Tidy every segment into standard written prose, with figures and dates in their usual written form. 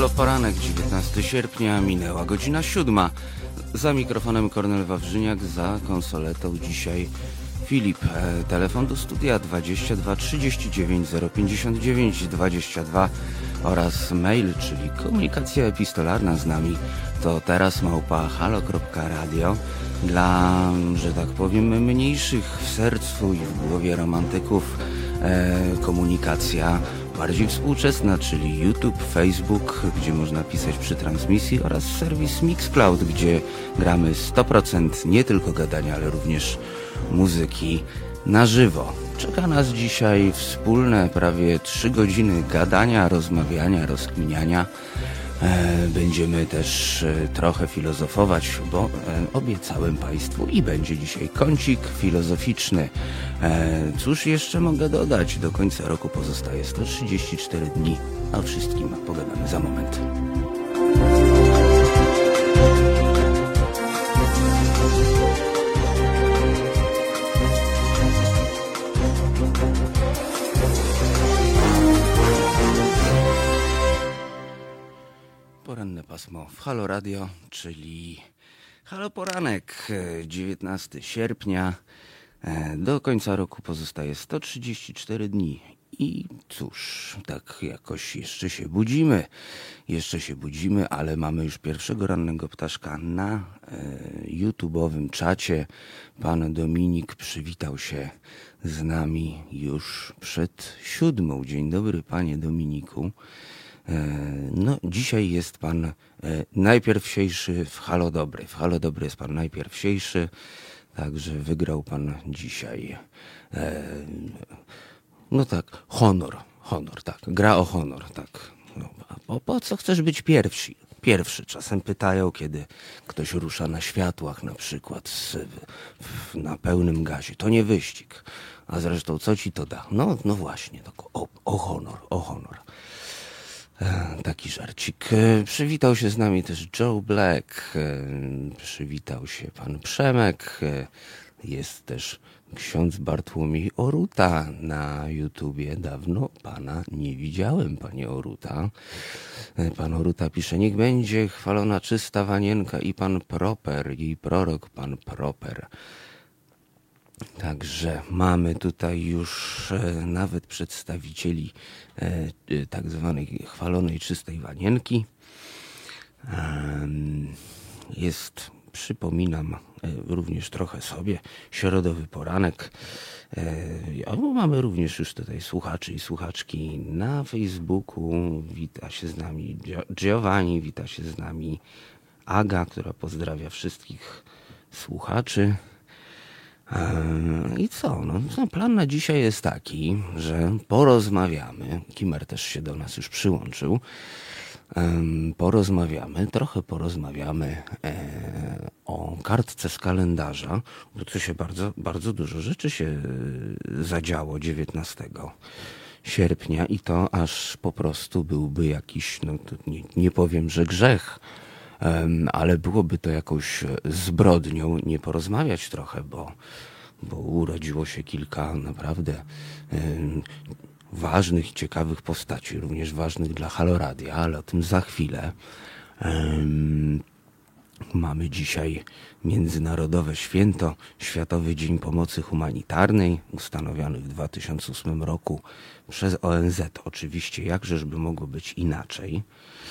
Poranek, 19 sierpnia, minęła godzina 7. Za mikrofonem Kornel Wawrzyniak, za konsoletą dzisiaj Filip. Telefon do studia 22 39 059 22 oraz mail, czyli komunikacja epistolarna z nami to teraz @halo.radio. Dla, że tak powiem, mniejszych w sercu i w głowie romantyków komunikacja bardziej współczesna, czyli YouTube, Facebook, gdzie można pisać przy transmisji, oraz serwis Mixcloud, gdzie gramy 100% nie tylko gadania, ale również muzyki na żywo. Czeka nas dzisiaj wspólne prawie 3 godziny gadania, rozmawiania, rozkminiania. Będziemy też trochę filozofować, bo obiecałem Państwu i będzie dzisiaj kącik filozoficzny. Cóż jeszcze mogę dodać? Do końca roku pozostaje 134 dni. O wszystkim pogadamy za moment. Poranne pasmo w Halo Radio, czyli Halo Poranek, 19 sierpnia. Do końca roku pozostaje 134 dni. I cóż, tak jakoś jeszcze się budzimy, ale mamy już pierwszego rannego ptaszka na YouTube'owym czacie. Pan Dominik przywitał się z nami już przed 7. Dzień dobry, panie Dominiku. No, dzisiaj jest pan najpierwsiejszy w Halo Dobry. W Halo Dobry jest pan najpierwsiejszy, także wygrał pan dzisiaj. No tak, honor, tak, gra o honor, tak. No, po co chcesz być pierwszy? Czasem pytają, kiedy ktoś rusza na światłach na przykład na pełnym gazie. To nie wyścig. A zresztą co ci to da? No właśnie, tak, o honor. Taki żarcik. Przywitał się z nami też Joe Black, przywitał się pan Przemek, jest też ksiądz Bartłomiej Oruta na YouTubie. Dawno pana nie widziałem, panie Oruta. Pan Oruta pisze: niech będzie chwalona czysta wanienka i pan Proper, jej prorok pan Proper. Także mamy tutaj już nawet przedstawicieli tak zwanej chwalonej czystej wanienki. Jest, przypominam również trochę sobie, środowy poranek. Mamy również już tutaj słuchaczy i słuchaczki na Facebooku. Wita się z nami Giovanni, wita się z nami Aga, która pozdrawia wszystkich słuchaczy. I co? No, plan na dzisiaj jest taki, że porozmawiamy. Kimer też się do nas już przyłączył. Trochę porozmawiamy o kartce z kalendarza, bo tu się bardzo, bardzo dużo rzeczy się zadziało 19 sierpnia i to aż po prostu byłby jakiś, no to nie powiem, że grzech, ale byłoby to jakąś zbrodnią nie porozmawiać trochę, bo urodziło się kilka naprawdę ważnych i ciekawych postaci, również ważnych dla Halo Radia, ale o tym za chwilę. Mamy dzisiaj Międzynarodowe Święto, Światowy Dzień Pomocy Humanitarnej, ustanowiony w 2008 roku przez ONZ. Oczywiście, jakżeż by mogło być inaczej.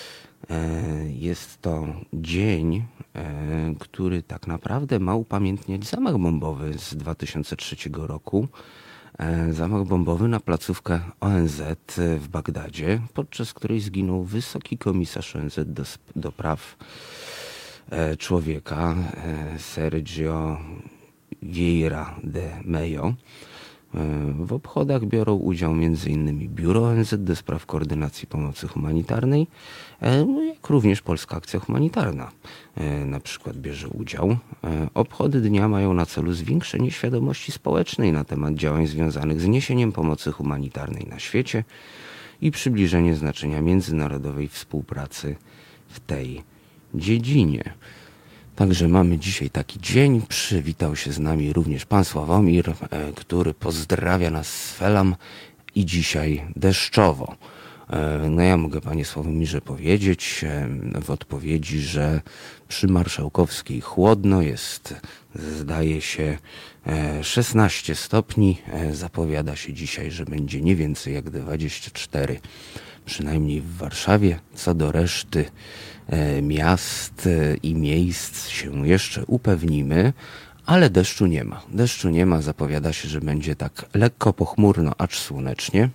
Jest to dzień, który tak naprawdę ma upamiętniać zamach bombowy z 2003 roku. Zamach bombowy na placówkę ONZ w Bagdadzie, podczas której zginął wysoki komisarz ONZ do praw człowieka Sergio Vieira de Mello. W obchodach biorą udział m.in. Biuro ONZ do spraw koordynacji pomocy humanitarnej, jak również Polska Akcja Humanitarna na przykład bierze udział. Obchody dnia mają na celu zwiększenie świadomości społecznej na temat działań związanych z niesieniem pomocy humanitarnej na świecie i przybliżenie znaczenia międzynarodowej współpracy w tej dziedzinie. Także mamy dzisiaj taki dzień. Przywitał się z nami również pan Sławomir, który pozdrawia nas z Felam i dzisiaj deszczowo. No ja mogę panie Sławomirze powiedzieć w odpowiedzi, że przy Marszałkowskiej chłodno jest, zdaje się, 16 stopni. Zapowiada się dzisiaj, że będzie nie więcej jak 24, przynajmniej w Warszawie. Co do reszty miast i miejsc się jeszcze upewnimy, ale deszczu nie ma. Deszczu nie ma, zapowiada się, że będzie tak lekko pochmurno, acz słonecznie.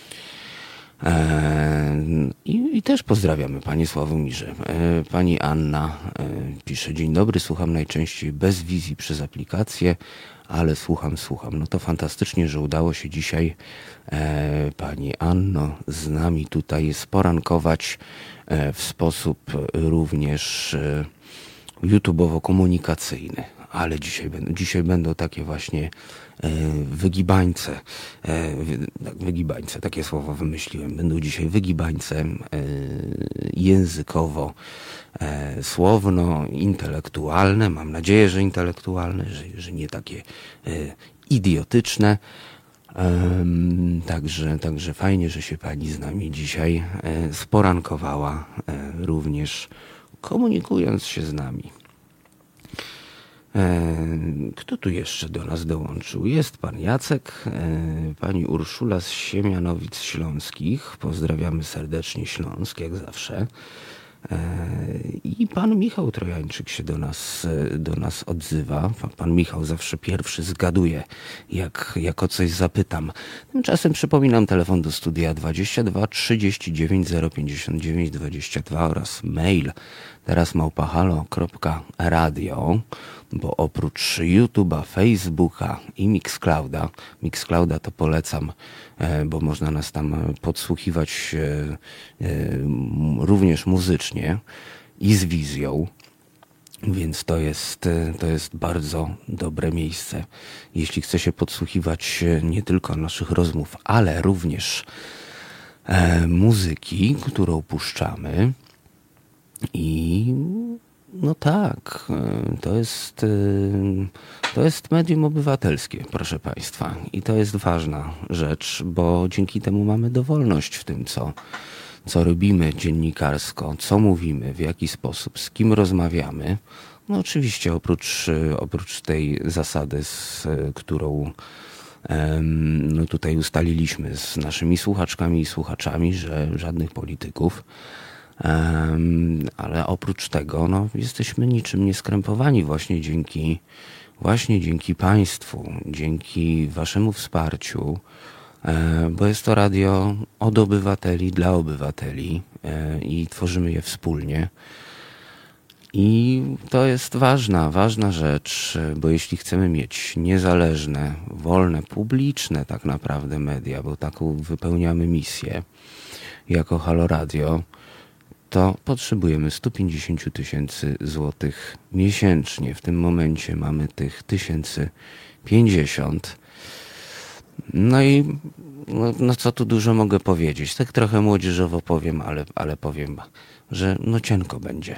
I też pozdrawiamy Panie Sławomirze. Pani Anna pisze: dzień dobry, słucham najczęściej bez wizji przez aplikację, ale słucham. No to fantastycznie, że udało się dzisiaj Pani Anno z nami tutaj sporankować w sposób również YouTubeowo-komunikacyjny. Ale dzisiaj będą takie właśnie wygibańce. Wygibańce, takie słowo wymyśliłem. Będą dzisiaj wygibańce językowo, słowno, intelektualne. Mam nadzieję, że intelektualne, że nie takie idiotyczne. Także fajnie, że się pani z nami dzisiaj sporankowała, również komunikując się z nami. Kto tu jeszcze do nas dołączył? Jest pan Jacek, pani Urszula z Siemianowic Śląskich. Pozdrawiamy serdecznie Śląsk, jak zawsze. I pan Michał Trojańczyk się do nas odzywa. Pan Michał zawsze pierwszy zgaduje, jak o coś zapytam. Tymczasem przypominam, telefon do studia 22 39 059 22 oraz mail teraz @halo.radio, bo oprócz YouTube'a, Facebooka i Mixclouda to polecam, bo można nas tam podsłuchiwać również muzycznie i z wizją, więc to jest bardzo dobre miejsce. Jeśli chce się podsłuchiwać nie tylko naszych rozmów, ale również muzyki, którą puszczamy. I no tak, to jest medium obywatelskie, proszę państwa. I to jest ważna rzecz, bo dzięki temu mamy dowolność w tym, co robimy dziennikarsko, co mówimy, w jaki sposób, z kim rozmawiamy. No oczywiście oprócz tej zasady, którą no tutaj ustaliliśmy z naszymi słuchaczkami i słuchaczami, że żadnych polityków. Ale oprócz tego no, jesteśmy niczym nieskrępowani właśnie dzięki państwu, dzięki waszemu wsparciu, bo jest to radio od obywateli, dla obywateli i tworzymy je wspólnie. I to jest ważna rzecz, bo jeśli chcemy mieć niezależne, wolne, publiczne tak naprawdę media, bo taką wypełniamy misję jako Halo Radio, to potrzebujemy 150 000 złotych miesięcznie. W tym momencie mamy tych 1050. No i no co tu dużo mogę powiedzieć. Tak trochę młodzieżowo powiem, ale powiem, że no cienko będzie.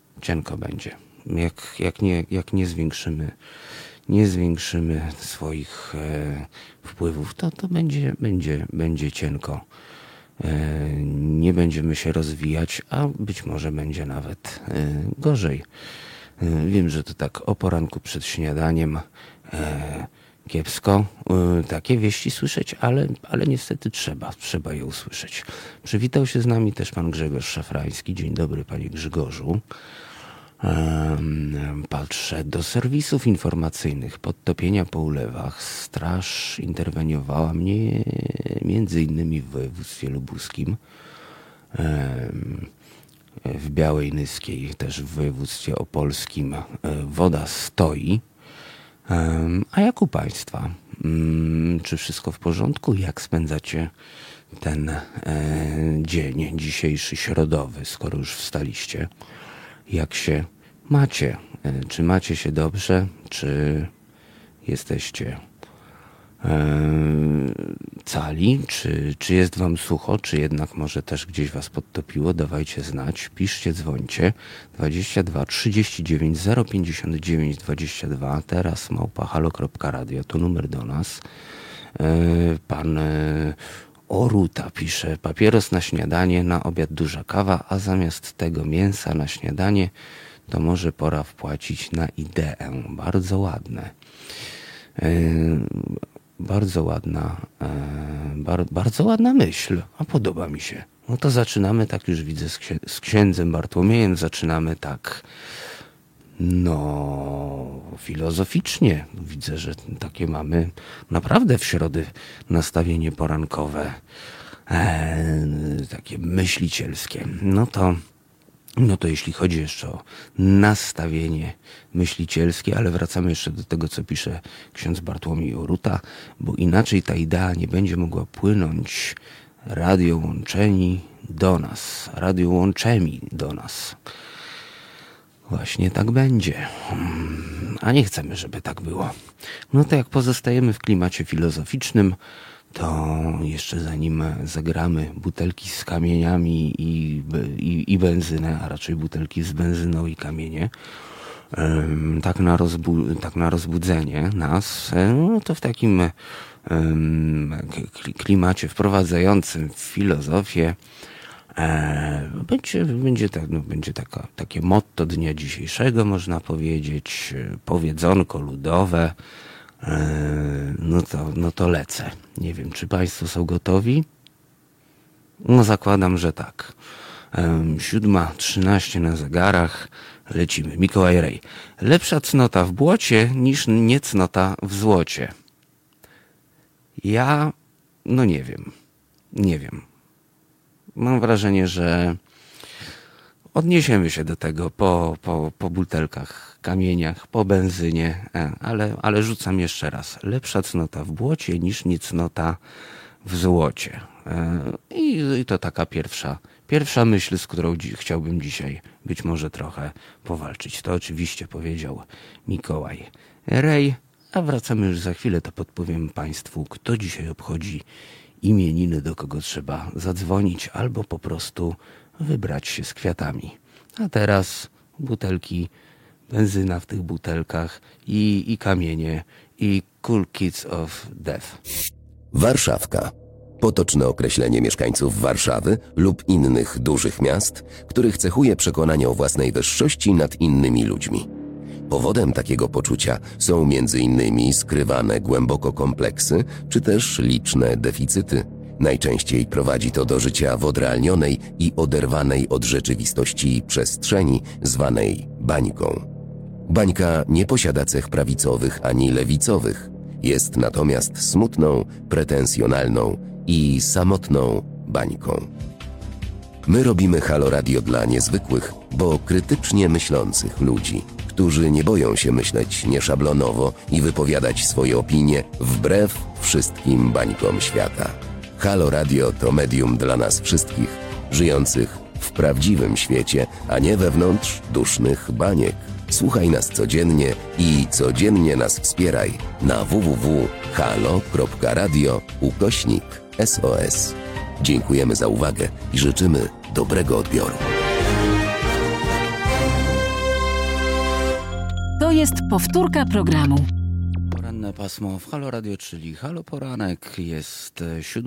Jak nie zwiększymy swoich wpływów, to będzie cienko. Nie będziemy się rozwijać, a być może będzie nawet gorzej. Wiem, że to tak o poranku przed śniadaniem kiepsko takie wieści słyszeć, ale niestety trzeba je usłyszeć. Przywitał się z nami też pan Grzegorz Szafrański. Dzień dobry, panie Grzegorzu. Patrzę do serwisów informacyjnych. Podtopienia po ulewach. Straż interweniowała mnie między innymi w województwie lubuskim, w Białej Nyskiej, też w województwie opolskim. Woda stoi. A jak u państwa? Czy wszystko w porządku? Jak spędzacie ten dzień dzisiejszy, środowy, skoro już wstaliście? Jak się macie? Czy macie się dobrze? Czy jesteście cali? Czy jest wam sucho? Czy jednak może też gdzieś was podtopiło? Dawajcie znać. Piszcie, dzwońcie. 22 39 059 22. Teraz @halo.radio. To numer do nas. Pan Oruta pisze, papieros na śniadanie, na obiad duża kawa, a zamiast tego mięsa na śniadanie, to może pora wpłacić na ideę. Bardzo ładne. Bardzo ładna, bardzo ładna myśl, a podoba mi się. No to zaczynamy tak, już widzę, z księdzem Bartłomiejem, zaczynamy tak, no, filozoficznie. Widzę, że takie mamy naprawdę w środę nastawienie porankowe, takie myślicielskie. No to jeśli chodzi jeszcze o nastawienie myślicielskie, ale wracamy jeszcze do tego, co pisze ksiądz Bartłomiej Oruta, bo inaczej ta idea nie będzie mogła płynąć radiołączeni do nas. Właśnie tak będzie. A nie chcemy, żeby tak było. No to jak pozostajemy w klimacie filozoficznym, to jeszcze zanim zagramy butelki z kamieniami i benzynę, a raczej butelki z benzyną i kamienie, tak na rozbudzenie nas, no to w takim klimacie wprowadzającym w filozofię będzie takie motto dnia dzisiejszego, można powiedzieć, powiedzonko ludowe. No to lecę. Nie wiem, czy Państwo są gotowi? No zakładam, że tak. 7:13 na zegarach. Lecimy. Mikołaj Rej. Lepsza cnota w błocie niż niecnota w złocie. Ja, no nie wiem. Mam wrażenie, że odniesiemy się do tego po butelkach, kamieniach, po benzynie, ale rzucam jeszcze raz. Lepsza cnota w błocie niż niecnota w złocie. I to taka pierwsza myśl, z którą chciałbym dzisiaj być może trochę powalczyć. To oczywiście powiedział Mikołaj Rej, a wracamy już za chwilę, to podpowiem Państwu, kto dzisiaj obchodzi imieniny, do kogo trzeba zadzwonić albo po prostu wybrać się z kwiatami. A teraz butelki, benzyna w tych butelkach i kamienie i Cool Kids of Death. Warszawka. Potoczne określenie mieszkańców Warszawy lub innych dużych miast, których cechuje przekonanie o własnej wyższości nad innymi ludźmi. Powodem takiego poczucia są m.in. skrywane głęboko kompleksy, czy też liczne deficyty. Najczęściej prowadzi to do życia w odrealnionej i oderwanej od rzeczywistości przestrzeni, zwanej bańką. Bańka nie posiada cech prawicowych ani lewicowych. Jest natomiast smutną, pretensjonalną i samotną bańką. My robimy Halo Radio dla niezwykłych, bo krytycznie myślących ludzi, którzy nie boją się myśleć nieszablonowo i wypowiadać swoje opinie wbrew wszystkim bańkom świata. Halo Radio to medium dla nas wszystkich, żyjących w prawdziwym świecie, a nie wewnątrz dusznych baniek. Słuchaj nas codziennie i codziennie nas wspieraj na www.halo.radio/SOS. Dziękujemy za uwagę i życzymy dobrego odbioru. To jest powtórka programu. Poranne pasmo w Halo Radio, czyli Halo Poranek. Jest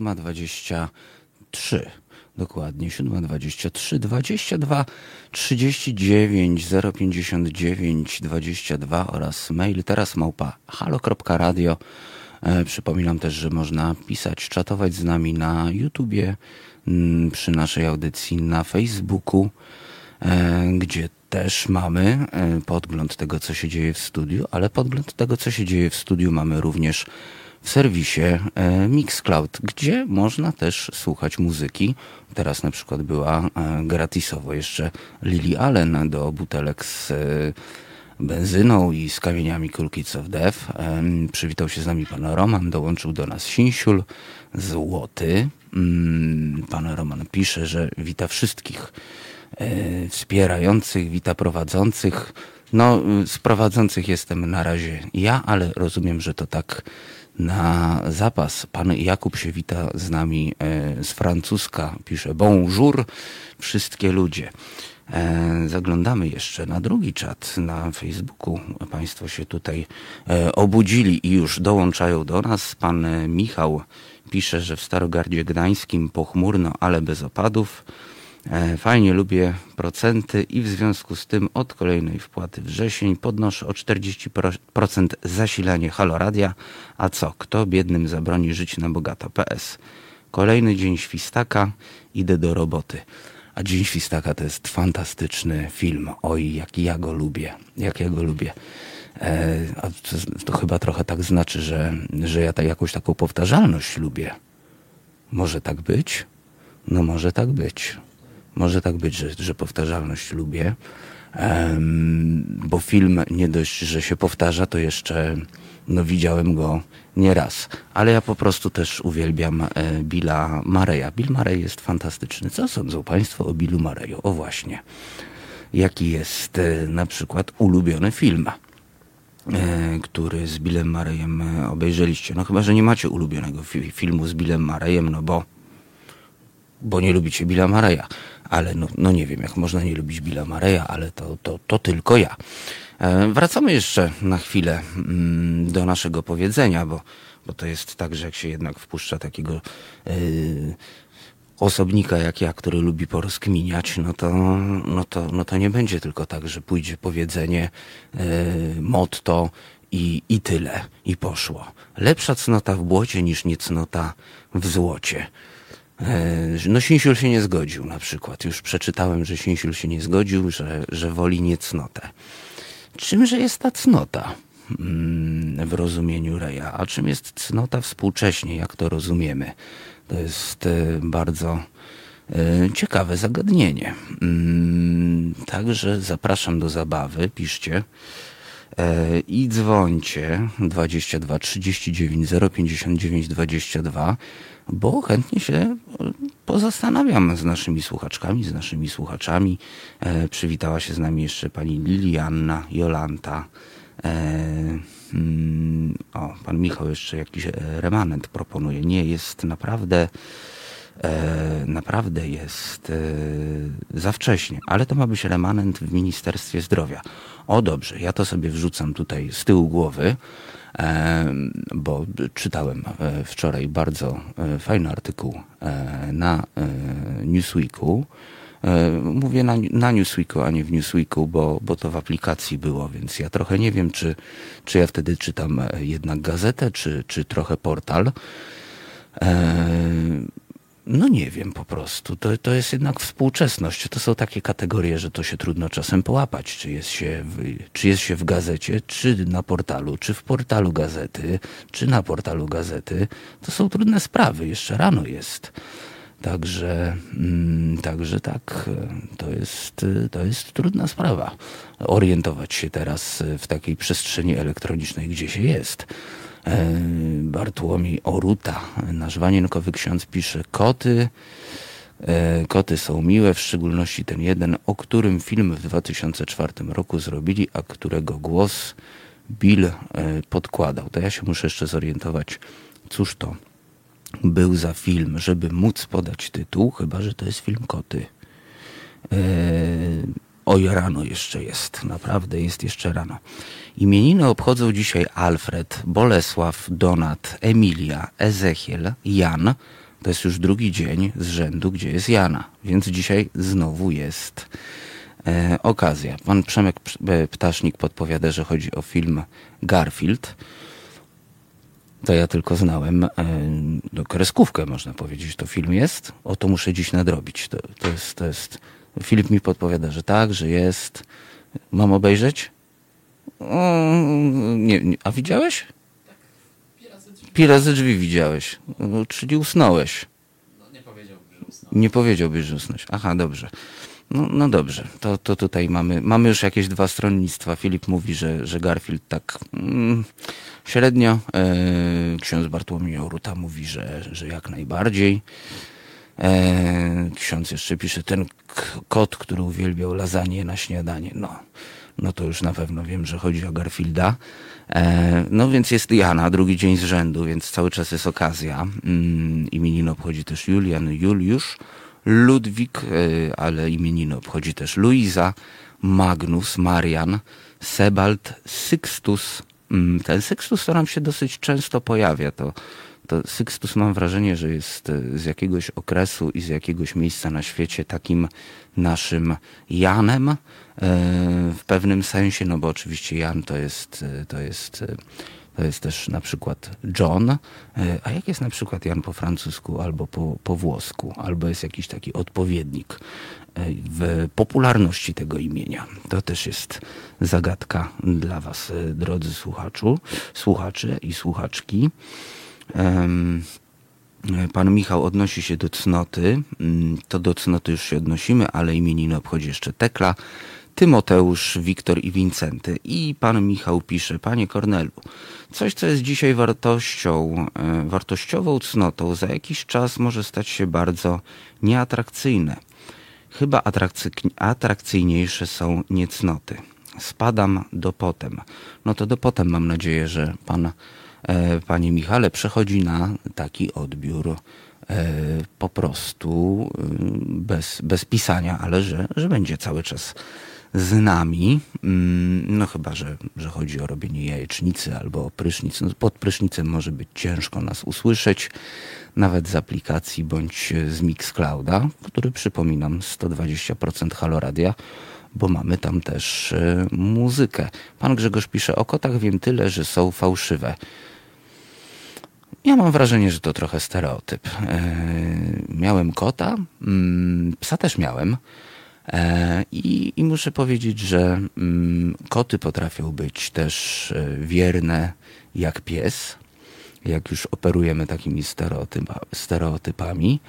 7:23. Dokładnie 7:23, 22 39 059 22 oraz mail teraz @halo.radio. Przypominam też, że można pisać, czatować z nami na YouTubie, przy naszej audycji na Facebooku, gdzie też mamy podgląd tego, co się dzieje w studiu, ale podgląd tego, co się dzieje w studiu mamy również w serwisie Mixcloud, gdzie można też słuchać muzyki. Teraz na przykład była gratisowo jeszcze Lily Allen do butelek z benzyną i z kamieniami Cool Kids of Death. Przywitał się z nami pan Roman, dołączył do nas Sinsiul Złoty. Pan Roman pisze, że wita wszystkich wspierających, wita prowadzących. No, z prowadzących jestem na razie ja, ale rozumiem, że to tak na zapas. Pan Jakub się wita z nami z francuska. Pisze bonjour, wszystkie ludzie. Zaglądamy jeszcze na drugi czat na Facebooku. Państwo się tutaj obudzili i już dołączają do nas. Pan Michał pisze, że w Starogardzie Gdańskim pochmurno, ale bez opadów. Fajnie, lubię procenty i w związku z tym od kolejnej wpłaty wrzesień podnoszę o 40% zasilanie Halo Radia. A co? Kto biednym zabroni żyć na bogato? PS. Kolejny dzień świstaka, idę do roboty. A Dzień Świstaka to jest fantastyczny film. Oj, jak ja go lubię. Jak ja go lubię. A to chyba trochę tak znaczy, że ja jakąś taką powtarzalność lubię. Może tak być? No może tak być. Może tak być, że powtarzalność lubię. Bo film nie dość, że się powtarza, to jeszcze widziałem go nieraz. Ale ja po prostu też uwielbiam Billa Murraya. Bill Murray jest fantastyczny. Co sądzą Państwo o Billu Murrayu? O właśnie. Jaki jest na przykład ulubiony film, który z Billem Murrayem obejrzeliście? No chyba, że nie macie ulubionego filmu z Billem Murrayem, no bo nie lubicie Billa Murraya. Ale no nie wiem, jak można nie lubić Billa Murraya, ale to tylko ja. Wracamy jeszcze na chwilę do naszego powiedzenia, bo to jest tak, że jak się jednak wpuszcza takiego osobnika jak ja, który lubi porozkminiać, no to nie będzie tylko tak, że pójdzie powiedzenie, motto i tyle, i poszło. Lepsza cnota w błocie niż niecnota w złocie. No Sińsiul się nie zgodził na przykład. Już przeczytałem, że Sińsiul się nie zgodził, że woli niecnotę. Czymże jest ta cnota w rozumieniu Reja? A czym jest cnota współcześnie? Jak to rozumiemy? To jest bardzo ciekawe zagadnienie. Także zapraszam do zabawy. Piszcie i dzwońcie 22 39 059 22, bo chętnie się pozastanawiam z naszymi słuchaczkami, z naszymi słuchaczami. Przywitała się z nami jeszcze pani Lilianna, Jolanta. Pan Michał jeszcze jakiś remanent proponuje. Nie, jest naprawdę jest za wcześnie, ale to ma być remanent w Ministerstwie Zdrowia. O dobrze, ja to sobie wrzucam tutaj z tyłu głowy, bo czytałem wczoraj bardzo fajny artykuł na Newsweeku. Mówię na Newsweeku, a nie w Newsweeku, bo to w aplikacji było, więc ja trochę nie wiem, czy ja wtedy czytam jednak gazetę, czy trochę portal. No nie wiem po prostu. To jest jednak współczesność. To są takie kategorie, że to się trudno czasem połapać. Czy jest się w gazecie, czy na portalu, czy w portalu gazety, czy na portalu gazety. To są trudne sprawy. Jeszcze rano jest. Także tak, to jest trudna sprawa. Orientować się teraz w takiej przestrzeni elektronicznej, gdzie się jest. Bartłomiej Oruta, nasz wanienkowy ksiądz, pisze: koty są miłe, w szczególności ten jeden, o którym film w 2004 roku zrobili, a którego głos Bill podkładał. To ja się muszę jeszcze zorientować, cóż to był za film, żeby móc podać tytuł, chyba że to jest film Koty. Oj, rano jeszcze jest, naprawdę jest jeszcze rano. Imieniny obchodzą dzisiaj Alfred, Bolesław, Donat, Emilia, Ezechiel, Jan. To jest już drugi dzień z rzędu, gdzie jest Jana, więc dzisiaj znowu jest okazja. Pan Przemek Ptasznik podpowiada, że chodzi o film Garfield. To ja tylko znałem kreskówkę, można powiedzieć, to film jest. O, to muszę dziś nadrobić. To jest. Filip mi podpowiada, że tak, że jest. Mam obejrzeć? Nie. A widziałeś? Tak. Pirazy drzwi widziałeś. No, czyli usnąłeś. No, nie powiedziałbym, że usnąłem. Nie powiedziałbyś, że usnąłeś. Aha, dobrze. No dobrze. To tutaj mamy już jakieś dwa stronnictwa. Filip mówi, że Garfield tak średnio. Ksiądz Bartłomiej Oruta mówi, że jak najbardziej. Ksiądz jeszcze pisze, ten kot, który uwielbiał lasagne na śniadanie. No to już na pewno wiem, że chodzi o Garfielda. No więc jest Jana, drugi dzień z rzędu, więc cały czas jest okazja. Imienin obchodzi też Julian, Juliusz, Ludwik, ale imieniny obchodzi też Luiza, Magnus, Marian, Sebald, Sixtus. Ten Sixtus to nam się dosyć często pojawia. To Sixtus mam wrażenie, że jest z jakiegoś okresu i z jakiegoś miejsca na świecie takim naszym Janem w pewnym sensie, no bo oczywiście Jan to jest też na przykład John, a jak jest na przykład Jan po francusku albo po włosku, albo jest jakiś taki odpowiednik w popularności tego imienia. To też jest zagadka dla was, drodzy słuchacze i słuchaczki. Pan Michał odnosi się do cnoty. To do cnoty już się odnosimy, ale imieniny obchodzi jeszcze Tekla, Tymoteusz, Wiktor i Wincenty. I pan Michał pisze: Panie Kornelu, coś, co jest dzisiaj wartościową cnotą, za jakiś czas może stać się bardzo nieatrakcyjne. Chyba atrakcyjniejsze są niecnoty. Spadam do potem. No to do potem mam nadzieję, że pan, panie Michale, przechodzi na taki odbiór po prostu bez pisania, ale że będzie cały czas z nami. No chyba, że chodzi o robienie jajecznicy albo o prysznic. No, pod prysznicem może być ciężko nas usłyszeć, nawet z aplikacji bądź z Mixclouda, który, przypominam, 120% Halo Radia, bo mamy tam też muzykę. Pan Grzegorz pisze: o kotach wiem tyle, że są fałszywe. Ja mam wrażenie, że to trochę stereotyp. Miałem kota, psa też miałem. I muszę powiedzieć, że koty potrafią być też wierne jak pies, jak już operujemy takimi stereotypami.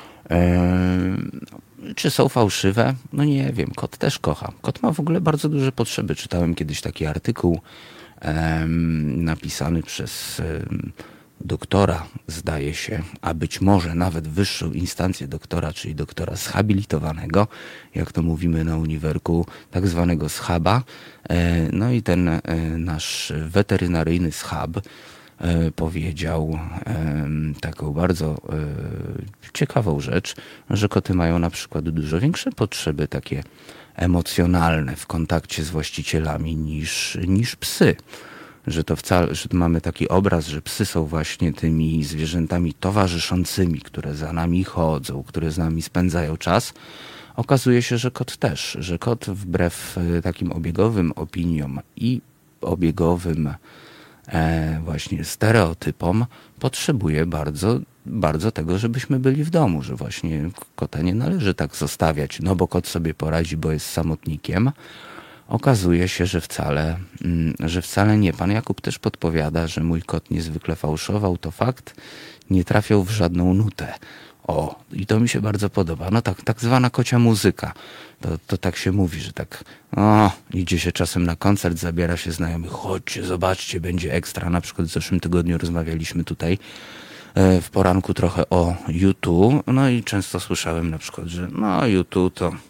Czy są fałszywe? No nie wiem, kot też kocha. Kot ma w ogóle bardzo duże potrzeby. Czytałem kiedyś taki artykuł napisany przez doktora, zdaje się, a być może nawet wyższą instancję doktora, czyli doktora zhabilitowanego, jak to mówimy na uniwerku, tak zwanego schaba. No i ten nasz weterynaryjny schab powiedział taką bardzo ciekawą rzecz, że koty mają na przykład dużo większe potrzeby takie emocjonalne w kontakcie z właścicielami niż psy. Że to wcale, że mamy taki obraz, że psy są właśnie tymi zwierzętami towarzyszącymi, które za nami chodzą, które z nami spędzają czas. Okazuje się, że kot też, że kot wbrew takim obiegowym opiniom i obiegowym właśnie stereotypom potrzebuje bardzo, bardzo tego, żebyśmy byli w domu, że właśnie kota nie należy tak zostawiać, no bo kot sobie poradzi, bo jest samotnikiem. Okazuje się, że wcale nie. Pan Jakub też podpowiada, że mój kot niezwykle fałszował. To fakt, nie trafiał w żadną nutę. O, i to mi się bardzo podoba. No tak zwana kocia muzyka. To tak się mówi, że tak idzie się czasem na koncert, zabiera się znajomych. Chodźcie, zobaczcie, będzie ekstra. Na przykład w zeszłym tygodniu rozmawialiśmy tutaj w poranku trochę o U2. No i często słyszałem na przykład, że U2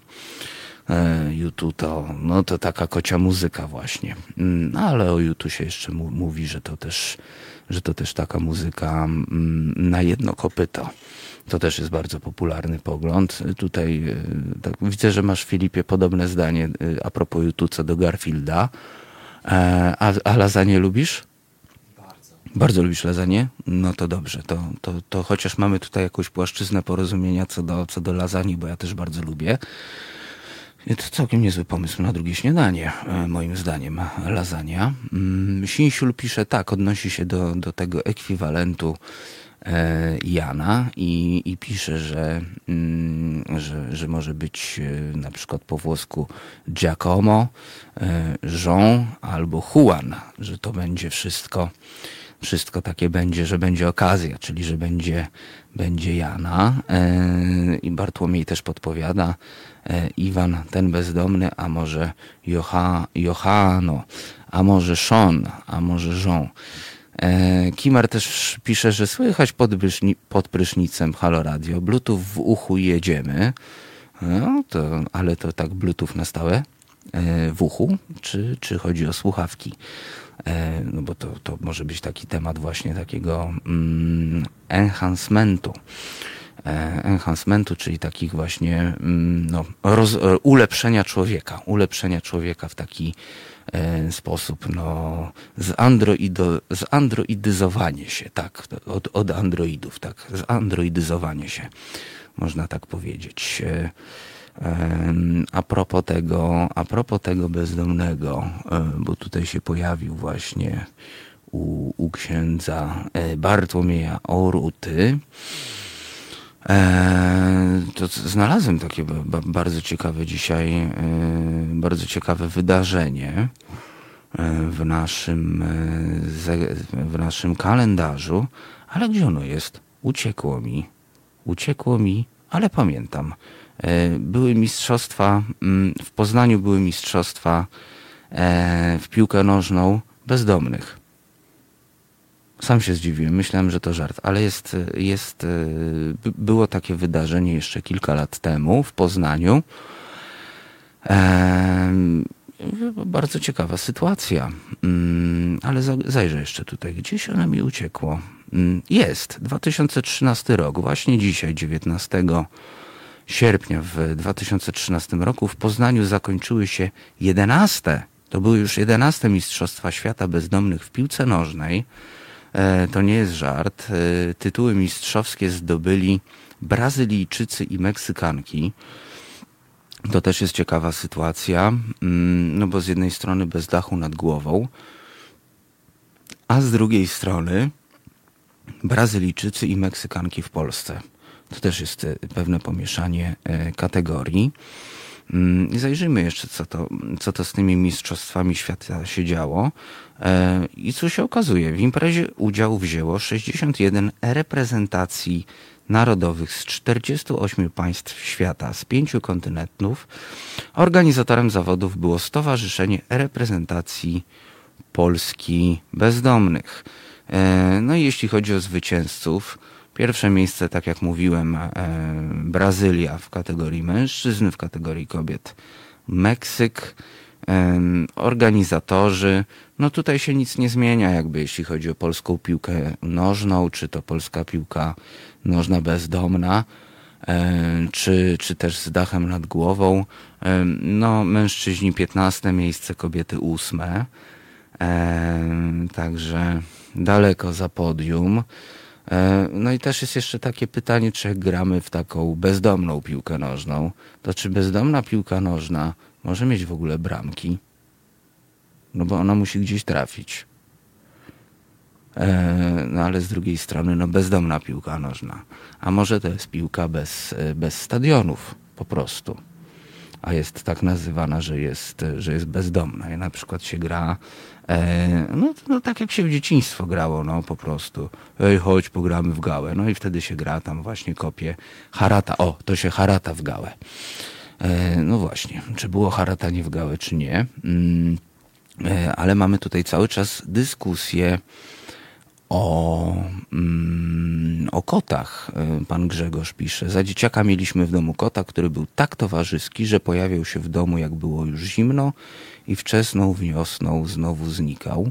to taka kocia muzyka właśnie. Ale o U2 się jeszcze mówi, że to też taka muzyka na jedno kopyto. To też jest bardzo popularny pogląd. Tutaj tak, widzę, że masz, Filipie, podobne zdanie a propos U2 co do Garfielda. A lasagne lubisz? Bardzo. Bardzo lubisz lasagne? No to dobrze. To chociaż mamy tutaj jakąś płaszczyznę porozumienia co do lasagne, bo ja też bardzo lubię. To całkiem niezły pomysł na drugie śniadanie, moim zdaniem, lasagna. Sinsiul pisze tak, odnosi się do tego ekwiwalentu Jana i pisze, że może być na przykład po włosku Giacomo, Jean albo Juan, że to będzie wszystko takie będzie, że będzie okazja, czyli że będzie Jana. I Bartłomiej też podpowiada, Iwan ten bezdomny, a może Johano, a może Sean, a może Jean. Kimar też pisze, że słychać pod prysznicem Halo Radio, Bluetooth w uchu, jedziemy. No ale to tak Bluetooth na stałe w uchu, czy chodzi o słuchawki? No bo to może być taki temat właśnie takiego enhancementu. enhancementu, czyli takich właśnie ulepszenia człowieka w taki sposób, zandroidyzowanie się, tak, od androidów, tak, zandroidyzowanie się, można tak powiedzieć. A propos tego bezdomnego, bo tutaj się pojawił właśnie u księdza Bartłomieja Oruty, to znalazłem takie bardzo ciekawe dzisiaj, bardzo ciekawe wydarzenie w naszym kalendarzu, ale gdzie ono jest? Uciekło mi, ale pamiętam. Były mistrzostwa, w Poznaniu były mistrzostwa w piłkę nożną bezdomnych. Sam się zdziwiłem, myślałem, że to żart, ale było takie wydarzenie jeszcze kilka lat temu w Poznaniu. Bardzo ciekawa sytuacja, ale zajrzę jeszcze tutaj, gdzieś ona mi uciekło. Jest, 2013 rok, właśnie dzisiaj, 19 sierpnia w 2013 roku w Poznaniu zakończyły się 11. To były już 11 Mistrzostwa Świata Bezdomnych w piłce nożnej. To nie jest żart. Tytuły mistrzowskie zdobyli Brazylijczycy i Meksykanki. To też jest ciekawa sytuacja, no bo z jednej strony bez dachu nad głową, a z drugiej strony Brazylijczycy i Meksykanki w Polsce. To też jest pewne pomieszanie kategorii. I zajrzyjmy jeszcze, co to z tymi mistrzostwami świata się działo. I co się okazuje? W imprezie udział wzięło 61 reprezentacji narodowych z 48 państw świata, z 5 kontynentów. Organizatorem zawodów było Stowarzyszenie Reprezentacji Polski Bezdomnych. No i jeśli chodzi o zwycięzców, pierwsze miejsce, tak jak mówiłem, Brazylia w kategorii mężczyzn, w kategorii kobiet Meksyk. Organizatorzy, no tutaj się nic nie zmienia, jakby jeśli chodzi o polską piłkę nożną, czy to polska piłka nożna bezdomna, czy też z dachem nad głową. No mężczyźni 15 miejsce, kobiety 8. Także daleko za podium. No i też jest jeszcze takie pytanie, czy jak gramy w taką bezdomną piłkę nożną, to czy bezdomna piłka nożna może mieć w ogóle bramki? No bo ona musi gdzieś trafić. No ale z drugiej strony, no bezdomna piłka nożna. A może to jest piłka bez stadionów po prostu. A jest tak nazywana, że jest bezdomna. I na przykład się gra, no tak jak się w dzieciństwo grało, no po prostu. Ej, chodź, pogramy w gałę. No i wtedy się gra, tam właśnie kopie harata. O, to się harata w gałę. No właśnie, czy było haratanie w gałę, czy nie. Ale mamy tutaj cały czas dyskusję o kotach. Pan Grzegorz pisze: za dzieciaka mieliśmy w domu kota, który był tak towarzyski, że pojawiał się w domu, jak było już zimno, i wczesną wiosną znowu znikał.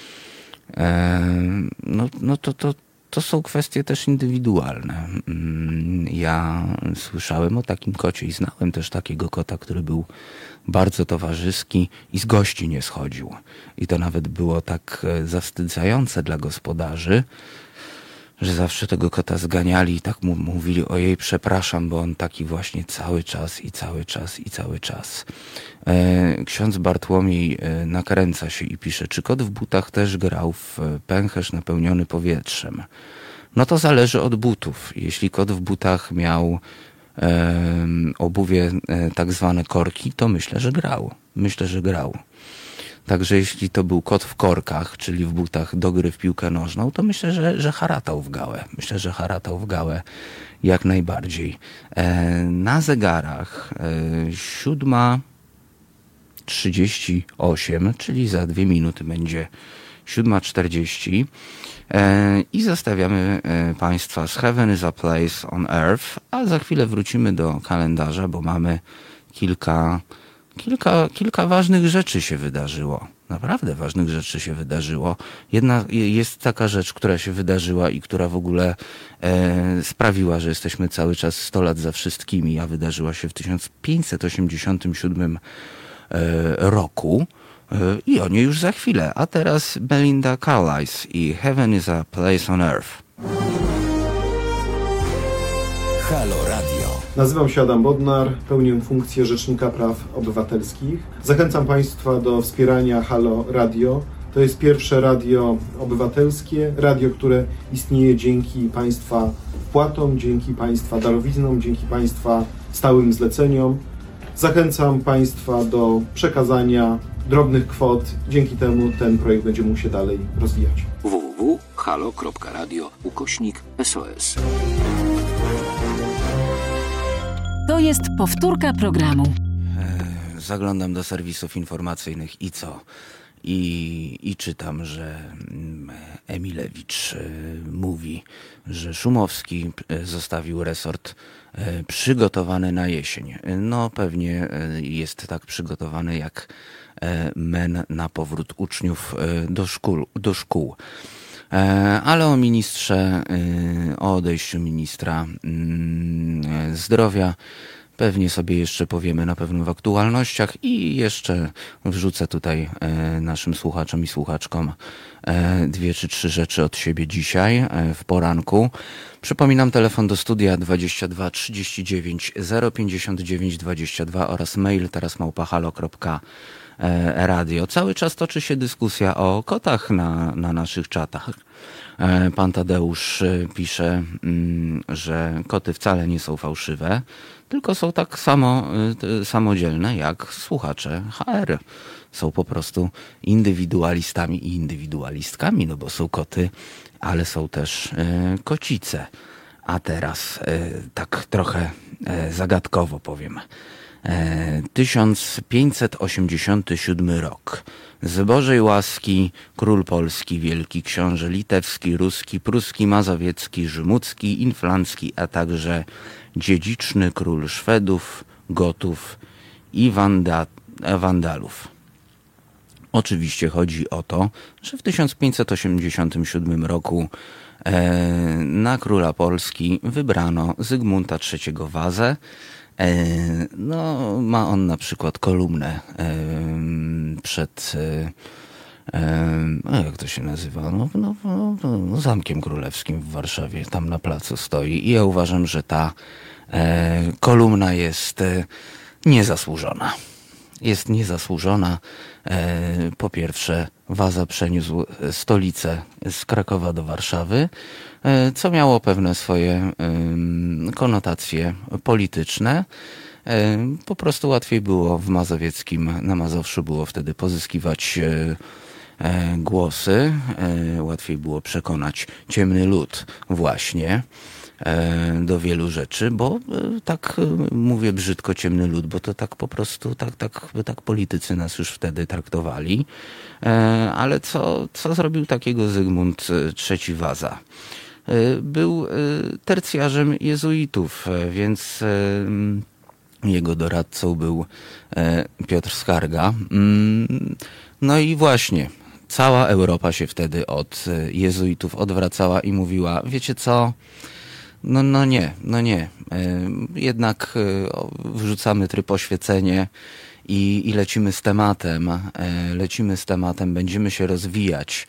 No to są kwestie też indywidualne. Ja słyszałem o takim kocie i znałem też takiego kota, który był bardzo towarzyski i z gości nie schodził. I to nawet było tak zawstydzające dla gospodarzy, że zawsze tego kota zganiali i tak mu mówili: ojej, przepraszam, bo on taki właśnie cały czas. Ksiądz Bartłomiej nakręca się i pisze: czy kot w butach też grał w pęcherz napełniony powietrzem? No to zależy od butów. Jeśli kot w butach miał obuwie tak zwane korki, to myślę, że grał. Także jeśli to był kot w korkach, czyli w butach do gry w piłkę nożną, to myślę, że haratał w gałę. Myślę, że haratał w gałę jak najbardziej. Na zegarach 7:38, czyli za 2 minuty będzie 7:40. I zostawiamy Państwa z Heaven is a Place on Earth, a za chwilę wrócimy do kalendarza, bo mamy kilka kilka ważnych rzeczy się wydarzyło. Naprawdę ważnych rzeczy się wydarzyło. Jedna jest taka rzecz, która się wydarzyła i która w ogóle sprawiła, że jesteśmy cały czas 100 lat za wszystkimi, a wydarzyła się w 1587 roku. I o niej już za chwilę. A teraz Belinda Carlisle i Heaven is a Place on Earth. Halo Radio. Nazywam się Adam Bodnar, pełnię funkcję Rzecznika Praw Obywatelskich. Zachęcam Państwa do wspierania Halo Radio. To jest pierwsze radio obywatelskie, radio, które istnieje dzięki Państwa wpłatom, dzięki Państwa darowiznom, dzięki Państwa stałym zleceniom. Zachęcam Państwa do przekazania drobnych kwot. Dzięki temu ten projekt będzie mógł się dalej rozwijać. www.halo.radio/SOS. To jest powtórka programu. Zaglądam do serwisów informacyjnych i co? I czytam, że Emilewicz mówi, że Szumowski zostawił resort przygotowany na jesień. No pewnie jest tak przygotowany jak MEN na powrót uczniów do szkół. Ale o ministrze, o odejściu ministra zdrowia pewnie sobie jeszcze powiemy na pewno w aktualnościach i jeszcze wrzucę tutaj naszym słuchaczom i słuchaczkom 2 czy 3 rzeczy od siebie dzisiaj w poranku. Przypominam, telefon do studia 22 39 059 22 oraz mail teraz@halo.radio. Cały czas toczy się dyskusja o kotach na naszych czatach. Pan Tadeusz pisze, że koty wcale nie są fałszywe, tylko są tak samo samodzielne jak słuchacze HR. Są po prostu indywidualistami i indywidualistkami, no bo są koty, ale są też kocice. A teraz tak trochę zagadkowo powiem. 1587 rok. Z Bożej łaski król polski, wielki książę litewski, ruski, pruski, mazowiecki, żmudzki, inflancki, a także dziedziczny król Szwedów, Gotów i Wandalów. Oczywiście chodzi o to, że w 1587 roku na króla Polski wybrano Zygmunta III Wazę. No, ma on na przykład kolumnę przed, jak to się nazywa, Zamkiem Królewskim w Warszawie, tam na placu stoi i ja uważam, że ta kolumna jest niezasłużona. Jest niezasłużona. Po pierwsze, Waza przeniósł stolicę z Krakowa do Warszawy, co miało pewne swoje konotacje polityczne. Po prostu łatwiej było na Mazowszu było wtedy pozyskiwać głosy, łatwiej było przekonać ciemny lud właśnie do wielu rzeczy, bo tak mówię brzydko ciemny lud, bo to tak po prostu, tak politycy nas już wtedy traktowali. Ale co zrobił takiego Zygmunt III Waza? Był tercjarzem jezuitów, więc jego doradcą był Piotr Skarga. No i właśnie, cała Europa się wtedy od jezuitów odwracała i mówiła, wiecie co, no nie. Jednak wrzucamy tryb oświecenie i lecimy z tematem, będziemy się rozwijać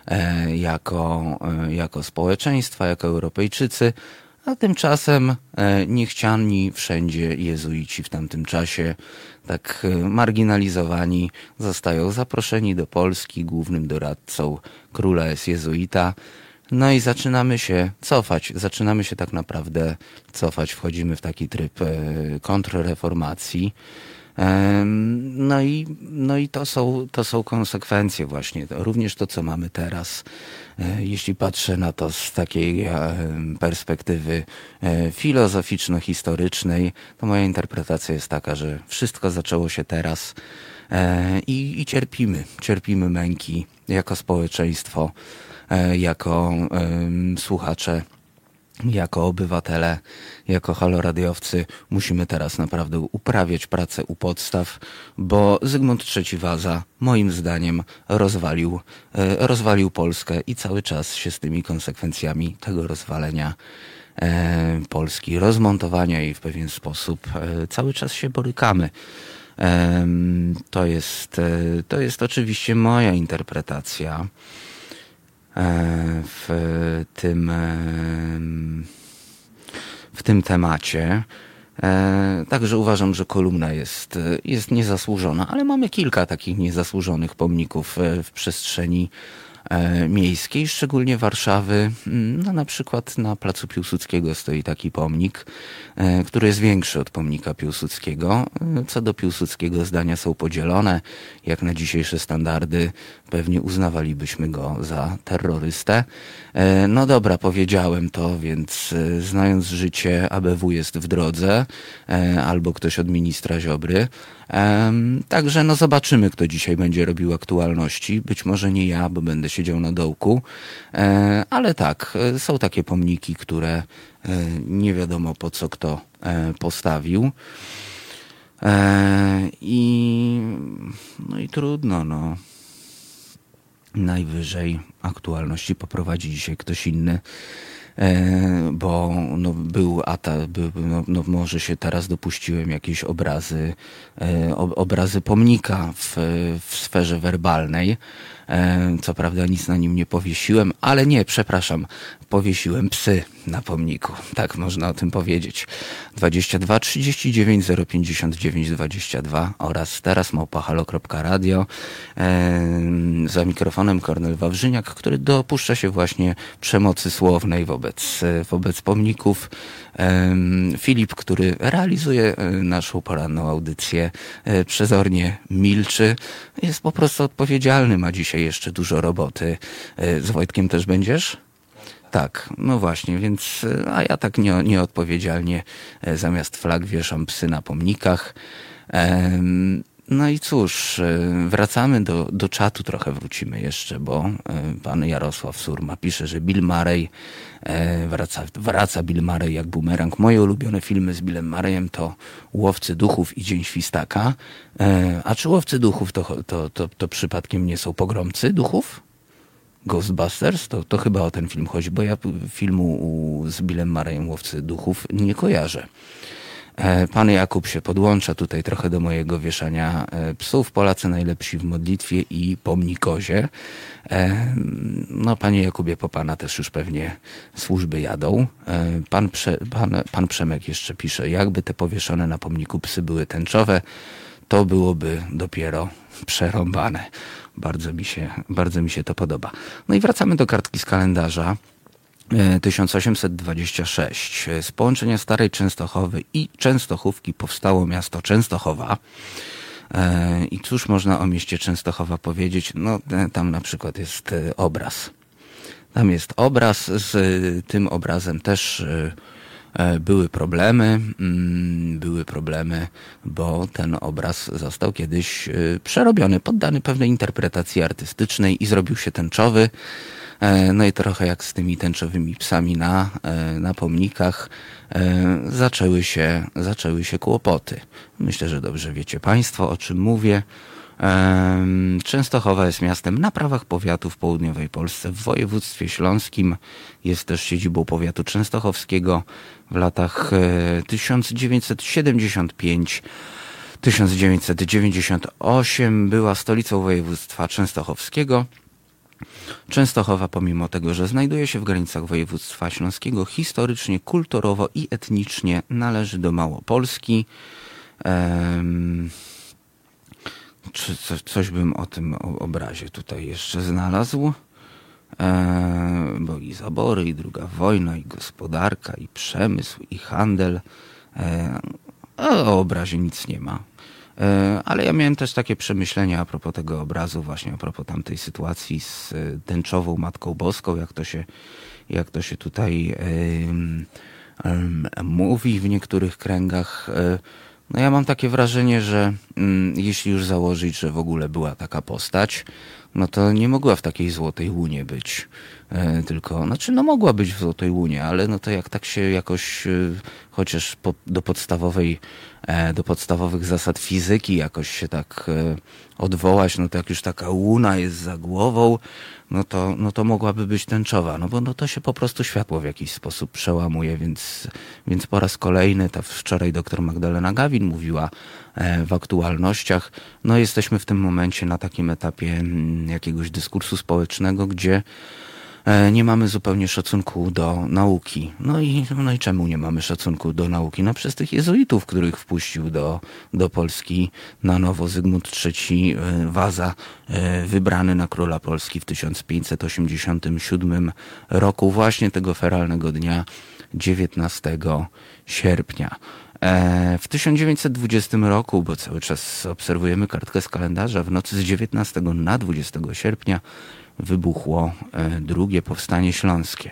jako społeczeństwa, jako Europejczycy, a tymczasem niechciani wszędzie jezuici w tamtym czasie, tak marginalizowani, zostają zaproszeni do Polski. Głównym doradcą króla jest jezuita. No i zaczynamy się tak naprawdę cofać, wchodzimy w taki tryb kontrreformacji. No i to są konsekwencje właśnie, również to, co mamy teraz. Jeśli patrzę na to z takiej perspektywy filozoficzno-historycznej, to moja interpretacja jest taka, że wszystko zaczęło się teraz i cierpimy męki jako społeczeństwo, jako słuchacze jako obywatele, jako haloradiowcy musimy teraz naprawdę uprawiać pracę u podstaw, bo Zygmunt III Waza moim zdaniem rozwalił Polskę i cały czas się z tymi konsekwencjami tego rozwalenia Polski, rozmontowania jej w pewien sposób cały czas się borykamy. To jest oczywiście moja interpretacja w tym temacie. Także uważam, że kolumna jest niezasłużona, ale mamy kilka takich niezasłużonych pomników w przestrzeni miejskiej, szczególnie Warszawy. No, na przykład na Placu Piłsudskiego stoi taki pomnik, który jest większy od pomnika Piłsudskiego. Co do Piłsudskiego zdania są podzielone. Jak na dzisiejsze standardy pewnie uznawalibyśmy go za terrorystę. No dobra, powiedziałem to, więc znając życie, ABW jest w drodze, albo ktoś od ministra Ziobry. Także no zobaczymy, kto dzisiaj będzie robił aktualności. Być może nie ja, bo będę siedział na dołku, ale tak, są takie pomniki, które nie wiadomo po co kto postawił. No i trudno, no. Najwyżej aktualności poprowadzi dzisiaj ktoś inny, bo no, może się teraz dopuściłem jakieś obrazy pomnika w sferze werbalnej. Co prawda nic na nim nie powiesiłem, ale nie, przepraszam, powiesiłem psy na pomniku. Tak można o tym powiedzieć. 22 39 059 22 oraz teraz @halo.radio. Za mikrofonem Kornel Wawrzyniak, który dopuszcza się właśnie przemocy słownej wobec pomników. Filip, który realizuje naszą poranną audycję, przezornie milczy. Jest po prostu odpowiedzialny, ma dzisiaj jeszcze dużo roboty. Z Wojtkiem też będziesz? Tak, no właśnie, więc, a ja tak nieodpowiedzialnie zamiast flag wieszam psy na pomnikach. No i cóż, wracamy do czatu, trochę wrócimy jeszcze, bo pan Jarosław Surma pisze, że Bill Murray wraca Bill Murray jak bumerang. Moje ulubione filmy z Billem Murrayem to Łowcy Duchów i Dzień Świstaka. A czy Łowcy Duchów to przypadkiem nie są Pogromcy Duchów? Ghostbusters? To chyba o ten film chodzi, bo ja filmu z Billem Murrayem Łowcy Duchów nie kojarzę. Pan Jakub się podłącza tutaj trochę do mojego wieszania psów. Polacy najlepsi w modlitwie i pomnikozie. No, panie Jakubie, po pana też już pewnie służby jadą. Pan Przemek jeszcze pisze, jakby te powieszone na pomniku psy były tęczowe, to byłoby dopiero przerąbane. Bardzo mi się to podoba. No i wracamy do kartki z kalendarza. 1826. Z połączenia Starej Częstochowy i Częstochówki powstało miasto Częstochowa. I cóż można o mieście Częstochowa powiedzieć? No, tam na przykład jest obraz. Tam jest obraz, z tym obrazem też były problemy, bo ten obraz został kiedyś przerobiony, poddany pewnej interpretacji artystycznej i zrobił się tęczowy. No i trochę jak z tymi tęczowymi psami na pomnikach zaczęły się kłopoty. Myślę, że dobrze wiecie Państwo, o czym mówię. Częstochowa jest miastem na prawach powiatu w południowej Polsce, w województwie śląskim. Jest też siedzibą powiatu częstochowskiego. W latach 1995-1998 była stolicą województwa częstochowskiego. Częstochowa, pomimo tego, że znajduje się w granicach województwa śląskiego, historycznie, kulturowo i etnicznie należy do Małopolski. Czy coś bym o tym obrazie tutaj jeszcze znalazł? Bo i zabory, i II wojna, i gospodarka, i przemysł, i handel. O obrazie nic nie ma. Ale ja miałem też takie przemyślenia a propos tego obrazu, właśnie a propos tamtej sytuacji z tęczową Matką Boską, jak to się tutaj mówi w niektórych kręgach. No ja mam takie wrażenie, że jeśli już założyć, że w ogóle była taka postać, no to nie mogła w takiej złotej łunie być. Tylko, znaczy no mogła być w złotej łunie, ale no to jak tak się jakoś chociaż do podstawowych zasad fizyki jakoś się tak odwołać, no to jak już taka łuna jest za głową, no to mogłaby być tęczowa, no bo no to się po prostu światło w jakiś sposób przełamuje, więc po raz kolejny, wczoraj dr Magdalena Gawin mówiła w aktualnościach, no jesteśmy w tym momencie na takim etapie jakiegoś dyskursu społecznego, gdzie nie mamy zupełnie szacunku do nauki. No i czemu nie mamy szacunku do nauki? No przez tych jezuitów, których wpuścił do Polski na nowo Zygmunt III Waza, wybrany na króla Polski w 1587 roku, właśnie tego feralnego dnia 19 sierpnia. W 1920 roku, bo cały czas obserwujemy kartkę z kalendarza, w nocy z 19 na 20 sierpnia wybuchło drugie powstanie śląskie.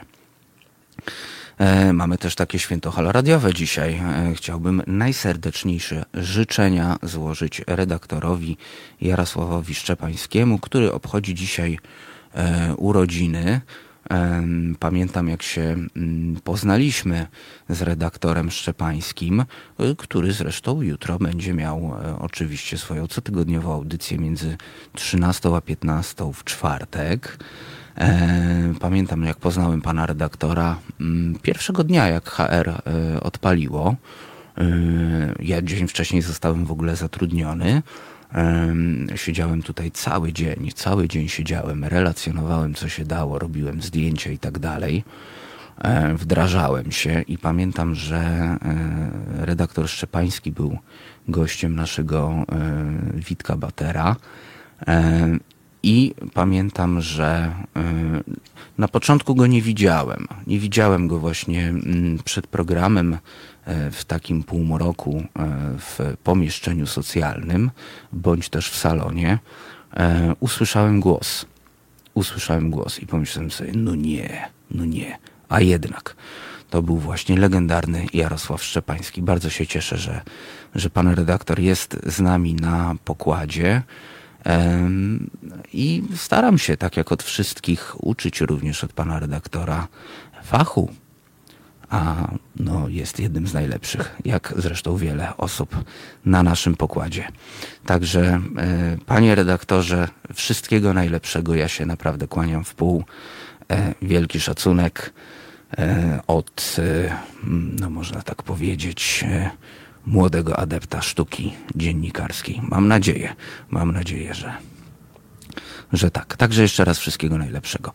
Mamy też takie święto haloradiowe dzisiaj. Chciałbym najserdeczniejsze życzenia złożyć redaktorowi Jarosławowi Szczepańskiemu, który obchodzi dzisiaj urodziny. Pamiętam, jak się poznaliśmy z redaktorem Szczepańskim, który zresztą jutro będzie miał oczywiście swoją cotygodniową audycję między 13 a 15 w czwartek. Pamiętam, jak poznałem pana redaktora pierwszego dnia, jak HR odpaliło. Ja dzień wcześniej zostałem w ogóle zatrudniony. Siedziałem tutaj cały dzień siedziałem, relacjonowałem, co się dało, robiłem zdjęcia i tak dalej. Wdrażałem się i pamiętam, że redaktor Szczepański był gościem naszego Witka Batera i pamiętam, że na początku go nie widziałem. Nie widziałem go właśnie przed programem w takim półmroku w pomieszczeniu socjalnym, bądź też w salonie. Usłyszałem głos i pomyślałem sobie, no nie, a jednak. To był właśnie legendarny Jarosław Szczepański. Bardzo się cieszę, że pan redaktor jest z nami na pokładzie. I staram się, tak jak od wszystkich, uczyć również od pana redaktora fachu. A no, jest jednym z najlepszych, jak zresztą wiele osób na naszym pokładzie. Także panie redaktorze, wszystkiego najlepszego. Ja się naprawdę kłaniam w pół. Wielki szacunek od, no można tak powiedzieć, młodego adepta sztuki dziennikarskiej. Mam nadzieję, że tak. Także jeszcze raz wszystkiego najlepszego.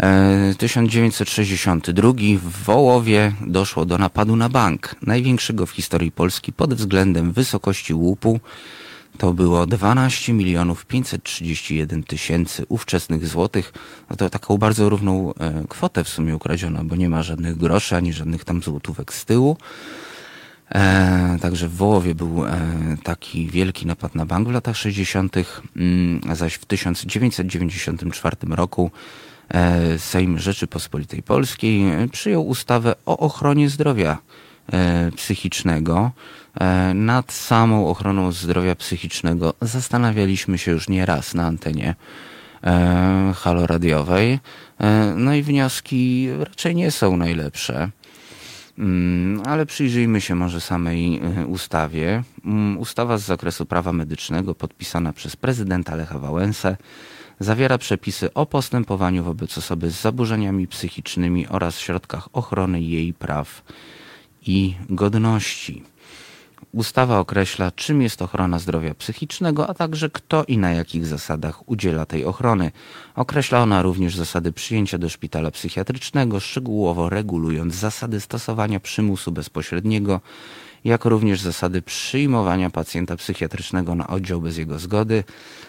1962 w Wołowie doszło do napadu na bank, największego w historii Polski pod względem wysokości łupu. To było 12 531 000 ówczesnych złotych. No to taką bardzo równą kwotę w sumie ukradziono, bo nie ma żadnych groszy, ani żadnych tam złotówek z tyłu. Także w Wołowie był taki wielki napad na bank w latach 60., zaś w 1994 roku Sejm Rzeczypospolitej Polskiej przyjął ustawę o ochronie zdrowia psychicznego. Nad samą ochroną zdrowia psychicznego zastanawialiśmy się już nieraz na antenie haloradiowej. No i wnioski raczej nie są najlepsze. Ale przyjrzyjmy się może samej ustawie. Ustawa z zakresu prawa medycznego podpisana przez prezydenta Lecha Wałęsę zawiera przepisy o postępowaniu wobec osoby z zaburzeniami psychicznymi oraz środkach ochrony jej praw i godności. Ustawa określa, czym jest ochrona zdrowia psychicznego, a także kto i na jakich zasadach udziela tej ochrony. Określa ona również zasady przyjęcia do szpitala psychiatrycznego, szczegółowo regulując zasady stosowania przymusu bezpośredniego, jak również zasady przyjmowania pacjenta psychiatrycznego na oddział bez jego zgody.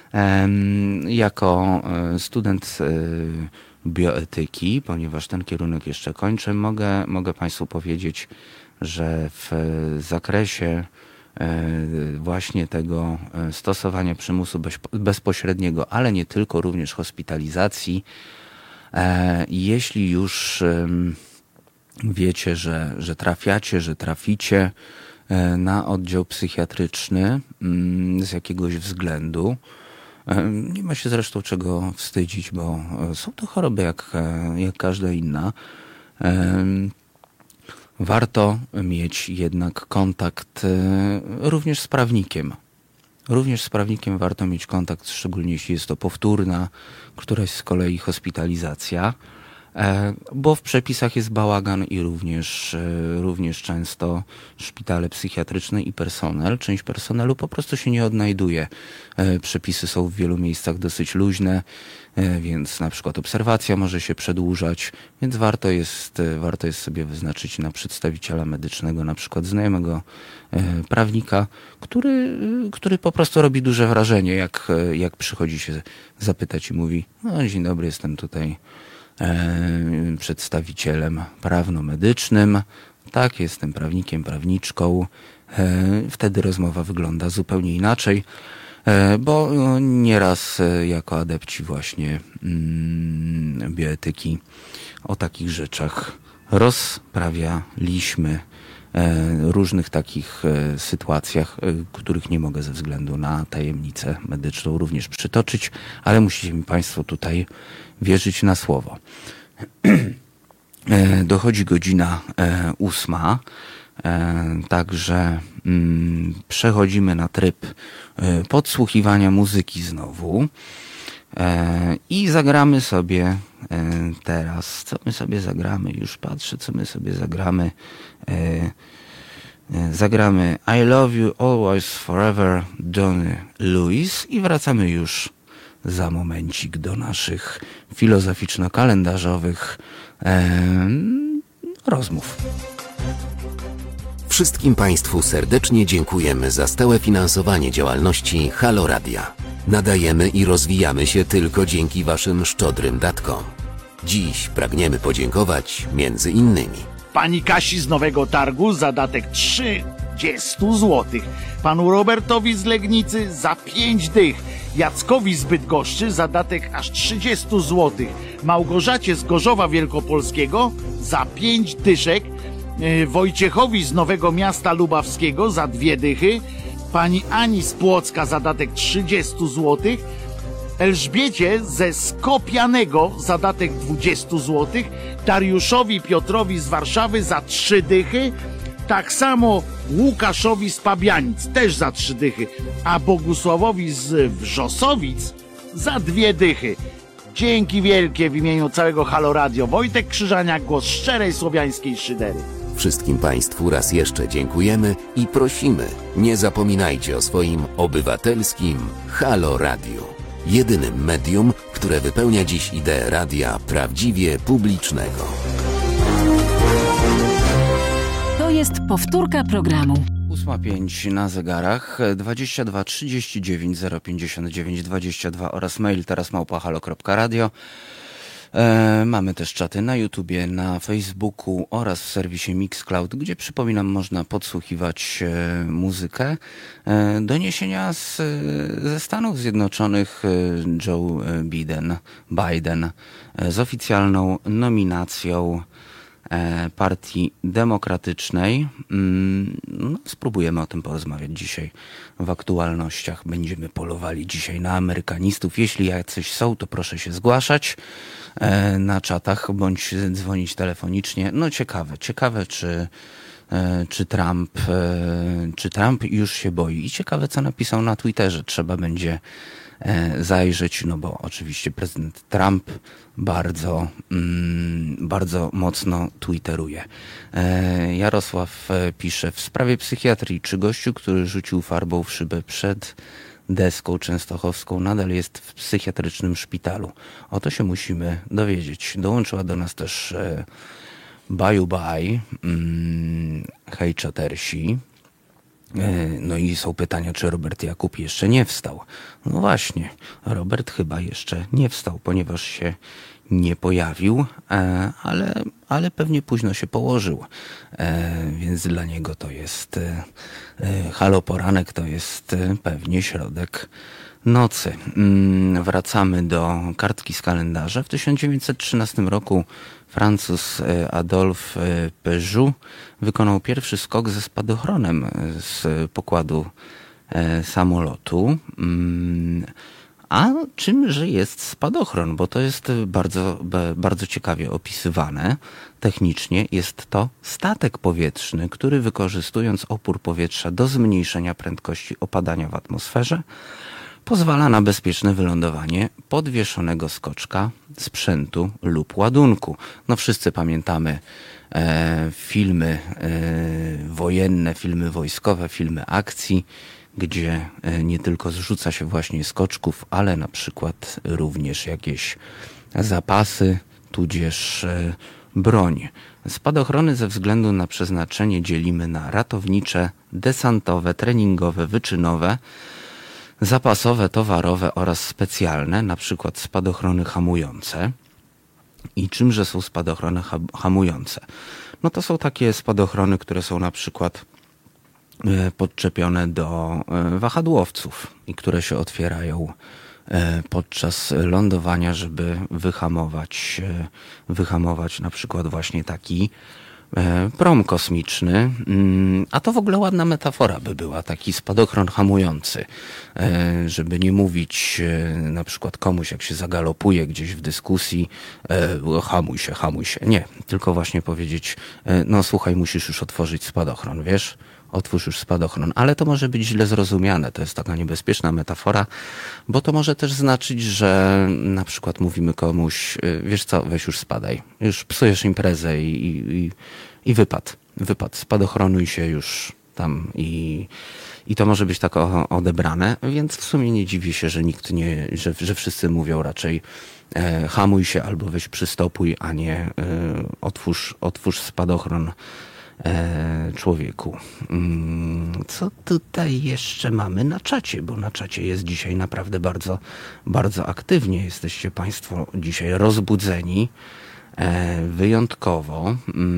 Jako student bioetyki, ponieważ ten kierunek jeszcze kończę, mogę Państwu powiedzieć, że w zakresie właśnie tego stosowania przymusu bezpośredniego, ale nie tylko, również hospitalizacji, jeśli już wiecie, że traficie na oddział psychiatryczny z jakiegoś względu, Nie ma się zresztą czego wstydzić, bo są to choroby jak każda inna. Warto mieć jednak kontakt również z prawnikiem. Również z prawnikiem warto mieć kontakt, szczególnie jeśli jest to powtórna, któraś z kolei hospitalizacja, bo w przepisach jest bałagan i również często szpitale psychiatryczne i personel. Część personelu po prostu się nie odnajduje. Przepisy są w wielu miejscach dosyć luźne, więc na przykład obserwacja może się przedłużać, więc warto jest sobie wyznaczyć na przedstawiciela medycznego, na przykład znajomego prawnika, który po prostu robi duże wrażenie, jak przychodzi się zapytać i mówi: no, dzień dobry, jestem tutaj przedstawicielem prawno-medycznym, tak, jestem prawnikiem, prawniczką. Wtedy rozmowa wygląda zupełnie inaczej, bo nieraz jako adepci właśnie bioetyki o takich rzeczach rozprawialiśmy, różnych takich sytuacjach, których nie mogę ze względu na tajemnicę medyczną również przytoczyć, ale musicie mi Państwo tutaj wierzyć na słowo. Dochodzi godzina 8, także przechodzimy na tryb podsłuchiwania muzyki znowu i zagramy sobie teraz, co my sobie zagramy, już patrzę, co my sobie zagramy. Zagramy I Love You Always Forever Donny Lewis i wracamy już za momencik do naszych filozoficzno-kalendarzowych rozmów. Wszystkim Państwu serdecznie dziękujemy za stałe finansowanie działalności Halo Radia. Nadajemy i rozwijamy się tylko dzięki Waszym szczodrym datkom. Dziś pragniemy podziękować między innymi pani Kasi z Nowego Targu za datek 30 zł, panu Robertowi z Legnicy za 5 dych, Jackowi z Bydgoszczy za datek aż 30 zł, Małgorzacie z Gorzowa Wielkopolskiego za 5 dyszek, Wojciechowi z Nowego Miasta Lubawskiego za 2 dychy, pani Ani z Płocka za datek 30 zł, Elżbiecie ze Skopianego za datek 20 zł, Dariuszowi Piotrowi z Warszawy za 3 dychy, tak samo Łukaszowi z Pabianic też za 3 dychy, a Bogusławowi z Wrzosowic za 2 dychy. Dzięki wielkie w imieniu całego Halo Radio. Wojtek Krzyżaniak, głos szczerej słowiańskiej szydery. Wszystkim Państwu raz jeszcze dziękujemy i prosimy, nie zapominajcie o swoim obywatelskim Halo Radio. Jedynym medium, które wypełnia dziś ideę radia prawdziwie publicznego. To jest powtórka programu. 8:05 na zegarach, 22 39 059 22 oraz mail teraz@halo.radio. Mamy też czaty na YouTubie, na Facebooku oraz w serwisie Mixcloud, gdzie, przypominam, można podsłuchiwać muzykę. Doniesienia ze Stanów Zjednoczonych. Joe Biden z oficjalną nominacją Partii Demokratycznej. No, spróbujemy o tym porozmawiać dzisiaj w aktualnościach. Będziemy polowali dzisiaj na amerykanistów. Jeśli jacyś są, to proszę się zgłaszać na czatach bądź dzwonić telefonicznie. No ciekawe czy Trump już się boi. I ciekawe, co napisał na Twitterze. Trzeba będzie zajrzeć, no bo oczywiście prezydent Trump bardzo mocno twitteruje. Jarosław pisze: w sprawie psychiatrii, czy gościu, który rzucił farbą w szybę przed deską częstochowską, nadal jest w psychiatrycznym szpitalu? O to się musimy dowiedzieć. Dołączyła do nas też Baju Baj, hej czatersi. No i są pytania, czy Robert Jakub jeszcze nie wstał. No właśnie, Robert chyba jeszcze nie wstał, ponieważ się nie pojawił, ale pewnie późno się położył, więc dla niego to jest halo poranek, to jest pewnie środek nocy. Wracamy do kartki z kalendarza. W 1913 roku Francuz Adolphe Peugeot wykonał pierwszy skok ze spadochronem z pokładu samolotu, A czymże jest spadochron? Bo to jest bardzo ciekawie opisywane technicznie. Jest to statek powietrzny, który wykorzystując opór powietrza do zmniejszenia prędkości opadania w atmosferze, pozwala na bezpieczne wylądowanie podwieszonego skoczka, sprzętu lub ładunku. No wszyscy pamiętamy filmy wojenne, filmy wojskowe, filmy akcji, gdzie nie tylko zrzuca się właśnie skoczków, ale na przykład również jakieś zapasy, tudzież broń. Spadochrony ze względu na przeznaczenie dzielimy na ratownicze, desantowe, treningowe, wyczynowe, zapasowe, towarowe oraz specjalne, na przykład spadochrony hamujące. I czymże są spadochrony hamujące? No to są takie spadochrony, które są na przykład podczepione do wahadłowców i które się otwierają podczas lądowania, żeby wyhamować na przykład właśnie taki prom kosmiczny. A to w ogóle ładna metafora by była, taki spadochron hamujący, żeby nie mówić na przykład komuś, jak się zagalopuje gdzieś w dyskusji, hamuj się. Nie, tylko właśnie powiedzieć, no słuchaj, musisz już otworzyć spadochron, wiesz? Otwórz już spadochron, ale to może być źle zrozumiane, to jest taka niebezpieczna metafora, bo to może też znaczyć, że na przykład mówimy komuś, wiesz co, weź już spadaj, już psujesz imprezę i wypad, spadochronuj się już tam i to może być tak odebrane, więc w sumie nie dziwię się, że nikt nie, że wszyscy mówią raczej hamuj się albo weź przystopuj, a nie otwórz spadochron człowieku. Co tutaj jeszcze mamy na czacie? Bo na czacie jest dzisiaj naprawdę bardzo, bardzo aktywnie. Jesteście Państwo dzisiaj rozbudzeni. Wyjątkowo.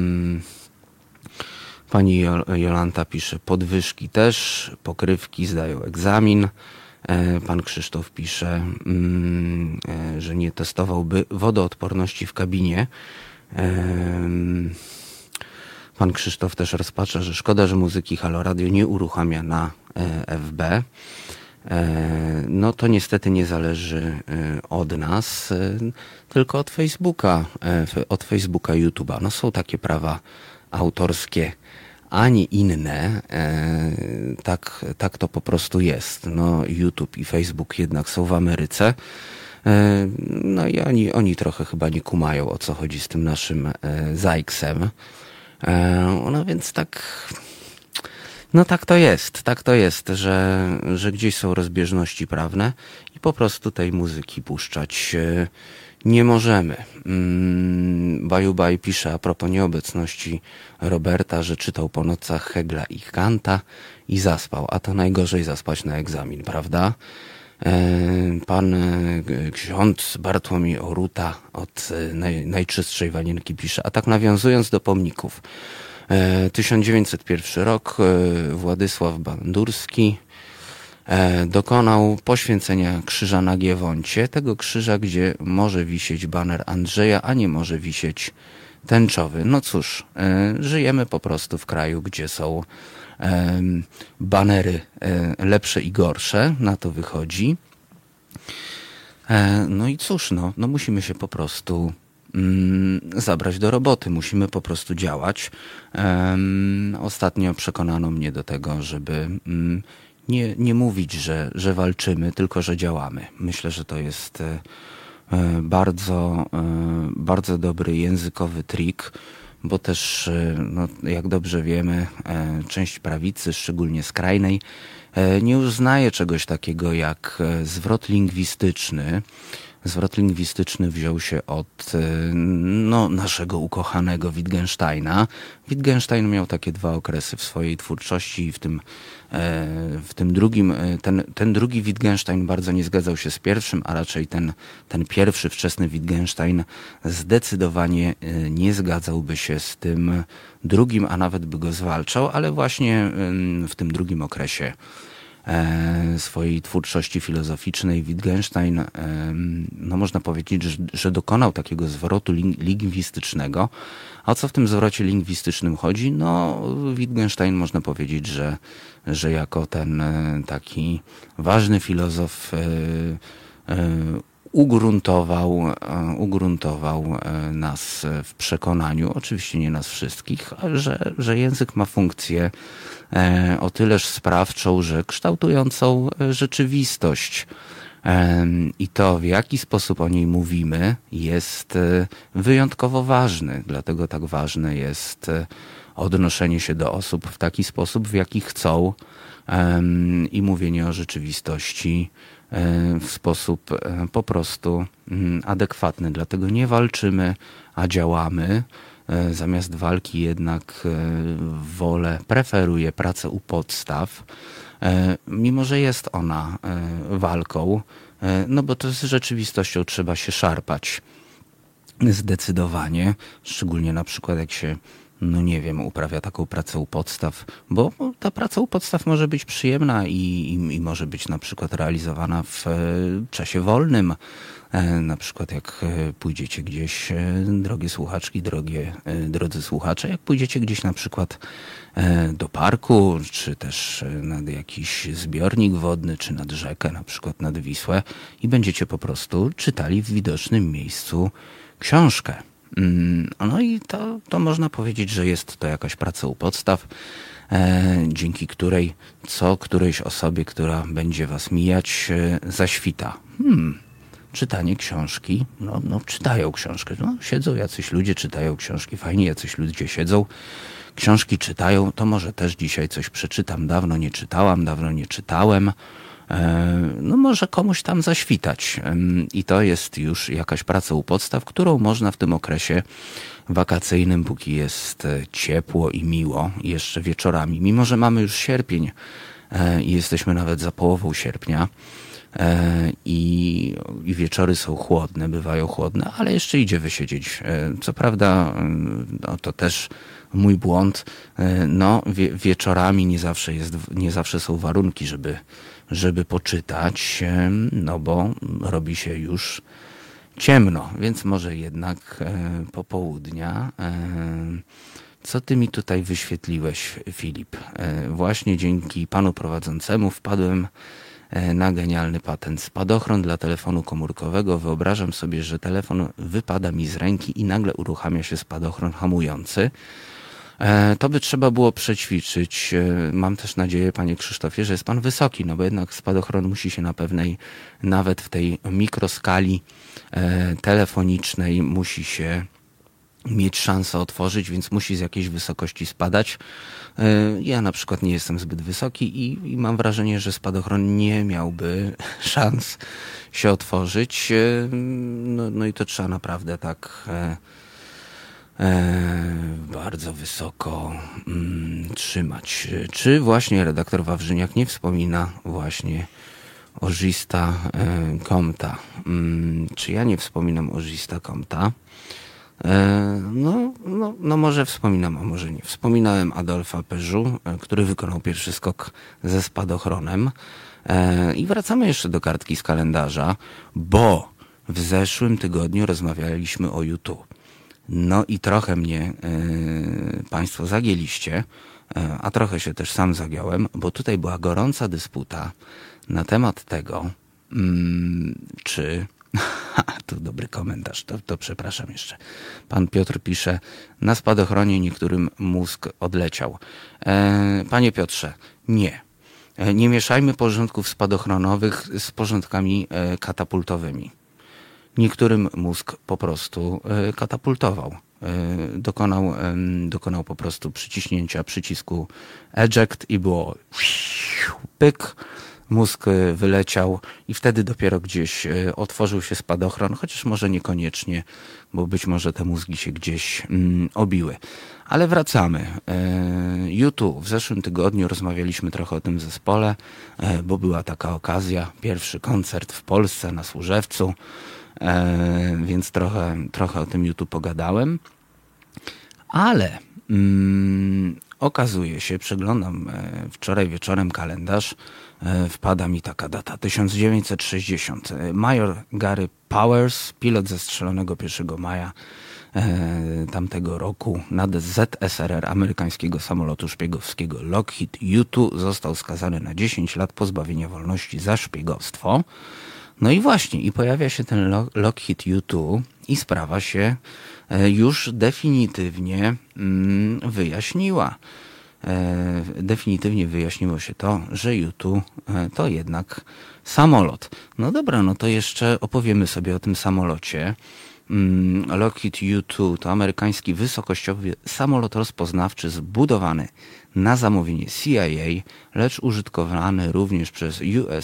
Pani Jolanta pisze, podwyżki też, pokrywki zdają egzamin. Pan Krzysztof pisze, że nie testowałby wodoodporności w kabinie. Pan Krzysztof też rozpacza, że szkoda, że muzyki Halo Radio nie uruchamia na FB. No to niestety nie zależy od nas, tylko od Facebooka, YouTube'a. No są takie prawa autorskie, a nie inne. Tak to po prostu jest. No YouTube i Facebook jednak są w Ameryce. No i oni trochę chyba nie kumają, o co chodzi z tym naszym zajksem. No więc tak to jest, że gdzieś są rozbieżności prawne i po prostu tej muzyki puszczać nie możemy. Bajubaj pisze a propos nieobecności Roberta, że czytał po nocach Hegla i Kanta i zaspał, a to najgorzej zaspać na egzamin, prawda? Pan ksiądz Bartłomiej Oruta od Najczystszej Wanienki pisze, a tak nawiązując do pomników. 1901 rok, Władysław Bandurski dokonał poświęcenia krzyża na Giewoncie, tego krzyża, gdzie może wisieć baner Andrzeja, a nie może wisieć tęczowy. No cóż, żyjemy po prostu w kraju, gdzie są banery lepsze i gorsze, na to wychodzi. No i cóż, no musimy się po prostu zabrać do roboty, musimy po prostu działać. Ostatnio przekonano mnie do tego, żeby nie mówić, że walczymy, tylko że działamy. Myślę, że to jest bardzo, bardzo dobry językowy trik, bo też, no, jak dobrze wiemy, część prawicy, szczególnie skrajnej, nie uznaje czegoś takiego jak zwrot lingwistyczny. Zwrot lingwistyczny wziął się od naszego ukochanego Wittgensteina. Wittgenstein miał takie dwa okresy w swojej twórczości i w tym drugim, ten drugi Wittgenstein bardzo nie zgadzał się z pierwszym, a raczej ten pierwszy, wczesny Wittgenstein zdecydowanie nie zgadzałby się z tym drugim, a nawet by go zwalczał, ale właśnie w tym drugim okresie swojej twórczości filozoficznej Wittgenstein, no można powiedzieć, że dokonał takiego zwrotu lingwistycznego. A o co w tym zwrocie lingwistycznym chodzi? No Wittgenstein można powiedzieć, że jako ten taki ważny filozof ugruntował nas w przekonaniu, oczywiście nie nas wszystkich, że język ma funkcję o tyleż sprawczą, że kształtującą rzeczywistość. I to, w jaki sposób o niej mówimy, jest wyjątkowo ważny. Dlatego tak ważne jest odnoszenie się do osób w taki sposób, w jaki chcą, i mówienie o rzeczywistości w sposób po prostu adekwatny. Dlatego nie walczymy, a działamy. Zamiast walki jednak preferuję pracę u podstaw, mimo że jest ona walką, no bo to z rzeczywistością trzeba się szarpać zdecydowanie, szczególnie na przykład jak się uprawia taką pracę u podstaw, bo ta praca u podstaw może być przyjemna i może być na przykład realizowana w czasie wolnym. Na przykład jak pójdziecie gdzieś, drogie słuchaczki, drodzy słuchacze, jak pójdziecie gdzieś na przykład do parku, czy też nad jakiś zbiornik wodny, czy nad rzekę, na przykład nad Wisłę i będziecie po prostu czytali w widocznym miejscu książkę. No i to można powiedzieć, że jest to jakaś praca u podstaw, dzięki której którejś osobie, która będzie was mijać, zaświta. Czytanie książki, czytają książkę. Siedzą jacyś ludzie, czytają książki, fajnie jacyś ludzie siedzą, książki czytają, to może też dzisiaj coś przeczytam, dawno nie czytałem. Może komuś tam zaświtać i to jest już jakaś praca u podstaw, którą można w tym okresie wakacyjnym, póki jest ciepło i miło, jeszcze wieczorami, mimo że mamy już sierpień i jesteśmy nawet za połową sierpnia i wieczory są chłodne, bywają chłodne, ale jeszcze idzie wysiedzieć. Co prawda to też mój błąd, wieczorami nie zawsze są warunki, żeby poczytać, bo robi się już ciemno, więc może jednak popołudnia. Co ty mi tutaj wyświetliłeś, Filip? Właśnie dzięki panu prowadzącemu wpadłem na genialny patent. Spadochron dla telefonu komórkowego. Wyobrażam sobie, że telefon wypada mi z ręki i nagle uruchamia się spadochron hamujący. To by trzeba było przećwiczyć. Mam też nadzieję, panie Krzysztofie, że jest pan wysoki, bo jednak spadochron musi się na pewnej, nawet w tej mikroskali telefonicznej, musi się mieć szansę otworzyć, więc musi z jakiejś wysokości spadać. Ja na przykład nie jestem zbyt wysoki i mam wrażenie, że spadochron nie miałby szans się otworzyć. No i to trzeba naprawdę tak bardzo wysoko trzymać. Czy właśnie redaktor Wawrzyniak nie wspomina właśnie o Gista Comta? Czy ja nie wspominam o Gista Comta? No może wspominam, a może nie. Wspominałem Adolfa Peugeot, który wykonał pierwszy skok ze spadochronem. I wracamy jeszcze do kartki z kalendarza, bo w zeszłym tygodniu rozmawialiśmy o YouTube. No i trochę mnie państwo zagięliście, a trochę się też sam zagiąłem, bo tutaj była gorąca dysputa na temat tego, czy... Tu dobry komentarz, to przepraszam jeszcze. Pan Piotr pisze, na spadochronie niektórym mózg odleciał. Panie Piotrze, nie. Nie mieszajmy porządków spadochronowych z porządkami katapultowymi. Niektórym mózg po prostu katapultował. Dokonał po prostu przyciśnięcia przycisku eject i było pyk. Mózg wyleciał i wtedy dopiero gdzieś otworzył się spadochron, chociaż może niekoniecznie, bo być może te mózgi się gdzieś obiły. Ale wracamy. YouTube. W zeszłym tygodniu rozmawialiśmy trochę o tym zespole, bo była taka okazja, pierwszy koncert w Polsce na Służewcu, więc trochę o tym YouTube pogadałem. Ale okazuje się, przeglądam wczoraj wieczorem kalendarz, wpada mi taka data, 1960. Major Gary Powers, pilot zestrzelonego 1 maja tamtego roku nad ZSRR amerykańskiego samolotu szpiegowskiego Lockheed U-2, został skazany na 10 lat pozbawienia wolności za szpiegostwo. No i właśnie, i pojawia się ten Lockheed U2 i sprawa się już definitywnie wyjaśniła. Definitywnie wyjaśniło się to, że U2 to jednak samolot. No dobra, no to jeszcze opowiemy sobie o tym samolocie. Lockheed U2 to amerykański wysokościowy samolot rozpoznawczy zbudowany na zamówienie CIA, lecz użytkowany również przez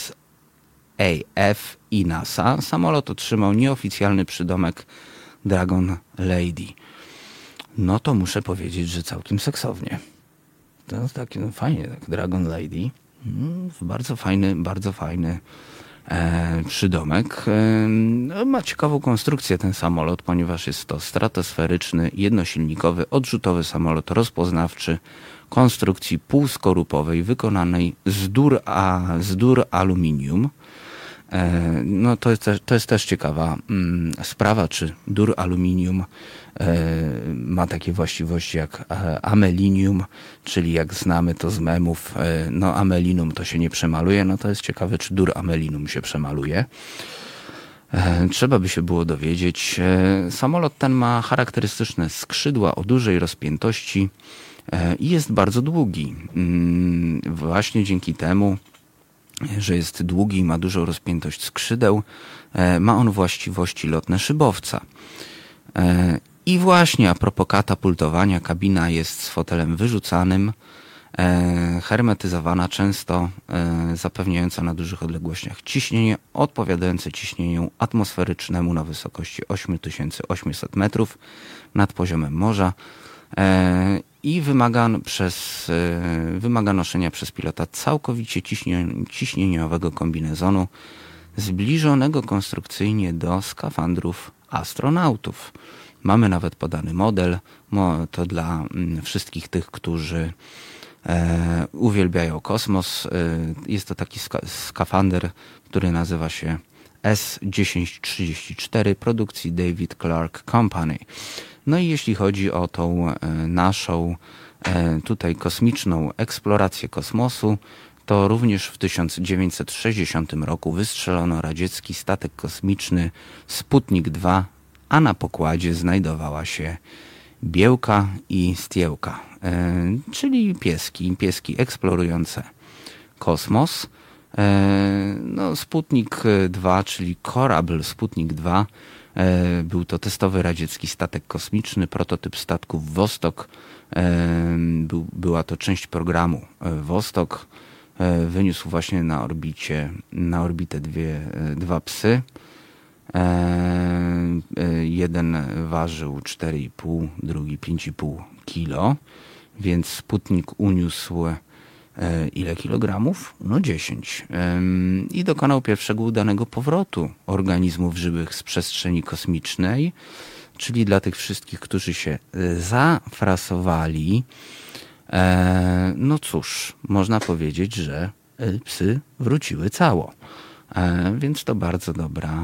USAF i NASA. Samolot otrzymał nieoficjalny przydomek Dragon Lady. No to muszę powiedzieć, że całkiem seksownie. To jest taki fajnie, tak, Dragon Lady. Bardzo fajny przydomek. Ma ciekawą konstrukcję ten samolot, ponieważ jest to stratosferyczny, jednosilnikowy, odrzutowy samolot rozpoznawczy konstrukcji półskorupowej wykonanej z dur aluminium. No to jest też ciekawa sprawa, czy dur aluminium ma takie właściwości jak amelinium, czyli jak znamy to z memów, no amelinum to się nie przemaluje, no to jest ciekawe, czy dur amelinum się przemaluje. Trzeba by się było dowiedzieć. Samolot ten ma charakterystyczne skrzydła o dużej rozpiętości i jest bardzo długi. Właśnie dzięki temu, że jest długi i ma dużą rozpiętość skrzydeł, ma on właściwości lotne szybowca. I właśnie a propos katapultowania, kabina jest z fotelem wyrzucanym, hermetyzowana, często zapewniająca na dużych odległościach ciśnienie odpowiadające ciśnieniu atmosferycznemu na wysokości 8800 metrów nad poziomem morza i wymaga noszenia przez pilota całkowicie ciśnieniowego kombinezonu zbliżonego konstrukcyjnie do skafandrów astronautów. Mamy nawet podany model, to dla wszystkich tych, którzy uwielbiają kosmos. Jest to taki skafander, który nazywa się S1034 produkcji David Clark Company. No i jeśli chodzi o tą naszą tutaj kosmiczną eksplorację kosmosu, to również w 1960 roku wystrzelono radziecki statek kosmiczny Sputnik 2, a na pokładzie znajdowała się Biełka i Stiełka, czyli pieski eksplorujące kosmos. No, Sputnik 2, czyli korabl Sputnik 2, był to testowy radziecki statek kosmiczny, prototyp statków Wostok. Była to część programu Wostok. Wyniósł właśnie na orbitę dwa psy. Jeden ważył 4,5, drugi 5,5 kilo, więc Sputnik uniósł ile kilogramów? No 10. I dokonał pierwszego udanego powrotu organizmów żywych z przestrzeni kosmicznej, czyli dla tych wszystkich, którzy się zafrasowali, no cóż, można powiedzieć, że psy wróciły cało. Więc to bardzo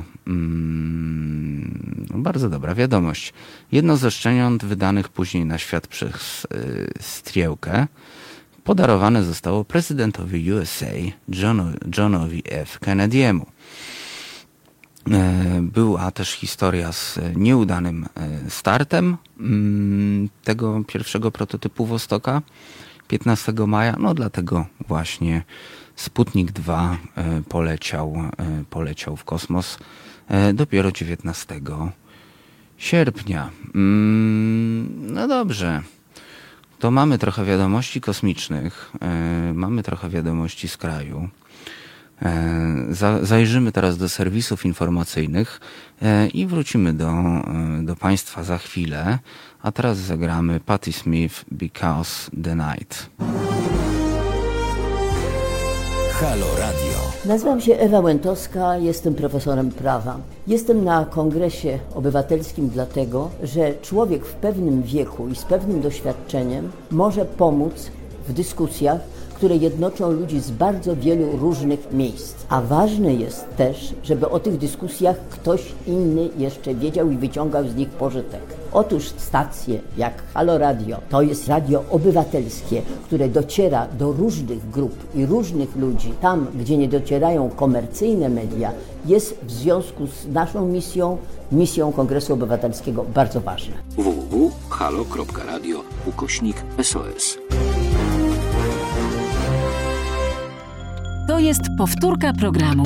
dobra wiadomość. Jedno ze szczeniąt wydanych później na świat przez Striełkę podarowane zostało prezydentowi USA Johnowi F. Kennedy'emu. Była też historia z nieudanym startem tego pierwszego prototypu Wostoka 15 maja. No dlatego właśnie Sputnik 2 poleciał w kosmos dopiero 19 sierpnia. No dobrze. To mamy trochę wiadomości kosmicznych, mamy trochę wiadomości z kraju. Zajrzymy teraz do serwisów informacyjnych i wrócimy do Państwa za chwilę. A teraz zagramy Patti Smith, Because the Night. Halo Radio. Nazywam się Ewa Łętowska, jestem profesorem prawa. Jestem na kongresie obywatelskim dlatego, że człowiek w pewnym wieku i z pewnym doświadczeniem może pomóc w dyskusjach, które jednoczą ludzi z bardzo wielu różnych miejsc. A ważne jest też, żeby o tych dyskusjach ktoś inny jeszcze wiedział i wyciągał z nich pożytek. Otóż stacje jak Halo Radio to jest radio obywatelskie, które dociera do różnych grup i różnych ludzi. Tam, gdzie nie docierają komercyjne media, jest w związku z naszą misją Kongresu Obywatelskiego bardzo ważne. www.halo.radio/SOS. To jest powtórka programu.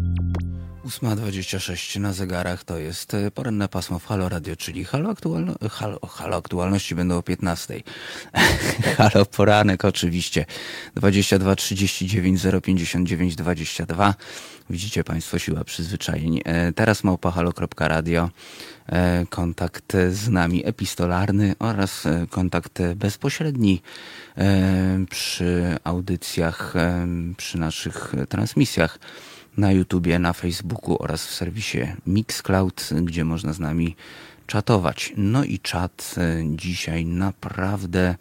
8:26 na zegarach, to jest poranne pasmo w Halo Radio, czyli Halo aktualności będą o 15:00. Halo poranek oczywiście. 22 39 059 22. Widzicie Państwo, siła przyzwyczajeń. Teraz @halo.radio. Kontakt z nami epistolarny oraz kontakt bezpośredni przy audycjach, przy naszych transmisjach na YouTubie, na Facebooku oraz w serwisie Mixcloud, gdzie można z nami czatować. No i czat dzisiaj naprawdę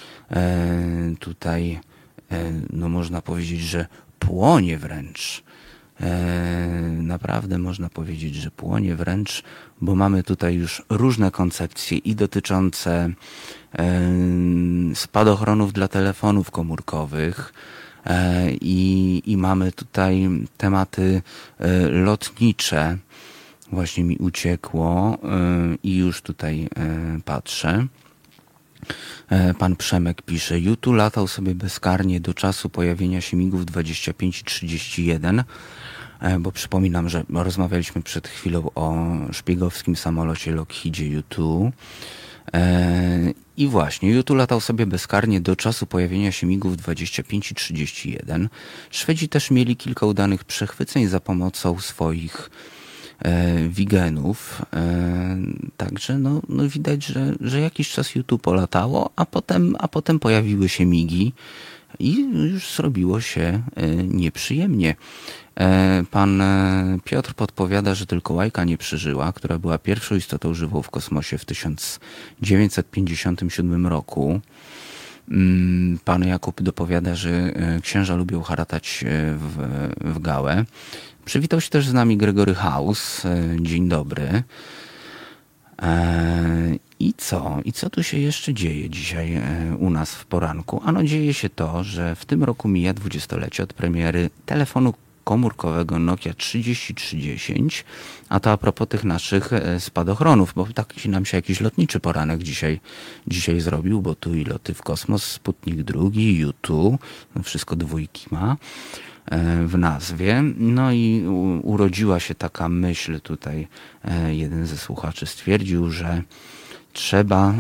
tutaj, no można powiedzieć, że płonie wręcz. Naprawdę można powiedzieć, że płonie wręcz, bo mamy tutaj już różne koncepcje i dotyczące spadochronów dla telefonów komórkowych, i mamy tutaj tematy lotnicze. Właśnie mi uciekło i już tutaj patrzę. Pan Przemek pisze: YouTube latał sobie bezkarnie do czasu pojawienia się migów 25 i 31, bo przypominam, że rozmawialiśmy przed chwilą o szpiegowskim samolocie Lockheedzie U2. I właśnie, YouTube latał sobie bezkarnie do czasu pojawienia się migów 25 i 31. Szwedzi też mieli kilka udanych przechwyceń za pomocą swoich wigenów. Także no widać, że jakiś czas YouTube polatało, a potem pojawiły się migi i już zrobiło się nieprzyjemnie. Pan Piotr podpowiada, że tylko Łajka nie przeżyła, która była pierwszą istotą żywą w kosmosie w 1957 roku. Pan Jakub dopowiada, że księża lubią haratać w gałę. Przywitał się też z nami Gregory House. Dzień dobry. I co tu się jeszcze dzieje dzisiaj u nas w poranku? Ano dzieje się to, że w tym roku mija 20-lecie od premiery telefonu komórkowego Nokia 3310, a to a propos tych naszych spadochronów, bo taki nam się jakiś lotniczy poranek dzisiaj zrobił, bo tu i loty w kosmos, Sputnik II, U2, wszystko dwójki ma w nazwie. No i urodziła się taka myśl tutaj, jeden ze słuchaczy stwierdził, że trzeba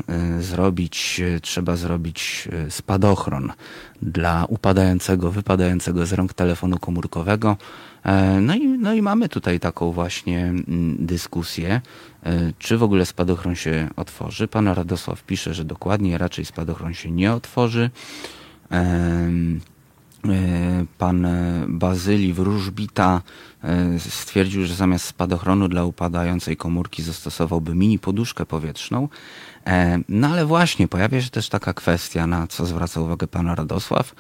zrobić spadochron dla wypadającego z rąk telefonu komórkowego. No i mamy tutaj taką właśnie dyskusję, czy w ogóle spadochron się otworzy. Pan Radosław pisze, że dokładnie raczej spadochron się nie otworzy. Pan Bazyli Wróżbita stwierdził, że zamiast spadochronu dla upadającej komórki zastosowałby mini poduszkę powietrzną. No ale właśnie pojawia się też taka kwestia, na co zwraca uwagę pan Radosław.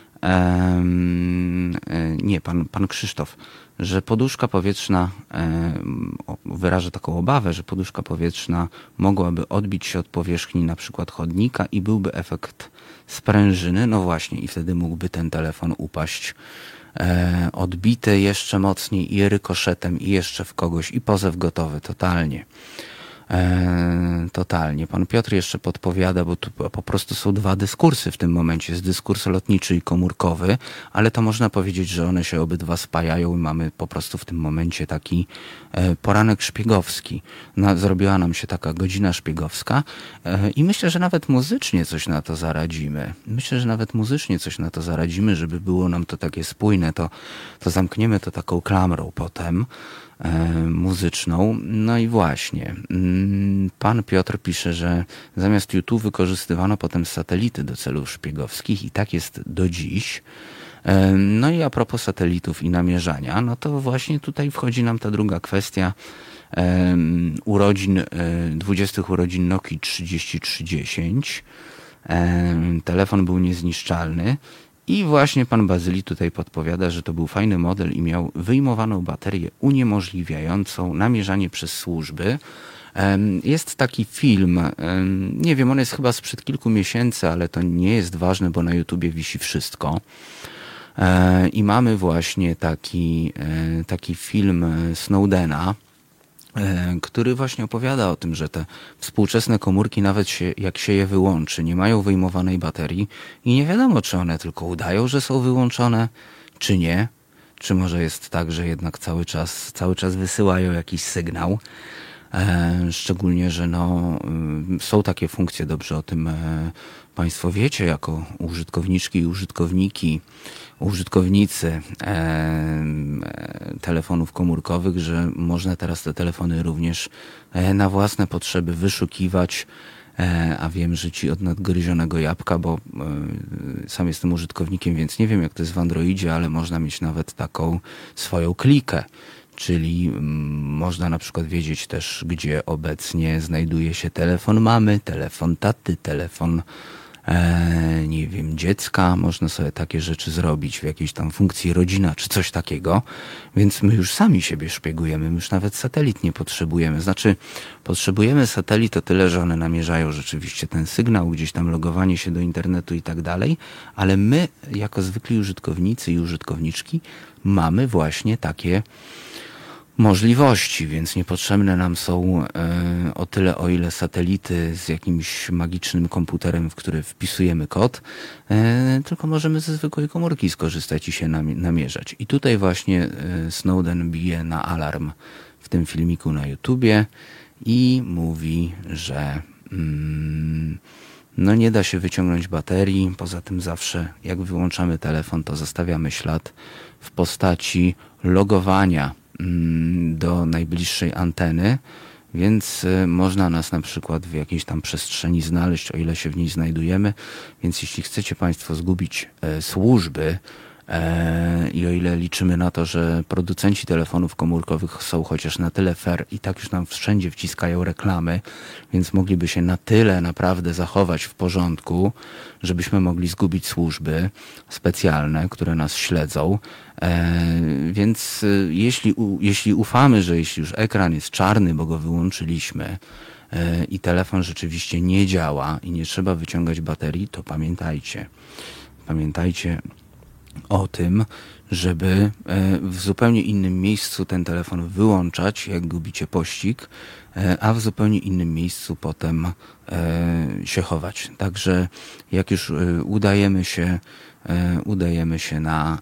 Pan Krzysztof, że poduszka powietrzna, wyraża taką obawę, że poduszka powietrzna mogłaby odbić się od powierzchni na przykład chodnika i byłby efekt sprężyny. No właśnie, i wtedy mógłby ten telefon upaść odbity jeszcze mocniej i rykoszetem i jeszcze w kogoś i pozew gotowy totalnie. Totalnie. Pan Piotr jeszcze podpowiada, bo tu po prostu są dwa dyskursy w tym momencie. Jest dyskurs lotniczy i komórkowy, ale to można powiedzieć, że one się obydwa spajają i mamy po prostu w tym momencie taki poranek szpiegowski. Zrobiła nam się taka godzina szpiegowska i myślę, że nawet muzycznie coś na to zaradzimy. Żeby było nam to takie spójne, to zamkniemy to taką klamrą potem muzyczną. No i właśnie, pan Piotr pisze, że zamiast YouTube wykorzystywano potem satelity do celów szpiegowskich i tak jest do dziś. No i a propos satelitów i namierzania, no to właśnie tutaj wchodzi nam ta druga kwestia 20 urodzin Nokii 3310. Telefon był niezniszczalny I właśnie pan Bazyli tutaj podpowiada, że to był fajny model i miał wyjmowaną baterię uniemożliwiającą namierzanie przez służby. Jest taki film, nie wiem, on jest chyba sprzed kilku miesięcy, ale to nie jest ważne, bo na YouTubie wisi wszystko. I mamy właśnie taki film Snowdena, który właśnie opowiada o tym, że te współczesne komórki, nawet jak się je wyłączy, nie mają wyjmowanej baterii i nie wiadomo, czy one tylko udają, że są wyłączone, czy nie. Czy może jest tak, że jednak cały czas wysyłają jakiś sygnał. Szczególnie, że są takie funkcje, dobrze o tym Państwo wiecie, jako użytkowniczki i użytkownicy telefonów komórkowych, że można teraz te telefony również na własne potrzeby wyszukiwać, a wiem, że ci od nadgryzionego jabłka, bo sam jestem użytkownikiem, więc nie wiem, jak to jest w Androidzie, ale można mieć nawet taką swoją klikę. Czyli można na przykład wiedzieć też, gdzie obecnie znajduje się telefon mamy, telefon taty, telefon nie wiem, dziecka. Można sobie takie rzeczy zrobić w jakiejś tam funkcji rodzina czy coś takiego. Więc my już sami siebie szpiegujemy, my już nawet satelit nie potrzebujemy. Znaczy potrzebujemy satelit o tyle, że one namierzają rzeczywiście ten sygnał, gdzieś tam logowanie się do internetu i tak dalej, ale my jako zwykli użytkownicy i użytkowniczki mamy właśnie takie możliwości, więc niepotrzebne nam są o tyle, o ile satelity z jakimś magicznym komputerem, w który wpisujemy kod, tylko możemy ze zwykłej komórki skorzystać i się namierzać. I tutaj właśnie Snowden bije na alarm w tym filmiku na YouTubie i mówi, że nie da się wyciągnąć baterii, poza tym zawsze jak wyłączamy telefon, to zostawiamy ślad w postaci logowania do najbliższej anteny, więc można nas na przykład w jakiejś tam przestrzeni znaleźć, o ile się w niej znajdujemy. Więc jeśli chcecie Państwo zgubić służby i o ile liczymy na to, że producenci telefonów komórkowych są chociaż na tyle fair i tak już nam wszędzie wciskają reklamy, więc mogliby się na tyle naprawdę zachować w porządku, żebyśmy mogli zgubić służby specjalne, które nas śledzą. Więc jeśli ufamy, że jeśli już ekran jest czarny, bo go wyłączyliśmy i telefon rzeczywiście nie działa i nie trzeba wyciągać baterii, to pamiętajcie o tym, żeby w zupełnie innym miejscu ten telefon wyłączać, jak gubicie pościg, a w zupełnie innym miejscu potem się chować. Także jak już udajemy się na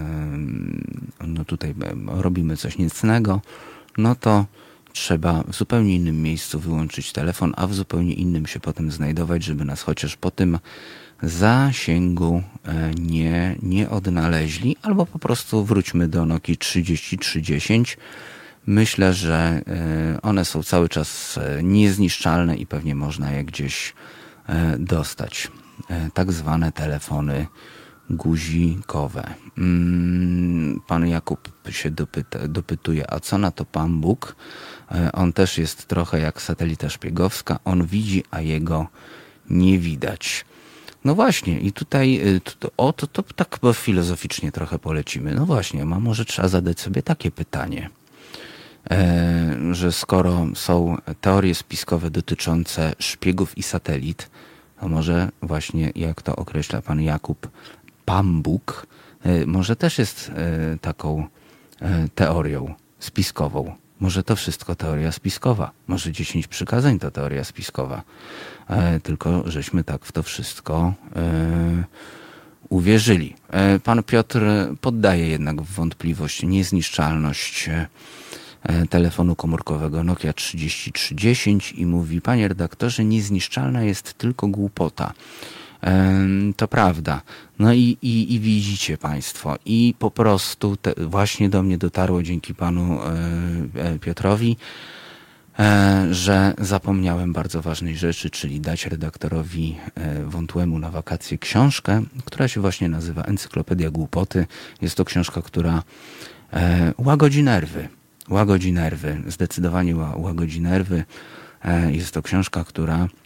tutaj robimy coś niecnego, to trzeba w zupełnie innym miejscu wyłączyć telefon, a w zupełnie innym się potem znajdować, żeby nas chociaż po tym zasięgu nie odnaleźli, albo po prostu wróćmy do Nokii 3310. Myślę, że one są cały czas niezniszczalne i pewnie można je gdzieś dostać. Tak zwane telefony guzikowe. Pan Jakub się dopytuje, a co na to Pan Bóg? On też jest trochę jak satelita szpiegowska. On widzi, a jego nie widać. No właśnie, i tutaj to tak filozoficznie trochę polecimy. No właśnie, może trzeba zadać sobie takie pytanie, że skoro są teorie spiskowe dotyczące szpiegów i satelit, to może właśnie, jak to określa pan Jakub, Pan Bóg, może też jest taką teorią spiskową. Może to wszystko teoria spiskowa. Może 10 przykazań to teoria spiskowa. Tylko żeśmy tak w to wszystko uwierzyli. Pan Piotr poddaje jednak w wątpliwość niezniszczalność telefonu komórkowego Nokia 3310 i mówi: panie redaktorze, niezniszczalna jest tylko głupota. To prawda. No i widzicie Państwo, i po prostu właśnie do mnie dotarło dzięki panu Piotrowi, że zapomniałem bardzo ważnej rzeczy, czyli dać redaktorowi Wątłemu na wakacje książkę, która się właśnie nazywa Encyklopedia Głupoty. Jest to książka, która łagodzi nerwy, zdecydowanie łagodzi nerwy. Jest to książka, która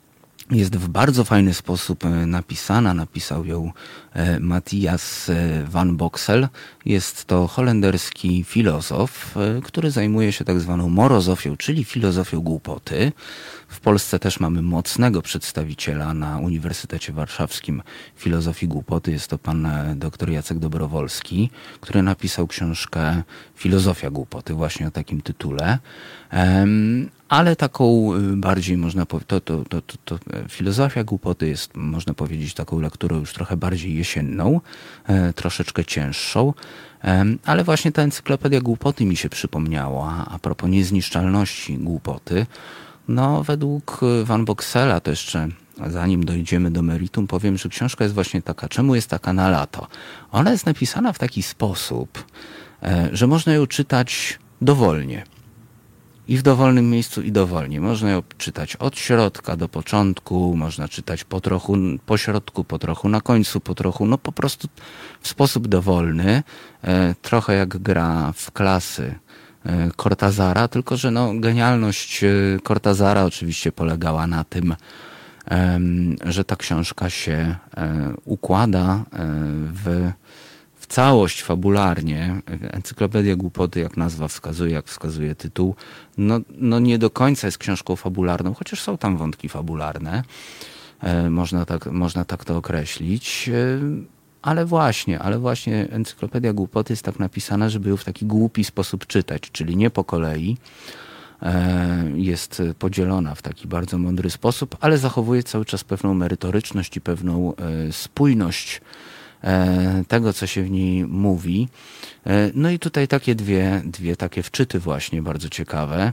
jest w bardzo fajny sposób napisana. Napisał ją Matthias van Boxel. Jest to holenderski filozof, który zajmuje się tak zwaną morozofią, czyli filozofią głupoty. W Polsce też mamy mocnego przedstawiciela na Uniwersytecie Warszawskim filozofii głupoty. Jest to pan dr Jacek Dobrowolski, który napisał książkę Filozofia głupoty właśnie o takim tytule. Ale taką bardziej można powiedzieć, to filozofia głupoty jest, można powiedzieć, taką lekturą już trochę bardziej jesienną, troszeczkę cięższą, ale właśnie ta encyklopedia głupoty mi się przypomniała a propos niezniszczalności głupoty. No, według Van Boxela, to jeszcze zanim dojdziemy do meritum, powiem, że książka jest właśnie taka. Czemu jest taka na lato? Ona jest napisana w taki sposób, że można ją czytać dowolnie. I w dowolnym miejscu i dowolnie. Można ją czytać od środka do początku, można czytać po trochu po środku, po trochu na końcu, po trochu, no po prostu w sposób dowolny. Trochę jak gra w klasy Cortazara, tylko że no, genialność Cortazara oczywiście polegała na tym, że ta książka się układa w całość fabularnie. Encyklopedia głupoty, jak nazwa wskazuje, jak wskazuje tytuł, no nie do końca jest książką fabularną, chociaż są tam wątki fabularne. Można tak to określić. Ale właśnie Encyklopedia głupoty jest tak napisana, żeby ją w taki głupi sposób czytać, czyli nie po kolei. Jest podzielona w taki bardzo mądry sposób, ale zachowuje cały czas pewną merytoryczność i pewną spójność tego, co się w niej mówi. No i tutaj takie dwie takie wczyty właśnie bardzo ciekawe.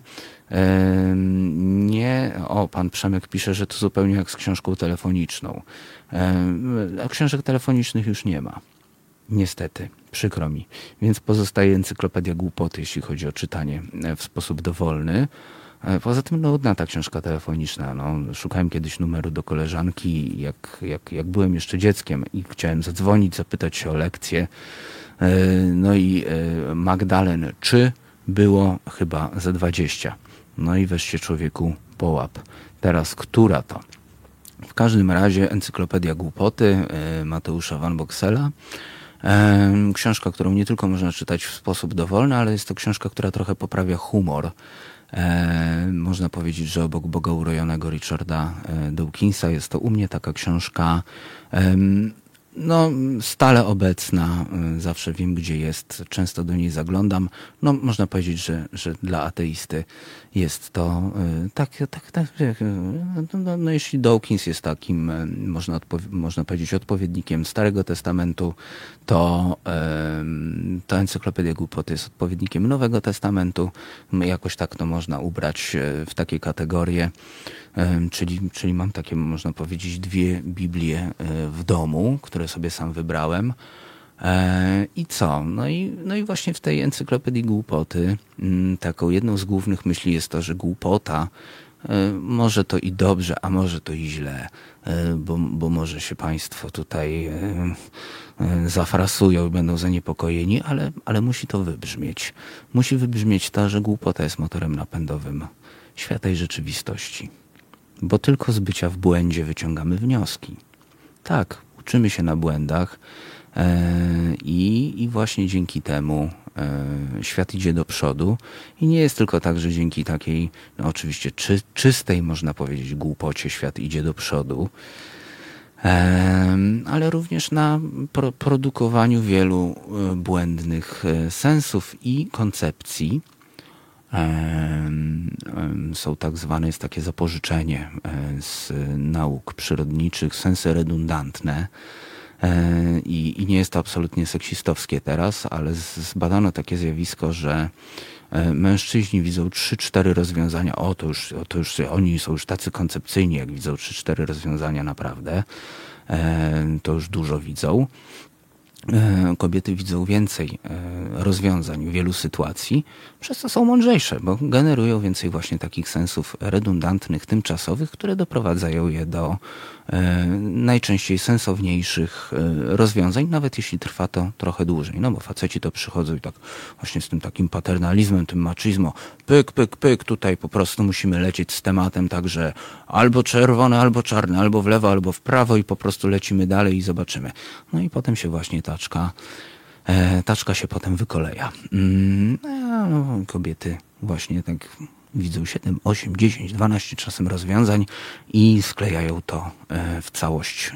Pan Przemek pisze, że to zupełnie jak z książką telefoniczną. A książek telefonicznych już nie ma. Niestety, przykro mi. Więc pozostaje encyklopedia głupoty, jeśli chodzi o czytanie w sposób dowolny. Poza tym nudna ta książka telefoniczna. No, szukałem kiedyś numeru do koleżanki, jak byłem jeszcze dzieckiem i chciałem zadzwonić, zapytać się o lekcję. No i Magdalen, czy było chyba ze 20. No i weź się człowieku po łap. Teraz która to? W każdym razie encyklopedia głupoty Mateusza Van Boxela. Książka, którą nie tylko można czytać w sposób dowolny, ale jest to książka, która trochę poprawia humor. Można powiedzieć, że obok Boga urojonego Richarda Dawkinsa jest to u mnie taka książka no, stale obecna, zawsze wiem, gdzie jest, często do niej zaglądam. No, można powiedzieć, że dla ateisty jest to no, jeśli Dawkins jest takim, można powiedzieć, odpowiednikiem Starego Testamentu, to Encyklopedia Głupoty jest odpowiednikiem Nowego Testamentu. Jakoś tak to można ubrać w takie kategorie. Czyli mam takie, można powiedzieć, 2 Biblie w domu, które sobie sam wybrałem. I co? No i właśnie w tej Encyklopedii Głupoty taką jedną z głównych myśli jest to, że głupota może to i dobrze, a może to i źle, bo może się państwo tutaj zafrasują i będą zaniepokojeni, ale musi to wybrzmieć. Musi wybrzmieć to, że głupota jest motorem napędowym świata i rzeczywistości. Bo tylko z bycia w błędzie wyciągamy wnioski. Tak, uczymy się na błędach i właśnie dzięki temu świat idzie do przodu. I nie jest tylko tak, że dzięki takiej, no oczywiście czystej, można powiedzieć, głupocie świat idzie do przodu, ale również na produkowaniu wielu błędnych sensów i koncepcji. Są tak zwane, jest takie zapożyczenie z nauk przyrodniczych, sensy redundantne i nie jest to absolutnie seksistowskie teraz, ale zbadano takie zjawisko, że mężczyźni widzą 3-4 rozwiązania, to już oni są już tacy koncepcyjni, jak widzą 3-4 rozwiązania naprawdę, to już dużo widzą. kobiety widzą więcej rozwiązań wielu sytuacji, przez co są mądrzejsze, bo generują więcej właśnie takich sensów redundantnych, tymczasowych, które doprowadzają je do najczęściej sensowniejszych rozwiązań, nawet jeśli trwa to trochę dłużej. No bo faceci to przychodzą i tak właśnie z tym takim paternalizmem, tym machismo, pyk, pyk, pyk, tutaj po prostu musimy lecieć z tematem, także albo czerwone, albo czarne, albo w lewo, albo w prawo i po prostu lecimy dalej i zobaczymy. No i potem się właśnie taczka się potem wykoleja. Kobiety właśnie tak widzą 7, 8, 10, 12 czasem rozwiązań i sklejają to w całość.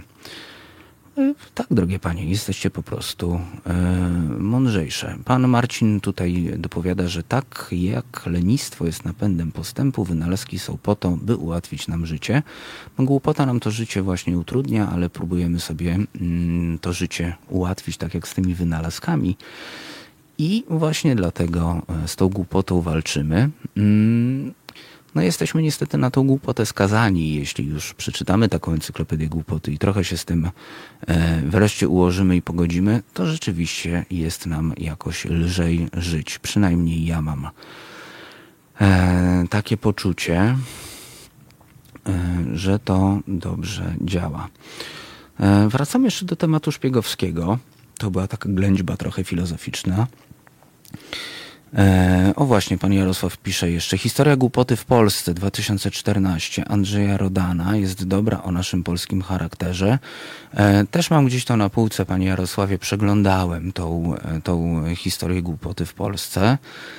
Tak, drogie panie, jesteście po prostu mądrzejsze. Pan Marcin tutaj dopowiada, że tak jak lenistwo jest napędem postępu, wynalazki są po to, by ułatwić nam życie. Głupota nam to życie właśnie utrudnia, ale próbujemy sobie to życie ułatwić, tak jak z tymi wynalazkami. I właśnie dlatego z tą głupotą walczymy. No jesteśmy niestety na tą głupotę skazani. Jeśli już przeczytamy taką encyklopedię głupoty i trochę się z tym wreszcie ułożymy i pogodzimy, to rzeczywiście jest nam jakoś lżej żyć. Przynajmniej ja mam takie poczucie, że to dobrze działa. Wracam jeszcze do tematu szpiegowskiego. To była taka ględźba trochę filozoficzna. O właśnie, pan Jarosław pisze jeszcze. Historia głupoty w Polsce 2014 Andrzeja Rodana jest dobra, o naszym polskim charakterze. Też mam gdzieś to na półce, panie Jarosławie, przeglądałem tą historię głupoty w Polsce.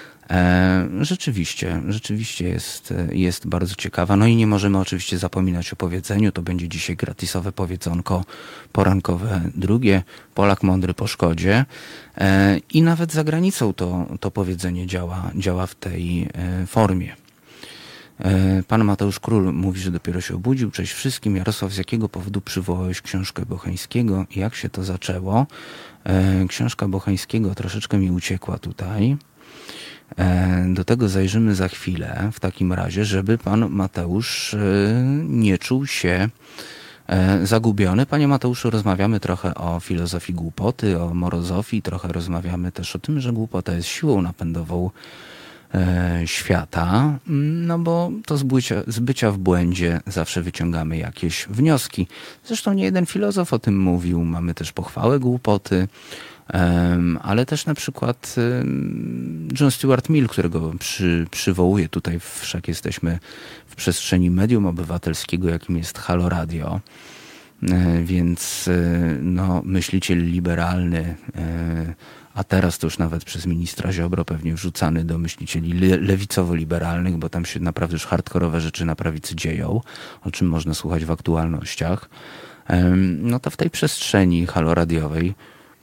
Rzeczywiście jest bardzo ciekawa. No i nie możemy oczywiście zapominać o powiedzeniu. To będzie dzisiaj gratisowe powiedzonko porankowe drugie. Polak mądry po szkodzie. I nawet za granicą to powiedzenie działa w tej formie. Pan Mateusz Król mówi, że dopiero się obudził. Cześć wszystkim. Jarosław, z jakiego powodu przywołałeś książkę Bocheńskiego? Jak się to zaczęło? Książka Bocheńskiego troszeczkę mi uciekła tutaj. Do tego zajrzymy za chwilę, w takim razie, żeby pan Mateusz nie czuł się zagubiony. Panie Mateuszu, rozmawiamy trochę o filozofii głupoty, o morozofii, trochę rozmawiamy też o tym, że głupota jest siłą napędową świata, no bo to z bycia w błędzie zawsze wyciągamy jakieś wnioski. Zresztą nie jeden filozof o tym mówił, mamy też pochwałę głupoty, ale też na przykład John Stuart Mill, którego przywołuję tutaj, wszak jesteśmy w przestrzeni medium obywatelskiego, jakim jest Halo Radio, więc no, myśliciel liberalny, a teraz to już nawet przez ministra Ziobro pewnie wrzucany do myślicieli lewicowo-liberalnych, bo tam się naprawdę już hardkorowe rzeczy na prawicy dzieją, o czym można słuchać w aktualnościach, no to w tej przestrzeni haloradiowej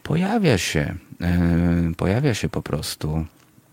pojawia się po prostu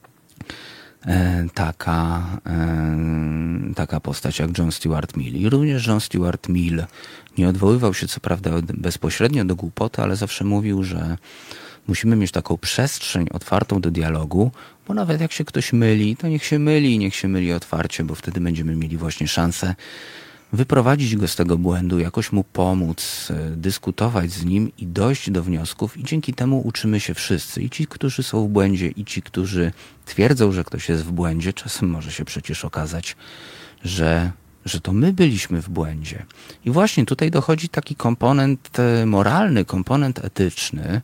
taka postać jak John Stuart Mill. I również John Stuart Mill nie odwoływał się co prawda bezpośrednio do głupoty, ale zawsze mówił, że musimy mieć taką przestrzeń otwartą do dialogu, bo nawet jak się ktoś myli, to niech się myli otwarcie, bo wtedy będziemy mieli właśnie szansę wyprowadzić go z tego błędu, jakoś mu pomóc, dyskutować z nim i dojść do wniosków i dzięki temu uczymy się wszyscy. I ci, którzy są w błędzie, i ci, którzy twierdzą, że ktoś jest w błędzie. Czasem może się przecież okazać, że to my byliśmy w błędzie. I właśnie tutaj dochodzi taki komponent moralny, komponent etyczny,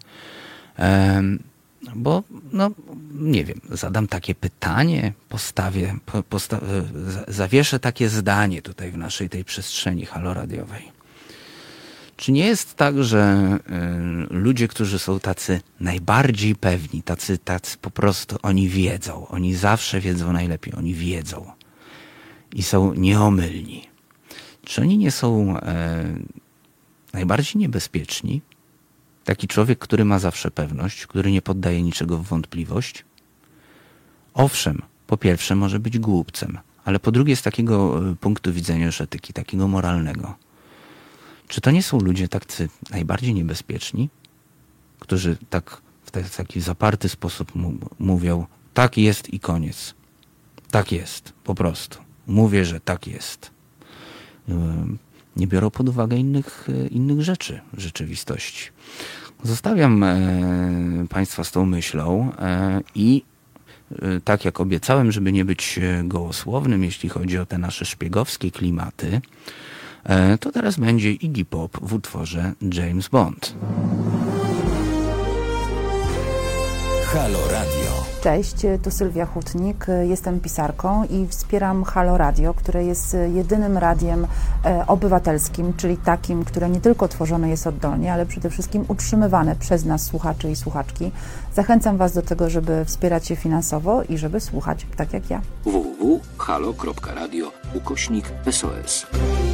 bo, no, nie wiem, zadam takie pytanie, zawieszę takie zdanie tutaj w naszej tej przestrzeni haloradiowej. Czy nie jest tak, że ludzie, którzy są tacy najbardziej pewni, tacy po prostu, oni wiedzą, oni zawsze wiedzą najlepiej, oni wiedzą i są nieomylni. Czy oni nie są najbardziej niebezpieczni? Taki człowiek, który ma zawsze pewność, który nie poddaje niczego w wątpliwość. Owszem, po pierwsze może być głupcem, ale po drugie z takiego punktu widzenia już etyki, takiego moralnego. Czy to nie są ludzie tacy najbardziej niebezpieczni, którzy tak w taki zaparty sposób mówią, tak jest i koniec. Tak jest, po prostu. Mówię, że tak jest. Nie biorą pod uwagę innych rzeczy w rzeczywistości. Zostawiam Państwa z tą myślą i tak jak obiecałem, żeby nie być gołosłownym, jeśli chodzi o te nasze szpiegowskie klimaty, to teraz będzie Iggy Pop w utworze James Bond. Halo Radio. Cześć, tu Sylwia Hutnik, jestem pisarką i wspieram Halo Radio, które jest jedynym radiem obywatelskim, czyli takim, które nie tylko tworzone jest oddolnie, ale przede wszystkim utrzymywane przez nas, słuchaczy i słuchaczki. Zachęcam Was do tego, żeby wspierać się finansowo i żeby słuchać tak jak ja. www.halo.radio/SOS.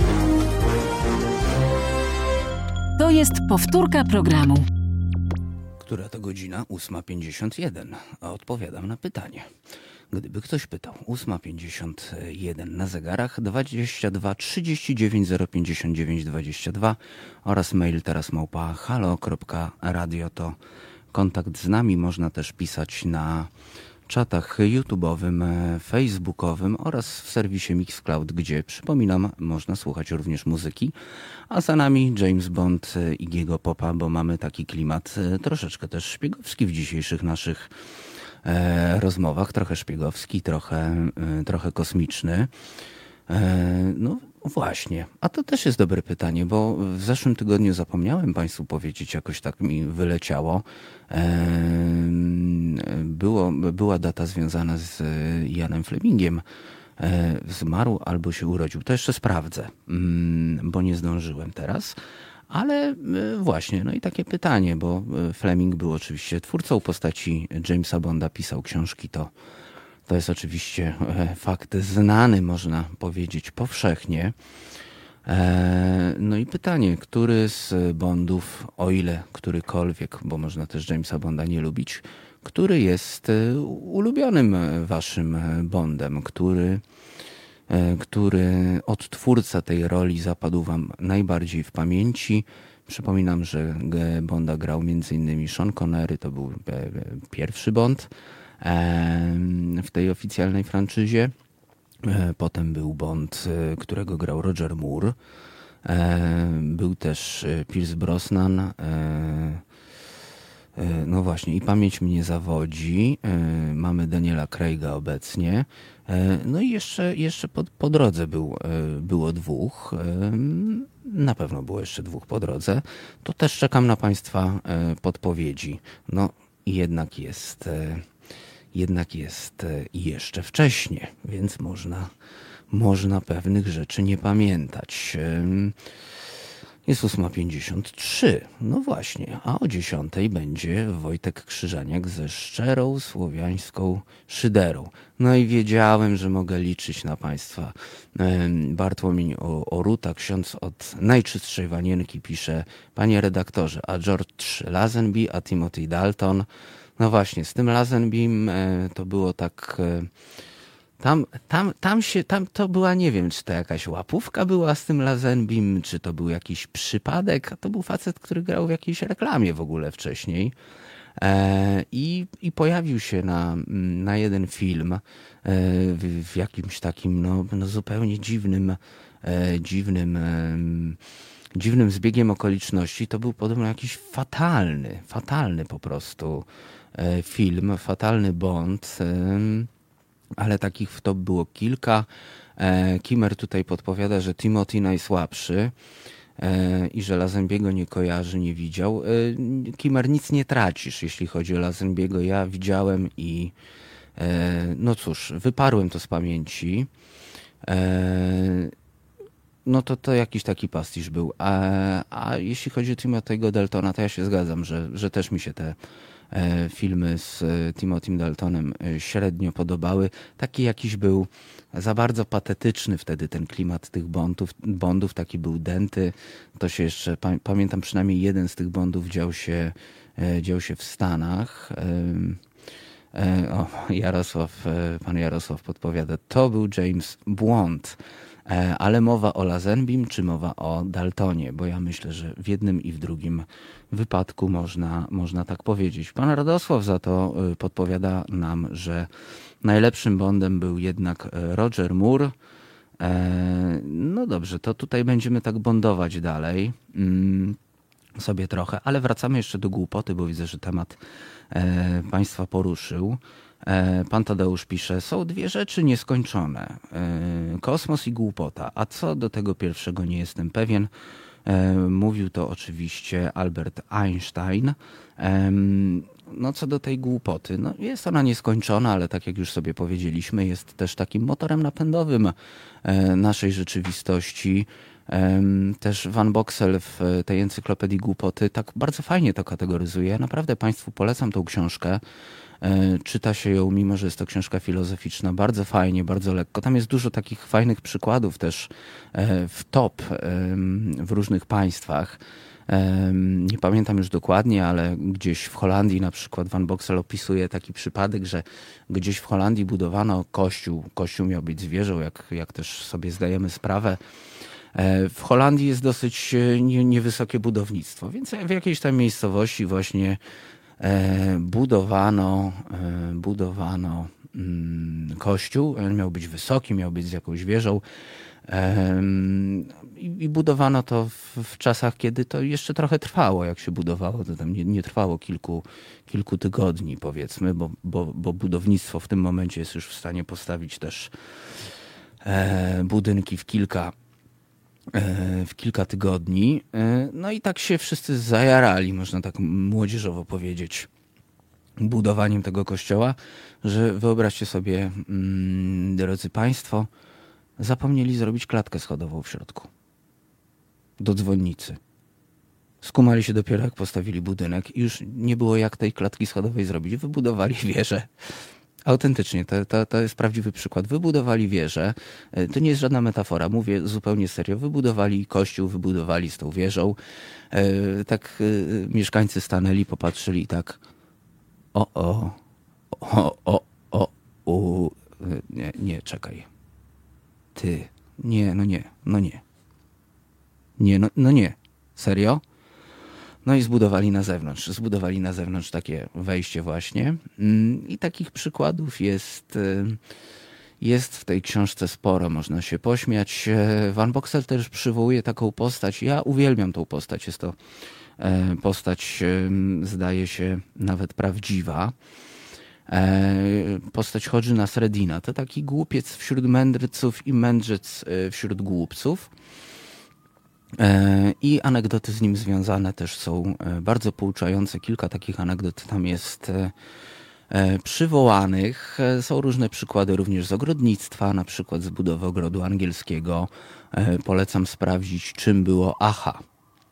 To jest powtórka programu. Która to godzina? 8:51. A odpowiadam na pytanie. Gdyby ktoś pytał, 8:51 na zegarach, 22 39 059 22 oraz mail teraz @halo.radio to kontakt z nami. Można też pisać na czatach YouTube'owym, Facebookowym oraz w serwisie Mixcloud, gdzie, przypominam, można słuchać również muzyki. A za nami James Bond i Iggy'ego Popa, bo mamy taki klimat troszeczkę też szpiegowski w dzisiejszych naszych rozmowach. Trochę szpiegowski, trochę kosmiczny. No właśnie, a to też jest dobre pytanie, bo w zeszłym tygodniu zapomniałem Państwu powiedzieć, jakoś tak mi wyleciało. Była data związana z Ianem Flemingiem. Zmarł albo się urodził. To jeszcze sprawdzę, bo nie zdążyłem teraz. Ale właśnie, no i takie pytanie, bo Fleming był oczywiście twórcą postaci Jamesa Bonda, pisał książki, to jest oczywiście fakt znany, można powiedzieć, powszechnie. No i pytanie, który z Bondów, o ile którykolwiek, bo można też Jamesa Bonda nie lubić, który jest ulubionym waszym Bondem, który odtwórca tej roli zapadł wam najbardziej w pamięci? Przypominam, że Bonda grał m.in. Sean Connery, to był pierwszy Bond w tej oficjalnej franczyzie. Potem był Bond, którego grał Roger Moore. Był też Pierce Brosnan. No właśnie, i pamięć mnie zawodzi. Mamy Daniela Craiga obecnie. No i jeszcze po drodze było dwóch. Na pewno było jeszcze dwóch po drodze. To też czekam na Państwa podpowiedzi. No i jednak jest jeszcze wcześnie, więc można pewnych rzeczy nie pamiętać. Jest 8:53. No właśnie, a o 10:00 będzie Wojtek Krzyżaniak ze szczerą słowiańską szyderą. No i wiedziałem, że mogę liczyć na Państwa. Bartłomiej Oruta, ksiądz od najczystszej wanienki, pisze: panie redaktorze, a George Lazenby, a Timothy Dalton. No właśnie, z tym Lazenbym to było tak... Tam to była, nie wiem, czy to jakaś łapówka była z tym Lazenbym, czy to był jakiś przypadek. To był facet, który grał w jakiejś reklamie w ogóle wcześniej. I pojawił się na jeden film w jakimś takim no zupełnie dziwnym zbiegiem okoliczności. To był podobno jakiś fatalny po prostu film, fatalny Bond, ale takich to było kilka. Kimmer tutaj podpowiada, że Timothy najsłabszy i że Lazenby'ego nie kojarzy, nie widział. Kimmer, nic nie tracisz, jeśli chodzi o Lazenby'ego. Ja widziałem i no cóż, wyparłem to z pamięci. No to jakiś taki pastisz był. A jeśli chodzi o Timothy'ego Daltona, to ja się zgadzam, że też mi się te filmy z Timothym Daltonem średnio podobały. Taki jakiś był za bardzo patetyczny wtedy ten klimat tych Bondów, taki był dęty. To się jeszcze, pamiętam przynajmniej jeden z tych Bondów dział się w Stanach. Pan Jarosław podpowiada, to był James Bond. Ale mowa o Lazenbym czy mowa o Daltonie? Bo ja myślę, że w jednym i w drugim wypadku można tak powiedzieć. Pan Radosław za to podpowiada nam, że najlepszym Bondem był jednak Roger Moore. No dobrze, to tutaj będziemy tak bondować dalej. sobie trochę, ale wracamy jeszcze do głupoty, bo widzę, że temat państwa poruszył. Pan Tadeusz pisze, są dwie rzeczy nieskończone. Kosmos i głupota. A co do tego pierwszego nie jestem pewien. Mówił to oczywiście Albert Einstein. No co do tej głupoty, no jest ona nieskończona, ale tak jak już sobie powiedzieliśmy, jest też takim motorem napędowym naszej rzeczywistości. Też Van Boxel w tej encyklopedii głupoty tak bardzo fajnie to kategoryzuje. Naprawdę Państwu polecam tą książkę. Czyta się ją, mimo że jest to książka filozoficzna, bardzo fajnie, bardzo lekko. Tam jest dużo takich fajnych przykładów też w top w różnych państwach. Nie pamiętam już dokładnie, ale gdzieś w Holandii na przykład Van Boxel opisuje taki przypadek, że gdzieś w Holandii budowano kościół. Kościół miał być zwierzą, jak też sobie zdajemy sprawę. W Holandii jest dosyć niewysokie budownictwo, więc w jakiejś tam miejscowości właśnie budowano kościół. Miał być wysoki, miał być z jakąś wieżą. I budowano to w czasach, kiedy to jeszcze trochę trwało, jak się budowało. To tam nie trwało kilku tygodni, powiedzmy, bo budownictwo w tym momencie jest już w stanie postawić też budynki w kilka tygodni. No i tak się wszyscy zajarali, można tak młodzieżowo powiedzieć, budowaniem tego kościoła, że wyobraźcie sobie, drodzy Państwo, zapomnieli zrobić klatkę schodową w środku. Do dzwonnicy. Skumali się dopiero, jak postawili budynek i już nie było jak tej klatki schodowej zrobić. Wybudowali wieżę. Autentycznie, to jest prawdziwy przykład. Wybudowali wieżę. To nie jest żadna metafora. Mówię zupełnie serio. Wybudowali kościół, wybudowali z tą wieżą. Tak mieszkańcy stanęli, popatrzyli i tak nie, czekaj. Ty, nie. Nie. Serio? No i zbudowali na zewnątrz takie wejście właśnie. I takich przykładów jest w tej książce sporo, można się pośmiać. Van Boxel też przywołuje taką postać. Ja uwielbiam tą postać. Jest to postać, zdaje się, nawet prawdziwa. Postać Hodży Nasreddina. To taki głupiec wśród mędrców i mędrzec wśród głupców. I anegdoty z nim związane też są bardzo pouczające. Kilka takich anegdot tam jest przywołanych. Są różne przykłady również z ogrodnictwa, na przykład z budowy ogrodu angielskiego. Polecam sprawdzić, czym było aha.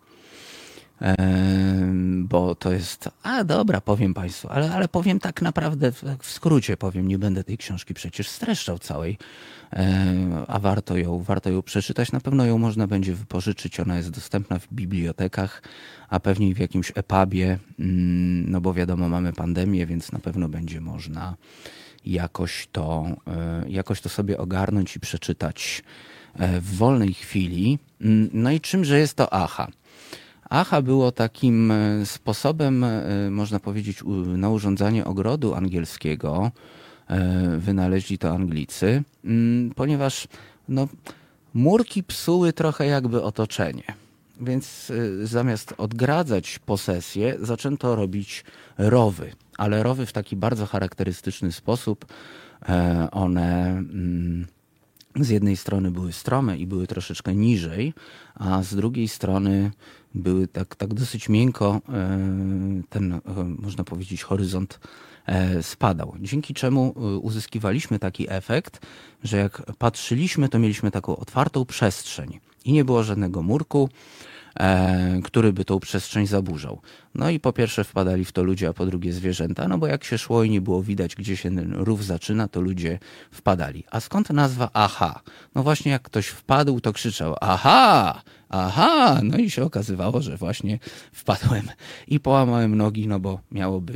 Bo to jest... dobra, powiem Państwu, ale powiem tak naprawdę w skrócie powiem, nie będę tej książki przecież streszczał całej, a warto ją przeczytać. Na pewno ją można będzie wypożyczyć, ona jest dostępna w bibliotekach, a pewnie w jakimś EPUBie, no bo wiadomo, mamy pandemię, więc na pewno będzie można jakoś to sobie ogarnąć i przeczytać w wolnej chwili. No i czymże jest to aha? Aha było takim sposobem, można powiedzieć, na urządzanie ogrodu angielskiego. Wynaleźli to Anglicy, ponieważ murki psuły trochę jakby otoczenie. Więc zamiast odgradzać posesję, zaczęto robić rowy. Ale rowy w taki bardzo charakterystyczny sposób. One z jednej strony były strome i były troszeczkę niżej, a z drugiej strony były tak dosyć miękko, ten, można powiedzieć, horyzont spadał. Dzięki czemu uzyskiwaliśmy taki efekt, że jak patrzyliśmy, to mieliśmy taką otwartą przestrzeń i nie było żadnego murku, który by tą przestrzeń zaburzał. No i po pierwsze wpadali w to ludzie, a po drugie zwierzęta, no bo jak się szło i nie było widać, gdzie się ten rów zaczyna, to ludzie wpadali. A skąd nazwa aha? No właśnie jak ktoś wpadł, to krzyczał aha, aha, no i się okazywało, że właśnie wpadłem i połamałem nogi, no bo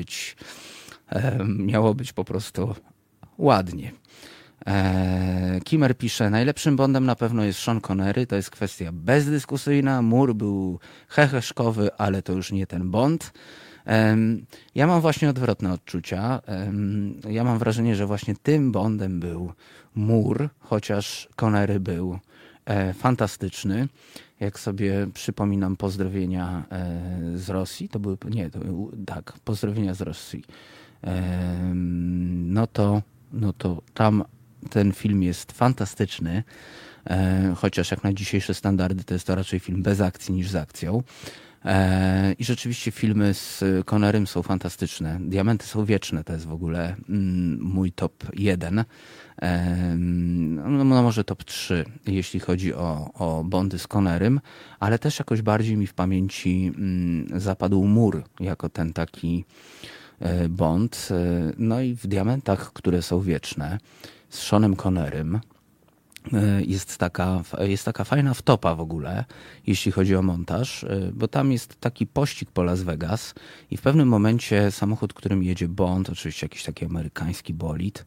miało być po prostu ładnie. Kimmer pisze, najlepszym Bondem na pewno jest Sean Connery, to jest kwestia bezdyskusyjna, mur był heheszkowy, ale to już nie ten Bond. Ja mam właśnie odwrotne odczucia. Ja mam wrażenie, że właśnie tym Bondem był mur, chociaż Connery był Fantastyczny. Jak sobie przypominam pozdrowienia z Rosji, tak, pozdrowienia z Rosji. No to tam ten film jest fantastyczny, chociaż jak na dzisiejsze standardy to jest to raczej film bez akcji niż z akcją. I rzeczywiście filmy z Connerym są fantastyczne. Diamenty są wieczne, to jest w ogóle mój top 1. No może top 3, jeśli chodzi o Bondy z Connerym, ale też jakoś bardziej mi w pamięci zapadł Mur jako ten taki Bond. No i w Diamentach, które są wieczne, z Seanem Connerym, jest taka fajna wtopa w ogóle, jeśli chodzi o montaż, bo tam jest taki pościg po Las Vegas i w pewnym momencie samochód, którym jedzie Bond, oczywiście jakiś taki amerykański bolid,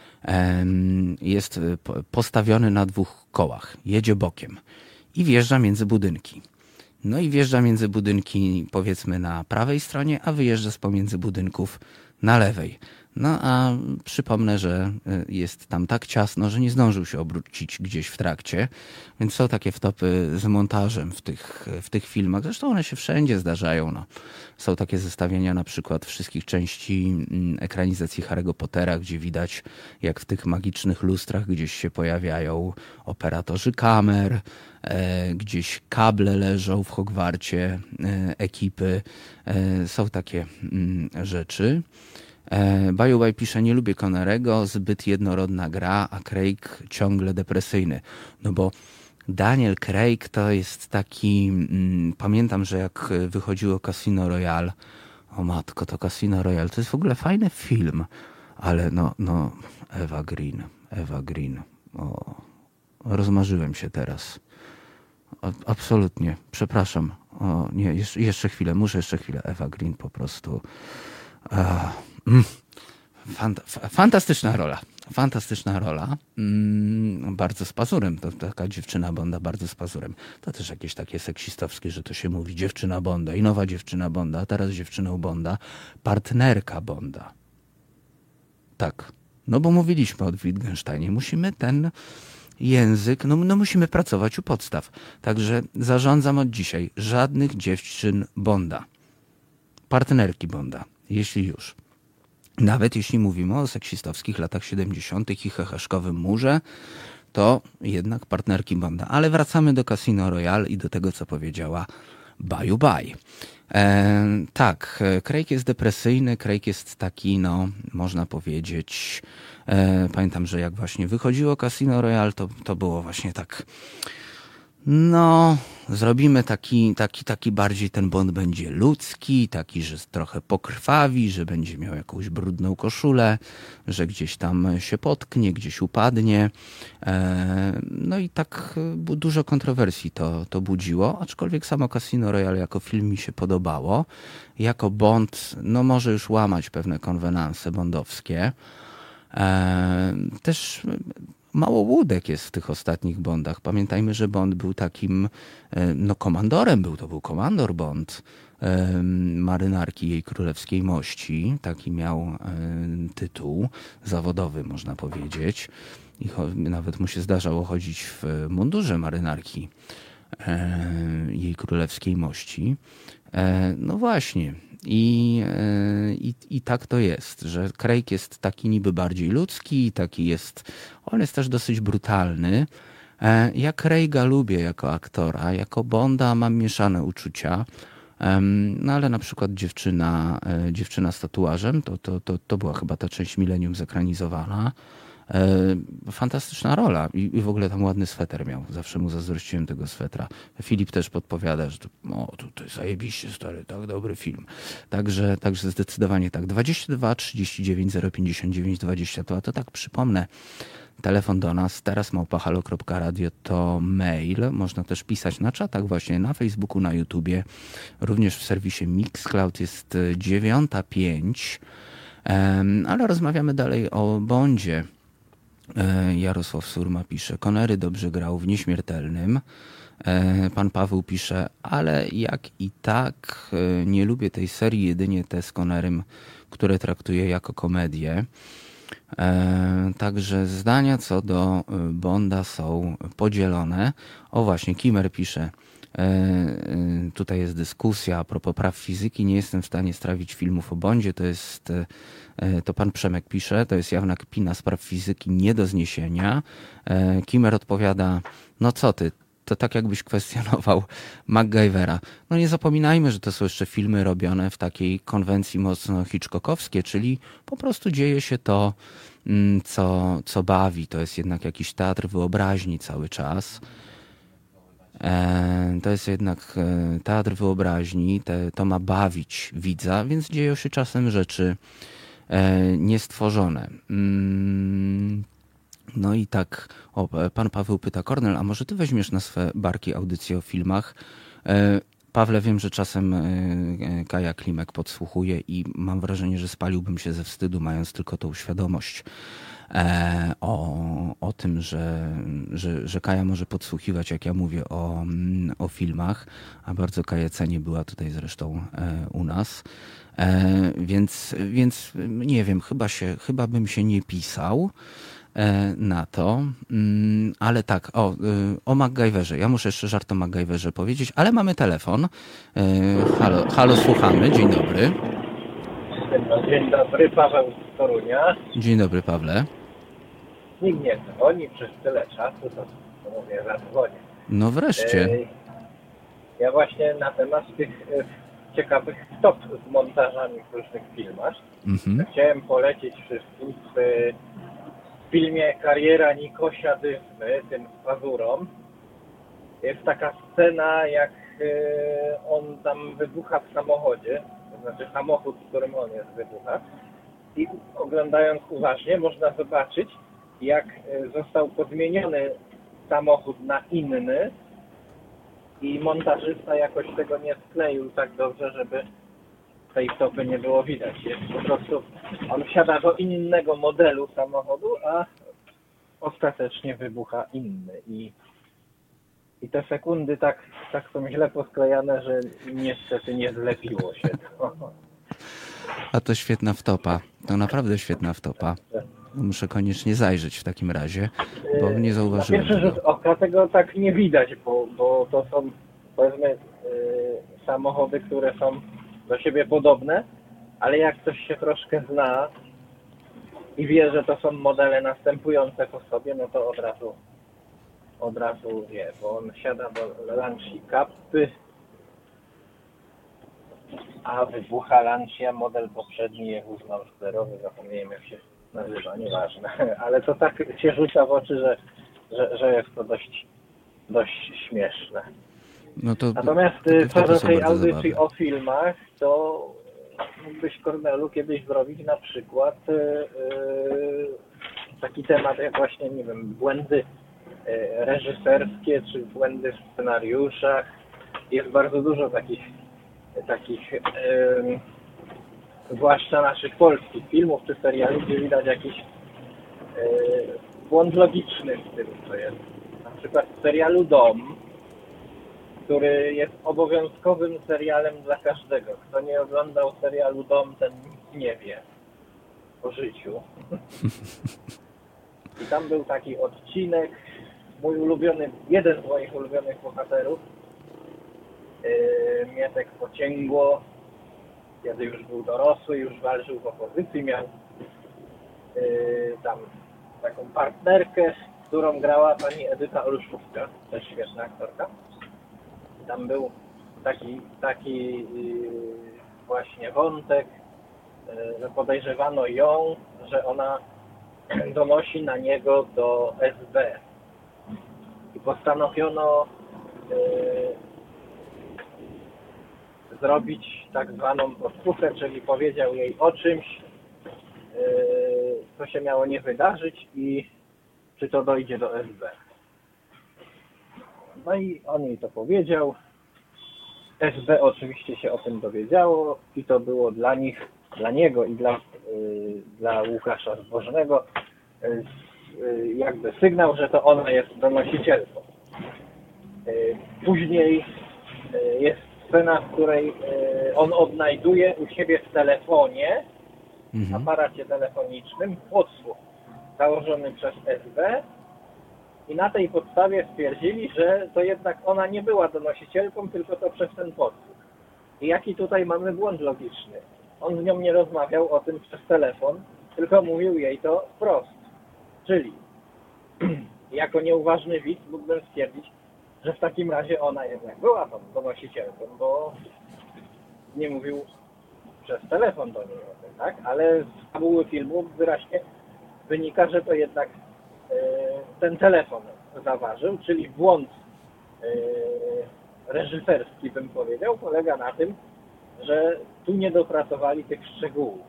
jest postawiony na 2 kołach, jedzie bokiem i wjeżdża między budynki. No i wjeżdża między budynki, powiedzmy, na prawej stronie, a wyjeżdża z pomiędzy budynków na lewej. No a przypomnę, że jest tam tak ciasno, że nie zdążył się obrócić gdzieś w trakcie, więc są takie wtopy z montażem w tych filmach. Zresztą one się wszędzie zdarzają. No. Są takie zestawienia na przykład wszystkich części ekranizacji Harry'ego Pottera, gdzie widać, jak w tych magicznych lustrach gdzieś się pojawiają operatorzy kamer, gdzieś kable leżą w Hogwarcie ekipy. Są takie rzeczy. Bajubaj pisze, nie lubię Connerego, zbyt jednorodna gra, a Craig ciągle depresyjny. No bo Daniel Craig to jest taki, pamiętam, że jak wychodziło Casino Royale, o matko, to Casino Royale, to jest w ogóle fajny film, ale no Eva Green, rozmarzyłem się teraz. Absolutnie, przepraszam, nie, jeszcze chwilę, muszę jeszcze chwilę, Eva Green po prostu... Fantastyczna rola. Bardzo z pazurem. To taka dziewczyna Bonda bardzo z pazurem. To też jakieś takie seksistowskie, że to się mówi dziewczyna Bonda i nowa dziewczyna Bonda, a teraz dziewczyną Bonda, partnerka Bonda. Tak. No bo mówiliśmy o Wittgensteinie. Musimy ten język, no musimy pracować u podstaw. Także zarządzam od dzisiaj żadnych dziewczyn Bonda. Partnerki Bonda. Jeśli już. Nawet jeśli mówimy o seksistowskich latach 70. i heheszkowym murze, to jednak partnerki Bonda. Ale wracamy do Casino Royale i do tego, co powiedziała Bajubaj. Tak, Craig jest depresyjny, Craig jest taki, można powiedzieć, pamiętam, że jak właśnie wychodziło Casino Royale, to było właśnie tak... zrobimy taki bardziej, ten Bond będzie ludzki, taki, że trochę pokrwawi, że będzie miał jakąś brudną koszulę, że gdzieś tam się potknie, gdzieś upadnie. No i tak dużo kontrowersji to budziło, aczkolwiek samo Casino Royale jako film mi się podobało. Jako Bond, może już łamać pewne konwenanse bondowskie. Też... Mało łódek jest w tych ostatnich Bondach. Pamiętajmy, że Bond był takim, komandorem to był komandor Bond, marynarki Jej Królewskiej Mości. Taki miał tytuł zawodowy, można powiedzieć. I nawet mu się zdarzało chodzić w mundurze marynarki Jej Królewskiej Mości. No właśnie. I tak to jest, że Craig jest taki niby bardziej ludzki, on jest też dosyć brutalny. Ja Craiga lubię jako aktora, jako Bonda mam mieszane uczucia, ale na przykład dziewczyna z tatuażem, to była chyba ta część Millennium zekranizowana. Fantastyczna rola i w ogóle tam ładny sweter miał. Zawsze mu zazdrościłem tego swetra. Filip też podpowiada, że to jest zajebiście stary, tak dobry film. Także zdecydowanie tak. 22 39 059 22, to tak przypomnę. Telefon do nas, teraz @halo.radio to mail. Można też pisać na czatach właśnie na Facebooku, na YouTubie. Również w serwisie Mixcloud jest 9:05. Ale rozmawiamy dalej o Bondzie. Jarosław Surma pisze, Connery dobrze grał w Nieśmiertelnym. Pan Paweł pisze, ale jak i tak nie lubię tej serii, jedynie te z Connerym, które traktuję jako komedię. Także zdania co do Bonda są podzielone. O właśnie, Kimmer pisze, tutaj jest dyskusja a propos praw fizyki. Nie jestem w stanie strawić filmów o Bondzie. To pan Przemek pisze, to jest jawna kpina z praw fizyki nie do zniesienia. Kimmer odpowiada, no co ty, to tak jakbyś kwestionował MacGyvera. No nie zapominajmy, że to są jeszcze filmy robione w takiej konwencji mocno hitchcockowskiej, czyli po prostu dzieje się to, co bawi. To jest jednak jakiś teatr wyobraźni cały czas. To jest jednak teatr wyobraźni, to ma bawić widza, więc dzieją się czasem rzeczy niestworzone. No i tak, pan Paweł pyta, Kornel, a może ty weźmiesz na swe barki audycję o filmach? Pawle, wiem, że czasem Kaja Klimek podsłuchuje i mam wrażenie, że spaliłbym się ze wstydu, mając tylko tą świadomość o tym, że Kaja może podsłuchiwać, jak ja mówię o filmach, a bardzo Kaję cenię, była tutaj zresztą u nas. Więc nie wiem, chyba bym się nie pisał na to, ale tak, o MacGyverze. Ja muszę jeszcze żart o MacGyverze powiedzieć, ale mamy telefon. Halo, słuchamy. Dzień dobry. Dzień dobry, Paweł z Torunia. Dzień dobry, Pawle. Nikt nie dzwoni przez tyle czasu, to mówię, zadzwonię. No wreszcie. Ja właśnie na temat tych ciekawych stop z montażami w różnych filmach chciałem polecić wszystkim w filmie Kariera Nikosia Dyzmy, tym z pazurą. Jest taka scena, jak on tam wybucha w samochodzie, to znaczy samochód, w którym on jest, wybucha. I oglądając uważnie można zobaczyć, jak został podmieniony samochód na inny i montażysta jakoś tego nie skleił tak dobrze, żeby tej stopy nie było widać. Jest po prostu, on wsiada do innego modelu samochodu, a ostatecznie wybucha inny. I te sekundy tak są źle posklejane, że niestety nie zlepiło się to. A to świetna wtopa. To naprawdę świetna wtopa. Muszę koniecznie zajrzeć w takim razie, bo nie zauważyłem. Na pierwszy rzut oka tego tak nie widać, bo to są, powiedzmy, samochody, które są do siebie podobne, ale jak ktoś się troszkę zna i wie, że to są modele następujące po sobie, no to od razu wie, bo on siada do Lancia Capy, a wybucha Lancia, model poprzedni jest uznał szklerowy, zapomniałem jak się nazywa, nieważne, ale to tak się rzuca w oczy, że jest to dość śmieszne. No to, natomiast co do tej audycji o filmach, to mógłbyś, Kornelu, kiedyś zrobić na przykład taki temat jak właśnie, nie wiem, błędy reżyserskie czy błędy w scenariuszach. Jest bardzo dużo takich zwłaszcza naszych polskich filmów czy seriali, gdzie widać jakiś błąd logiczny w tym, co jest. Na przykład w serialu Dom, który jest obowiązkowym serialem dla każdego. Kto nie oglądał serialu Dom, ten nie wie o życiu. I tam był taki odcinek, jeden z moich ulubionych bohaterów, Mietek Pocięgło, kiedy już był dorosły, już walczył w opozycji, miał tam taką partnerkę, którą grała pani Edyta Olszówka, też świetna aktorka. Tam był taki właśnie wątek, że podejrzewano ją, że ona donosi na niego do SB. I postanowiono zrobić tak zwaną podpusę, czyli powiedział jej o czymś, co się miało nie wydarzyć i czy to dojdzie do SB. No i on jej to powiedział. SB oczywiście się o tym dowiedziało i to było dla niego i dla Łukasza Zbożnego jakby sygnał, że to ona jest donosicielką. Później jest scena, w której on odnajduje u siebie w telefonie aparacie telefonicznym podsłuch założony przez SB i na tej podstawie stwierdzili, że to jednak ona nie była donosicielką, tylko to przez ten podsłuch. I jaki tutaj mamy błąd logiczny? On z nią nie rozmawiał o tym przez telefon, tylko mówił jej to wprost. Czyli jako nieuważny widz mógłbym stwierdzić, że w takim razie ona jednak była tą donosicielką, bo nie mówił przez telefon do niej o tym, tak? Ale z fabuły filmu wyraźnie wynika, że to jednak ten telefon zaważył, czyli błąd reżyserski, bym powiedział, polega na tym, że tu nie dopracowali tych szczegółów.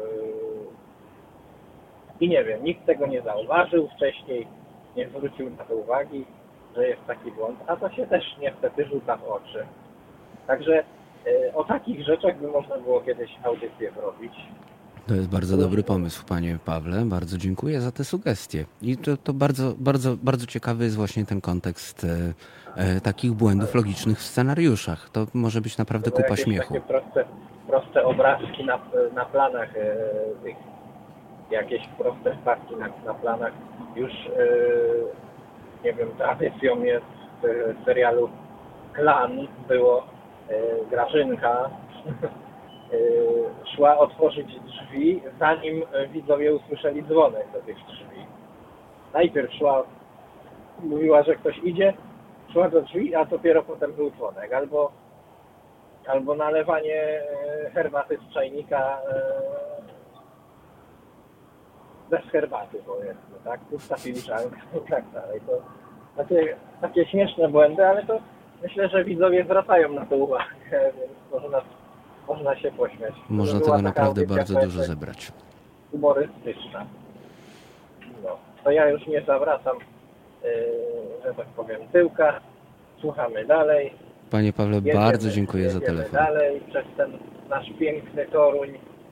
I nie wiem, nikt tego nie zauważył wcześniej, nie zwrócił na to uwagi, że jest taki błąd, a to się też niestety rzuca w oczy. Także o takich rzeczach by można było kiedyś audycję zrobić. To jest bardzo dobry pomysł, panie Pawle. Bardzo dziękuję za te sugestie. I to bardzo ciekawy jest właśnie ten kontekst takich błędów logicznych w scenariuszach. To może być naprawdę kupa śmiechu. Takie proste obrazki na planach, jakieś proste wpadki na planach. Już, nie wiem, tradycją jest w serialu Klan było Grażynka szła otworzyć drzwi, zanim widzowie usłyszeli dzwonek do tych drzwi. Najpierw szła, mówiła, że ktoś idzie, szła do drzwi, a dopiero potem był dzwonek. Albo nalewanie herbaty z czajnika bez herbaty, powiedzmy, tak? Pusta filiżanka i tak dalej. To takie śmieszne błędy, ale to myślę, że widzowie zwracają na to uwagę, więc można się pośmiać. Można tego naprawdę bardzo dużo zebrać. Humorystyczna. No, to ja już nie zawracam, że tak powiem, tyłka. Słuchamy dalej. Panie Pawle, bardzo dziękuję za telefon. Dalej przez ten nasz piękny Toruń.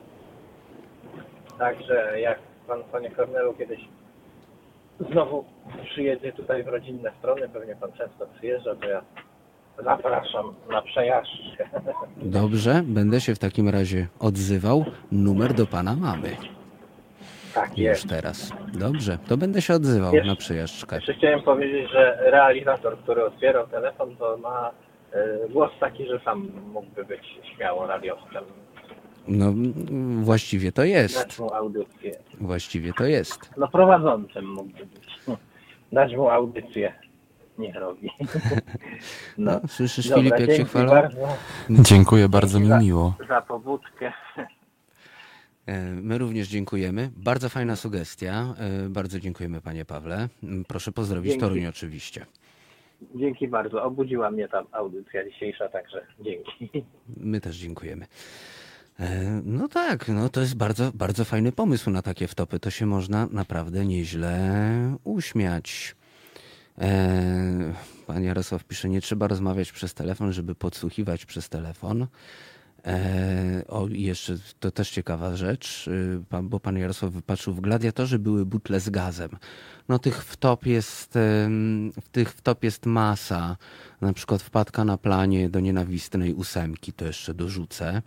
Także jak pan, panie Kornelu, kiedyś znowu przyjedzie tutaj w rodzinne strony, pewnie pan często przyjeżdża, to ja zapraszam na przejażdżkę. Dobrze, będę się w takim razie odzywał. Numer do pana mamy. Tak jest. Już teraz. Dobrze, to będę się odzywał na przejażdżkę. Jeszcze chciałem powiedzieć, że realizator, który otwierał telefon, to ma głos taki, że sam mógłby być śmiało radiowcem. No, właściwie to jest. Dać mu audycję. Właściwie to jest. No, prowadzącym mógłby być. Dać mu audycję. Nie robi. No, słyszysz, dobra, Filip, jak się chwalą? Dziękuję, bardzo mi miło. Za pobudkę. My również dziękujemy. Bardzo fajna sugestia. Bardzo dziękujemy, panie Pawle. Proszę pozdrowić Toruń oczywiście. Dzięki bardzo. Obudziła mnie ta audycja dzisiejsza, także dzięki. My też dziękujemy. No tak, no to jest bardzo, bardzo fajny pomysł na takie wtopy. To się można naprawdę nieźle uśmiać. Pan Jarosław pisze, nie trzeba rozmawiać przez telefon, żeby podsłuchiwać przez telefon. I jeszcze to też ciekawa rzecz, bo pan Jarosław wypatrzył, w Gladiatorze były butle z gazem. No tych wtop jest masa. Na przykład wpadka na planie do Nienawistnej 8, to jeszcze dorzucę.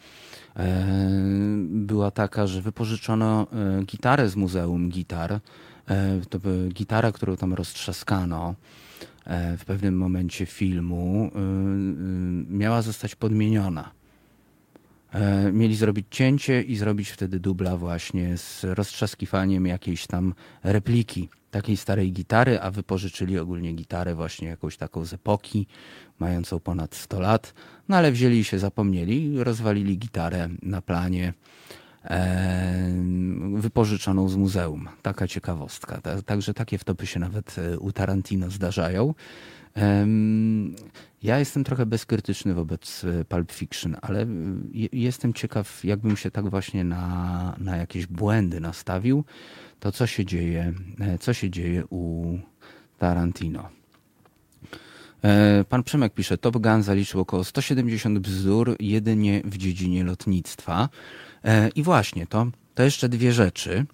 Była taka, że wypożyczono gitarę z Muzeum Gitar. To była gitara, którą tam roztrzaskano w pewnym momencie filmu. Miała zostać podmieniona. Mieli zrobić cięcie i zrobić wtedy dubla właśnie z roztrzaskiwaniem jakiejś tam repliki takiej starej gitary, a wypożyczyli ogólnie gitarę właśnie jakąś taką z epoki, mającą ponad 100 lat. No ale wzięli i się zapomnieli, rozwalili gitarę na planie wypożyczoną z muzeum. Taka ciekawostka. Także takie wtopy się nawet u Tarantino zdarzają. Ja jestem trochę bezkrytyczny wobec Pulp Fiction, ale jestem ciekaw, jakbym się tak właśnie na jakieś błędy nastawił, to co się dzieje u Tarantino. Pan Przemek pisze, Top Gun zaliczył około 170 bzdur jedynie w dziedzinie lotnictwa. I właśnie, to jeszcze dwie rzeczy.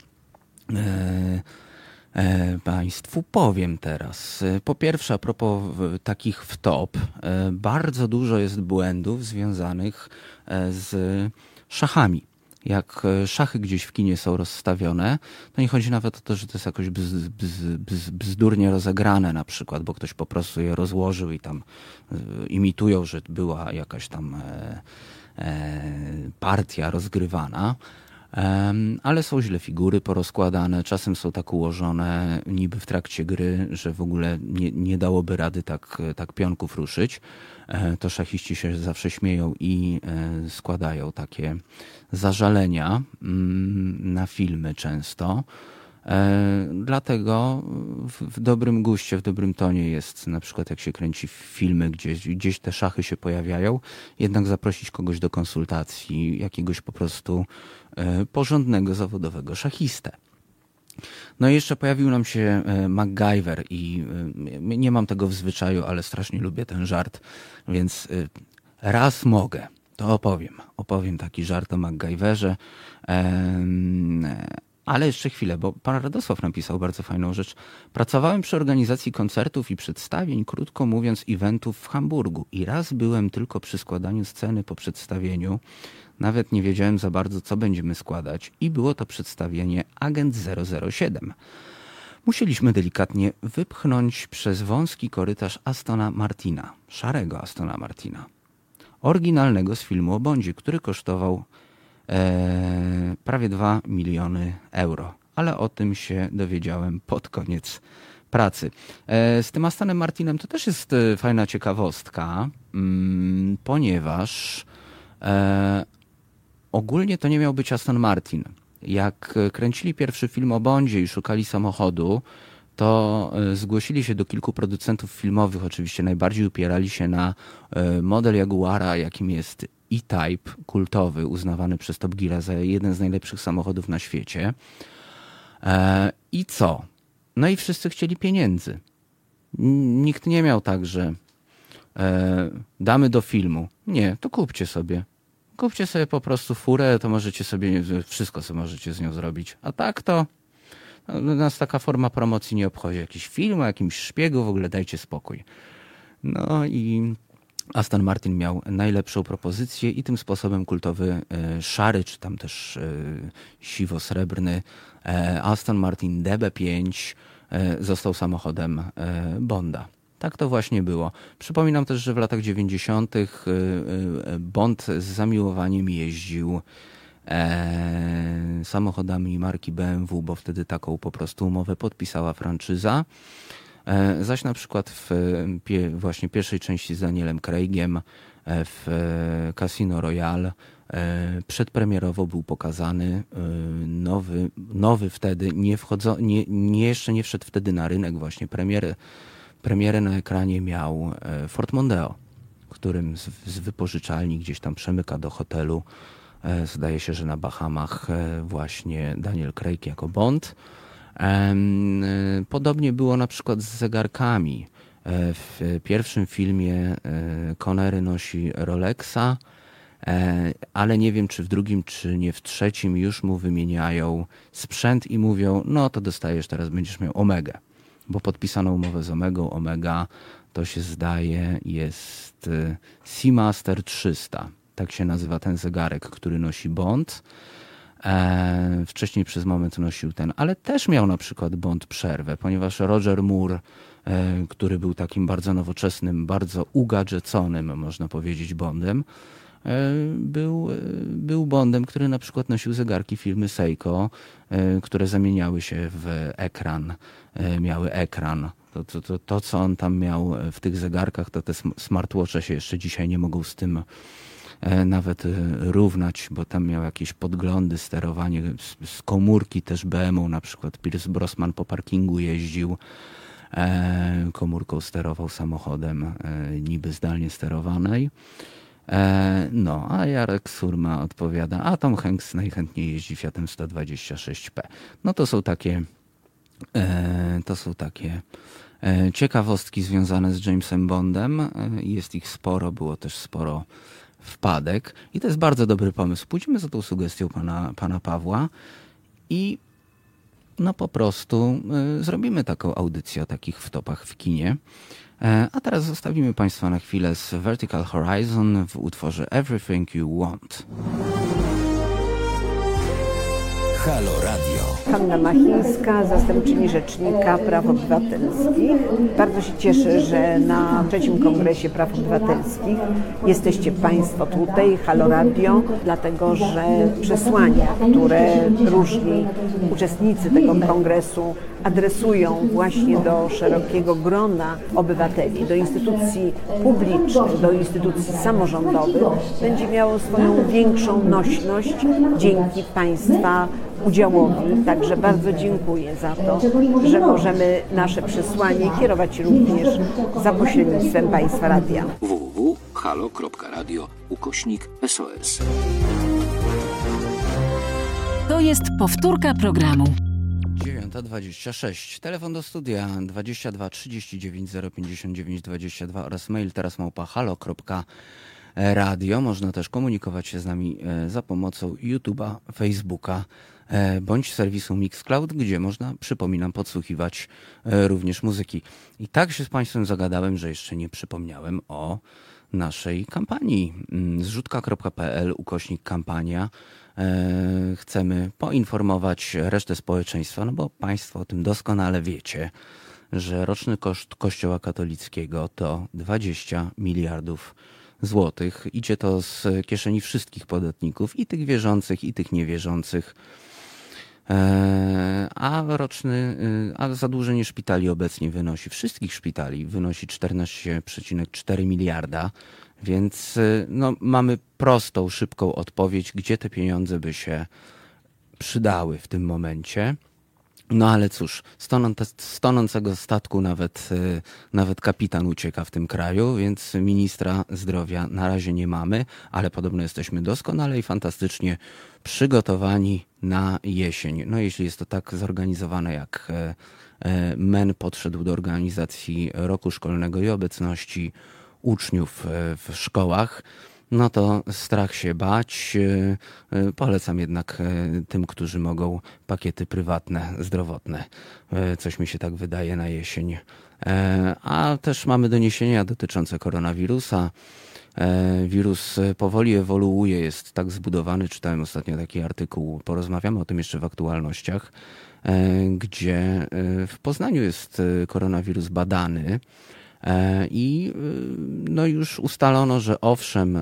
Państwu powiem teraz. Po pierwsze, a propos takich wtop, bardzo dużo jest błędów związanych z szachami. jak szachy gdzieś w kinie są rozstawione, to nie chodzi nawet o to, że to jest jakoś bzdurnie rozegrane na przykład, bo ktoś po prostu je rozłożył i tam imitują, że była jakaś tam partia rozgrywana. Ale są źle figury porozkładane, czasem są tak ułożone niby w trakcie gry, że w ogóle nie dałoby rady tak pionków ruszyć. To szachiści się zawsze śmieją i składają takie zażalenia na filmy często. Dlatego w dobrym guście, w dobrym tonie jest na przykład jak się kręci filmy, gdzieś te szachy się pojawiają, jednak zaprosić kogoś do konsultacji, jakiegoś po prostu porządnego, zawodowego szachistę. No i jeszcze pojawił nam się MacGyver i nie mam tego w zwyczaju, ale strasznie lubię ten żart, więc raz mogę, to opowiem taki żart o MacGyverze. Ale jeszcze chwilę, bo pan Radosław napisał bardzo fajną rzecz. Pracowałem przy organizacji koncertów i przedstawień, krótko mówiąc eventów w Hamburgu i raz byłem tylko przy składaniu sceny po przedstawieniu. Nawet nie wiedziałem za bardzo, co będziemy składać i było to przedstawienie Agent 007. Musieliśmy delikatnie wypchnąć przez wąski korytarz Astona Martina, szarego Astona Martina, oryginalnego z filmu o Bondzie, który kosztował prawie 2 miliony euro. Ale o tym się dowiedziałem pod koniec pracy. Z tym Astonem Martinem to też jest fajna ciekawostka, ponieważ ogólnie to nie miał być Aston Martin. Jak kręcili pierwszy film o Bondzie i szukali samochodu, to zgłosili się do kilku producentów filmowych. Oczywiście najbardziej upierali się na model Jaguara, jakim jest E-Type, kultowy, uznawany przez Top Geara za jeden z najlepszych samochodów na świecie. I co? No i wszyscy chcieli pieniędzy. Nikt nie miał tak, że damy do filmu. Nie, to kupcie sobie. Kupcie sobie po prostu furę, to możecie sobie, wszystko co możecie z nią zrobić. A tak to nas taka forma promocji nie obchodzi. Jakiś film o jakimś szpiegu, w ogóle dajcie spokój. No i Aston Martin miał najlepszą propozycję i tym sposobem kultowy szary, czy tam też siwo-srebrny Aston Martin DB5 został samochodem Bonda. Tak to właśnie było. Przypominam też, że w latach 90. Bond z zamiłowaniem jeździł samochodami marki BMW, bo wtedy taką po prostu umowę podpisała franczyza. Zaś na przykład w właśnie pierwszej części z Danielem Craigiem w Casino Royale przedpremierowo był pokazany nowy wtedy, jeszcze nie wszedł wtedy na rynek właśnie premierę na ekranie miał Ford Mondeo, którym z wypożyczalni gdzieś tam przemyka do hotelu. Zdaje się, że na Bahamach właśnie Daniel Craig jako Bond. Podobnie było na przykład z zegarkami. W pierwszym filmie Connery nosi Rolexa, ale nie wiem, czy w drugim, czy nie w trzecim już mu wymieniają sprzęt i mówią, no to dostajesz, teraz będziesz miał Omegę. Bo podpisano umowę z Omegą. Omega to się zdaje jest Seamaster 300. Tak się nazywa ten zegarek, który nosi Bond. Wcześniej przez moment nosił ten, ale też miał na przykład Bond przerwę, ponieważ Roger Moore, który był takim bardzo nowoczesnym, bardzo ugadżeconym, można powiedzieć, Bondem, był Bondem, który na przykład nosił zegarki firmy Seiko, które zamieniały się w ekran, miały ekran. To, co on tam miał w tych zegarkach, to te smartwatche się jeszcze dzisiaj nie mogą z tym nawet równać, bo tam miał jakieś podglądy, sterowanie z komórki też BMW, na przykład Pierce Brosnan po parkingu jeździł, komórką sterował samochodem niby zdalnie sterowanej. No, a Jarek Surma odpowiada, a Tom Hanks najchętniej jeździ Fiatem 126P. No to są takie ciekawostki związane z Jamesem Bondem. Jest ich sporo, było też sporo wpadek i to jest bardzo dobry pomysł. Pójdziemy za tą sugestią pana Pawła i no po prostu zrobimy taką audycję o takich wtopach w kinie. A teraz zostawimy Państwa na chwilę z Vertical Horizon w utworze Everything You Want. Halo Radio. Hanna Machińska, zastępczyni Rzecznika Praw Obywatelskich. Bardzo się cieszę, że na 3. Kongresie Praw Obywatelskich jesteście Państwo tutaj, Halo Radio, dlatego że przesłania, które różni uczestnicy tego kongresu adresują właśnie do szerokiego grona obywateli, do instytucji publicznych, do instytucji samorządowych, będzie miało swoją większą nośność dzięki Państwa udziałowi. Także bardzo dziękuję za to, że możemy nasze przesłanie kierować również za pośrednictwem Państwa Radia. www.halo.radio/SOS. To jest powtórka programu. 9:26. Telefon do studia 22 39 059 22 oraz mail teraz@halo.radio. Można też komunikować się z nami za pomocą YouTube'a, Facebooka bądź serwisu Mixcloud, gdzie można, przypominam, podsłuchiwać również muzyki. I tak się z Państwem zagadałem, że jeszcze nie przypomniałem o naszej kampanii. zrzutka.pl/kampania. Chcemy poinformować resztę społeczeństwa, no bo Państwo o tym doskonale wiecie, że roczny koszt Kościoła katolickiego to 20 miliardów złotych. Idzie to z kieszeni wszystkich podatników, i tych wierzących, i tych niewierzących. A zadłużenie szpitali obecnie wynosi, wszystkich szpitali, wynosi 14,4 miliarda. Więc no, mamy prostą, szybką odpowiedź, gdzie te pieniądze by się przydały w tym momencie. No ale cóż, z tonącego statku nawet kapitan ucieka w tym kraju, więc ministra zdrowia na razie nie mamy, ale podobno jesteśmy doskonale i fantastycznie przygotowani na jesień. No jeśli jest to tak zorganizowane, jak MEN podszedł do organizacji roku szkolnego i obecności uczniów w szkołach, no to strach się bać. Polecam jednak tym, którzy mogą, pakiety prywatne, zdrowotne. Coś mi się tak wydaje na jesień. A też mamy doniesienia dotyczące koronawirusa. Wirus powoli ewoluuje, jest tak zbudowany. Czytałem ostatnio taki artykuł, porozmawiamy o tym jeszcze w aktualnościach, gdzie w Poznaniu jest koronawirus badany. I no już ustalono, że owszem,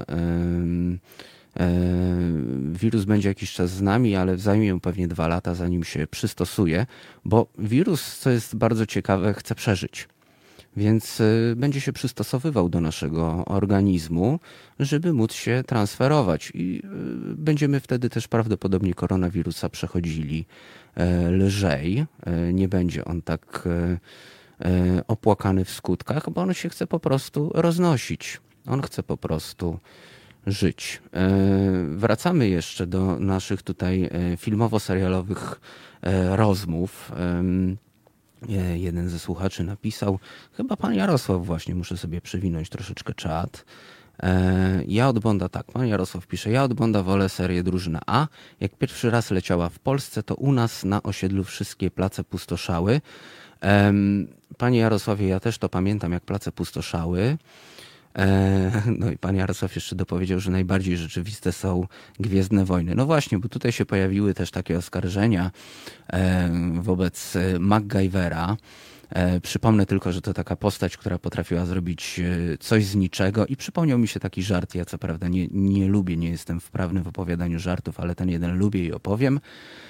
wirus będzie jakiś czas z nami, ale zajmie mu pewnie 2 lata, zanim się przystosuje, bo wirus, co jest bardzo ciekawe, chce przeżyć. Więc będzie się przystosowywał do naszego organizmu, żeby móc się transferować. I będziemy wtedy też prawdopodobnie koronawirusa przechodzili lżej. Nie będzie on tak opłakany w skutkach, bo on się chce po prostu roznosić. On chce po prostu żyć. Wracamy jeszcze do naszych tutaj filmowo-serialowych rozmów. Jeden ze słuchaczy napisał, chyba pan Jarosław właśnie, muszę sobie przewinąć troszeczkę czat. Ja od Bonda, tak, pan Jarosław pisze, ja od Bonda wolę serię Drużyna A. Jak pierwszy raz leciała w Polsce, to u nas na osiedlu wszystkie place pustoszały. Panie Jarosławie, ja też to pamiętam, jak place pustoszały. No i pan Jarosław jeszcze dopowiedział, że najbardziej rzeczywiste są Gwiezdne Wojny. No właśnie, bo tutaj się pojawiły też takie oskarżenia wobec MacGyvera. Przypomnę tylko, że to taka postać, która potrafiła zrobić coś z niczego i przypomniał mi się taki żart. Ja co prawda nie lubię, nie jestem wprawny w opowiadaniu żartów, ale ten jeden lubię i opowiem.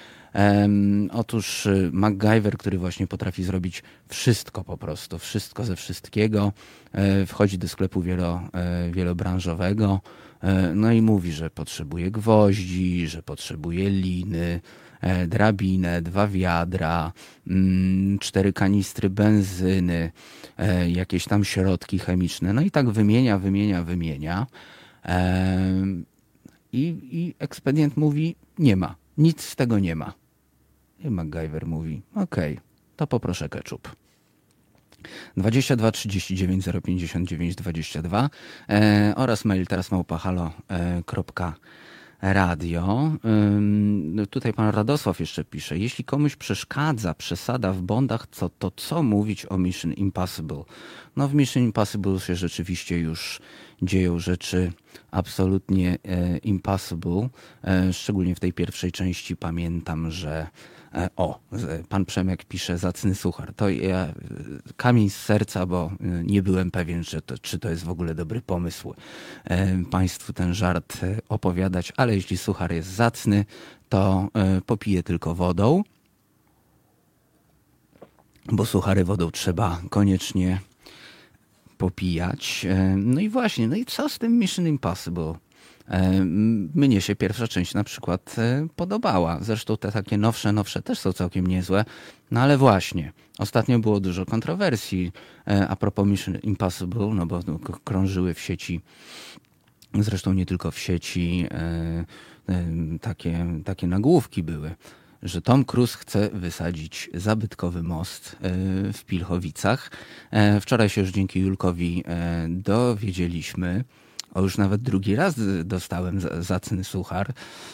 Otóż MacGyver, który właśnie potrafi zrobić wszystko po prostu, wszystko ze wszystkiego, wchodzi do sklepu wielobranżowego, no i mówi, że potrzebuje gwoździ, że potrzebuje liny, drabinę, 2 wiadra, 4 kanistry benzyny, jakieś tam środki chemiczne, no i tak wymienia. I ekspedient mówi, nie ma, nic z tego nie ma. I MacGyver mówi, okej, to poproszę ketchup. 22 39 059 22 oraz mail teraz @halo.radio. Tutaj pan Radosław jeszcze pisze, jeśli komuś przeszkadza przesada w Bondach, to co mówić o Mission Impossible? No w Mission Impossible się rzeczywiście już dzieją rzeczy absolutnie impossible. Szczególnie w tej pierwszej części pamiętam, że pan Przemek pisze zacny suchar. To ja kamień z serca, bo nie byłem pewien, czy to jest w ogóle dobry pomysł państwu ten żart opowiadać, ale jeśli suchar jest zacny, to popiję tylko wodą, bo suchary wodą trzeba koniecznie popijać. No i właśnie, no i co z tym Mission Impossible? Mnie się pierwsza część na przykład podobała. Zresztą te takie nowsze też są całkiem niezłe. No ale właśnie, ostatnio było dużo kontrowersji a propos Mission Impossible, no bo krążyły w sieci, zresztą nie tylko w sieci, takie nagłówki były, że Tom Cruise chce wysadzić zabytkowy most w Pilchowicach. Wczoraj się już dzięki Julkowi dowiedzieliśmy, już nawet drugi raz dostałem zacny suchar.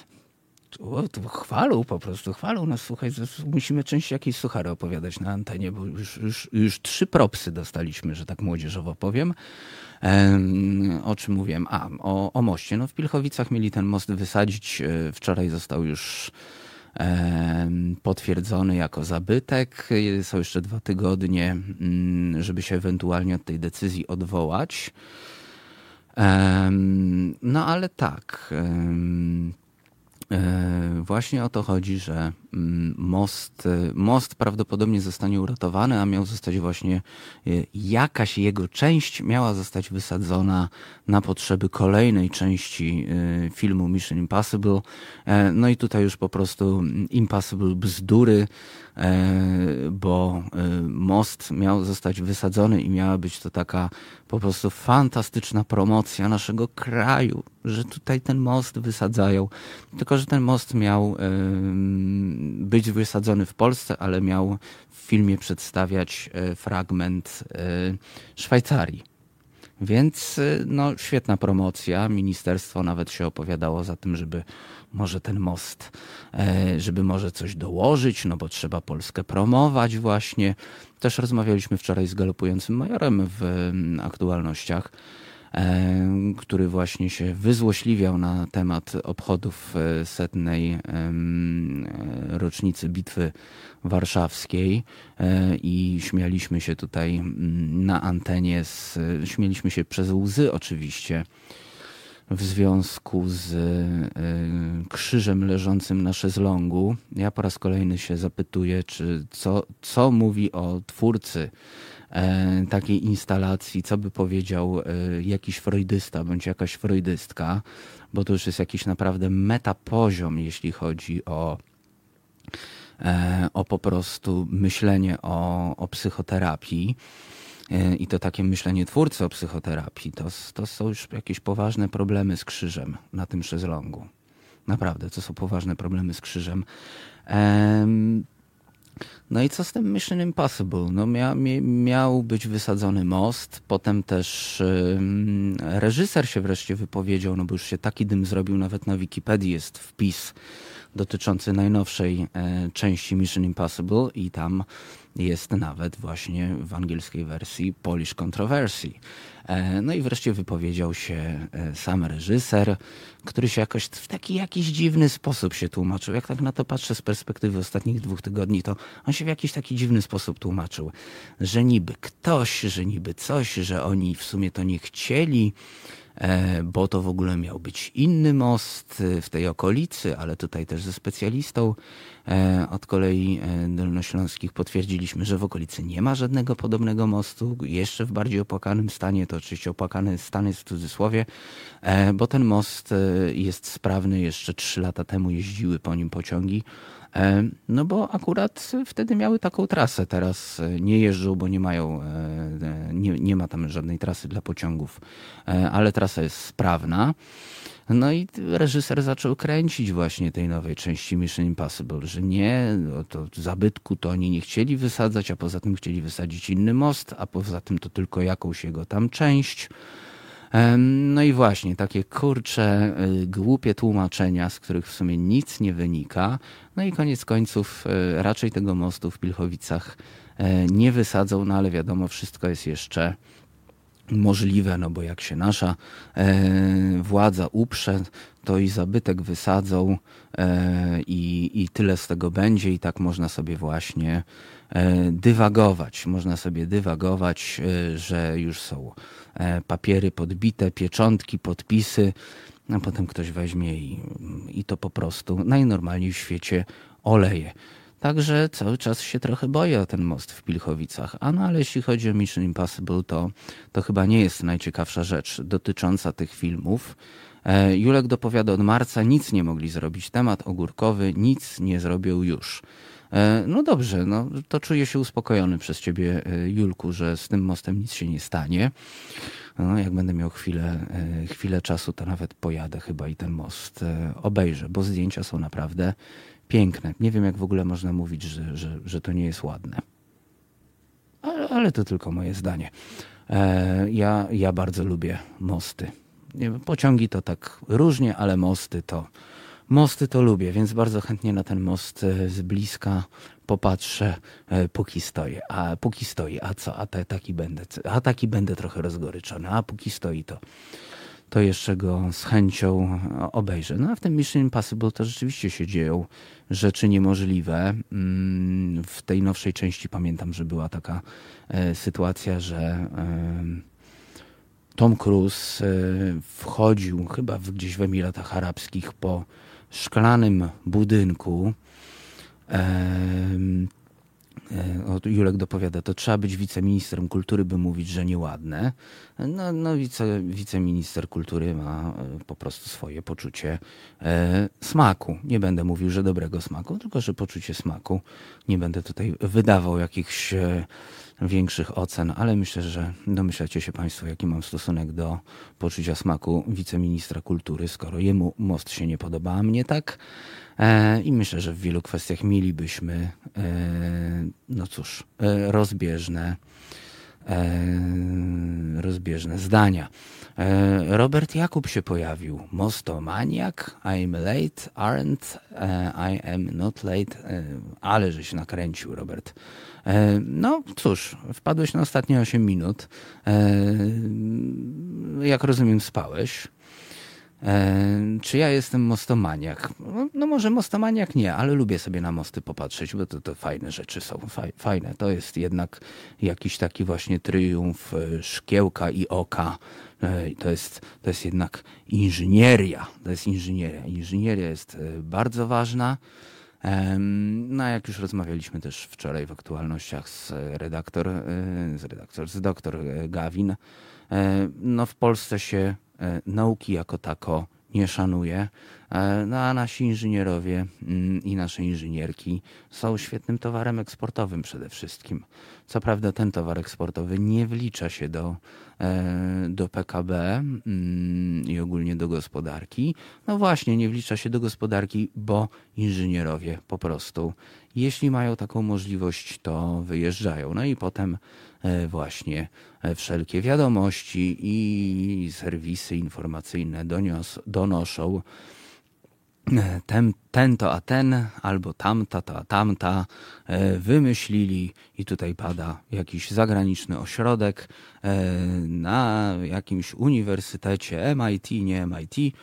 Chwalą nas, słuchaj, musimy częściej jakieś suchary opowiadać na antenie, bo już 3 propsy dostaliśmy, że tak młodzieżowo powiem. O czym mówiłem? O moście. No w Pilchowicach mieli ten most wysadzić. Wczoraj został już potwierdzony jako zabytek. Są jeszcze 2 tygodnie, żeby się ewentualnie od tej decyzji odwołać. No ale tak, właśnie o to chodzi, że most prawdopodobnie zostanie uratowany, a miał zostać właśnie jakaś jego część miała zostać wysadzona na potrzeby kolejnej części filmu Mission Impossible. No i tutaj już po prostu impossible bzdury, bo most miał zostać wysadzony i miała być to taka po prostu fantastyczna promocja naszego kraju, że tutaj ten most wysadzają. Tylko że ten most miał być wysadzony w Polsce, ale miał w filmie przedstawiać fragment Szwajcarii. Więc no, świetna promocja. Ministerstwo nawet się opowiadało za tym, żeby może ten most, żeby może coś dołożyć, no bo trzeba Polskę promować właśnie. Też rozmawialiśmy wczoraj z galopującym majorem w aktualnościach, który właśnie się wyzłośliwiał na temat obchodów 100. rocznicy Bitwy Warszawskiej i śmialiśmy się tutaj na antenie, śmieliśmy się przez łzy oczywiście, w związku z krzyżem leżącym na szezlongu. Ja po raz kolejny się zapytuję, co mówi o twórcy takiej instalacji, co by powiedział jakiś freudysta bądź jakaś freudystka, bo to już jest jakiś naprawdę metapoziom, jeśli chodzi o po prostu myślenie o psychoterapii. I to takie myślenie twórcy o psychoterapii, to są już jakieś poważne problemy z krzyżem na tym szezlongu. Naprawdę, to są poważne problemy z krzyżem. No i co z tym Mission Impossible? No miał być wysadzony most, potem też reżyser się wreszcie wypowiedział, no bo już się taki dym zrobił, nawet na Wikipedii jest wpis dotyczący najnowszej części Mission Impossible i tam jest nawet właśnie w angielskiej wersji Polish Controversy. No i wreszcie wypowiedział się sam reżyser, który się jakoś w taki jakiś dziwny sposób się tłumaczył. Jak tak na to patrzę z perspektywy ostatnich 2 tygodni, to on się w jakiś taki dziwny sposób tłumaczył, że niby ktoś, że niby coś, że oni w sumie to nie chcieli, bo to w ogóle miał być inny most w tej okolicy, ale tutaj też ze specjalistą od kolei dolnośląskich potwierdziliśmy, że w okolicy nie ma żadnego podobnego mostu, jeszcze w bardziej opłakanym stanie, to oczywiście opłakany stan jest w cudzysłowie, bo ten most jest sprawny, jeszcze 3 lata temu jeździły po nim pociągi, no bo akurat wtedy miały taką trasę, teraz nie jeżdżą, bo nie mają, nie ma tam żadnej trasy dla pociągów, ale trasa jest sprawna. No i reżyser zaczął kręcić właśnie tej nowej części Mission Impossible, że nie, to zabytku to oni nie chcieli wysadzać, a poza tym chcieli wysadzić inny most, a poza tym to tylko jakąś jego tam część. No i właśnie takie kurcze, głupie tłumaczenia, z których w sumie nic nie wynika. No i koniec końców raczej tego mostu w Pilchowicach nie wysadzą, no ale wiadomo, wszystko jest jeszcze możliwe, no bo jak się nasza władza uprze, to i zabytek wysadzą i tyle z tego będzie i tak można sobie właśnie dywagować. Można sobie dywagować, że już są papiery podbite, pieczątki, podpisy, a potem ktoś weźmie i to po prostu najnormalniej w świecie oleje. Także cały czas się trochę boję o ten most w Pilchowicach. Ale jeśli chodzi o Mission Impossible, to chyba nie jest najciekawsza rzecz dotycząca tych filmów. Julek dopowiada, od marca nic nie mogli zrobić. Temat ogórkowy, nic nie zrobią już. No dobrze, no to czuję się uspokojony przez ciebie, Julku, że z tym mostem nic się nie stanie. No, jak będę miał chwilę czasu, to nawet pojadę chyba i ten most obejrzę, bo zdjęcia są naprawdę piękne. Nie wiem, jak w ogóle można mówić, że to nie jest ładne. Ale to tylko moje zdanie. Ja bardzo lubię mosty. Pociągi to tak różnie, ale mosty to lubię, więc bardzo chętnie na ten most z bliska popatrzę, póki stoi. A co? Taki będę trochę rozgoryczony. A póki stoi, to jeszcze go z chęcią obejrzę. No a w tym Mission Impossible to rzeczywiście się dzieją rzeczy niemożliwe. W tej nowszej części pamiętam, że była taka sytuacja, że Tom Cruise wchodził chyba gdzieś w Emiratach Arabskich po szklanym budynku. Julek dopowiada, to trzeba być wiceministrem kultury, by mówić, że nieładne. No wiceminister kultury ma po prostu swoje poczucie smaku. Nie będę mówił, że dobrego smaku, tylko że poczucie smaku. Nie będę tutaj wydawał jakichś większych ocen, ale myślę, że domyślacie się Państwo, jaki mam stosunek do poczucia smaku wiceministra kultury, skoro jemu most się nie podoba, a mnie tak. I myślę, że w wielu kwestiach mielibyśmy, no cóż, rozbieżne zdania. Robert Jakub się pojawił. Mostomaniak, I'm late, aren't, I am not late. Ale żeś nakręcił, Robert. No cóż, wpadłeś na ostatnie 8 minut. Jak rozumiem, spałeś. Czy ja jestem mostomaniak? No może mostomaniak nie, ale lubię sobie na mosty popatrzeć, bo to fajne rzeczy są. Fajne. To jest jednak jakiś taki właśnie triumf szkiełka i oka. To jest jednak inżynieria. Inżynieria jest bardzo ważna. No jak już rozmawialiśmy też wczoraj w aktualnościach z doktor Gawin, no w Polsce się nauki jako tako nie szanuje, no a nasi inżynierowie i nasze inżynierki są świetnym towarem eksportowym przede wszystkim. Co prawda ten towar eksportowy nie wlicza się do PKB i ogólnie do gospodarki. No właśnie, nie wlicza się do gospodarki, bo inżynierowie po prostu, jeśli mają taką możliwość, to wyjeżdżają. No i potem właśnie wszelkie wiadomości i serwisy informacyjne donoszą ten to a ten, albo tamta to a tamta wymyślili i tutaj pada jakiś zagraniczny ośrodek na jakimś uniwersytecie MIT, nie MIT,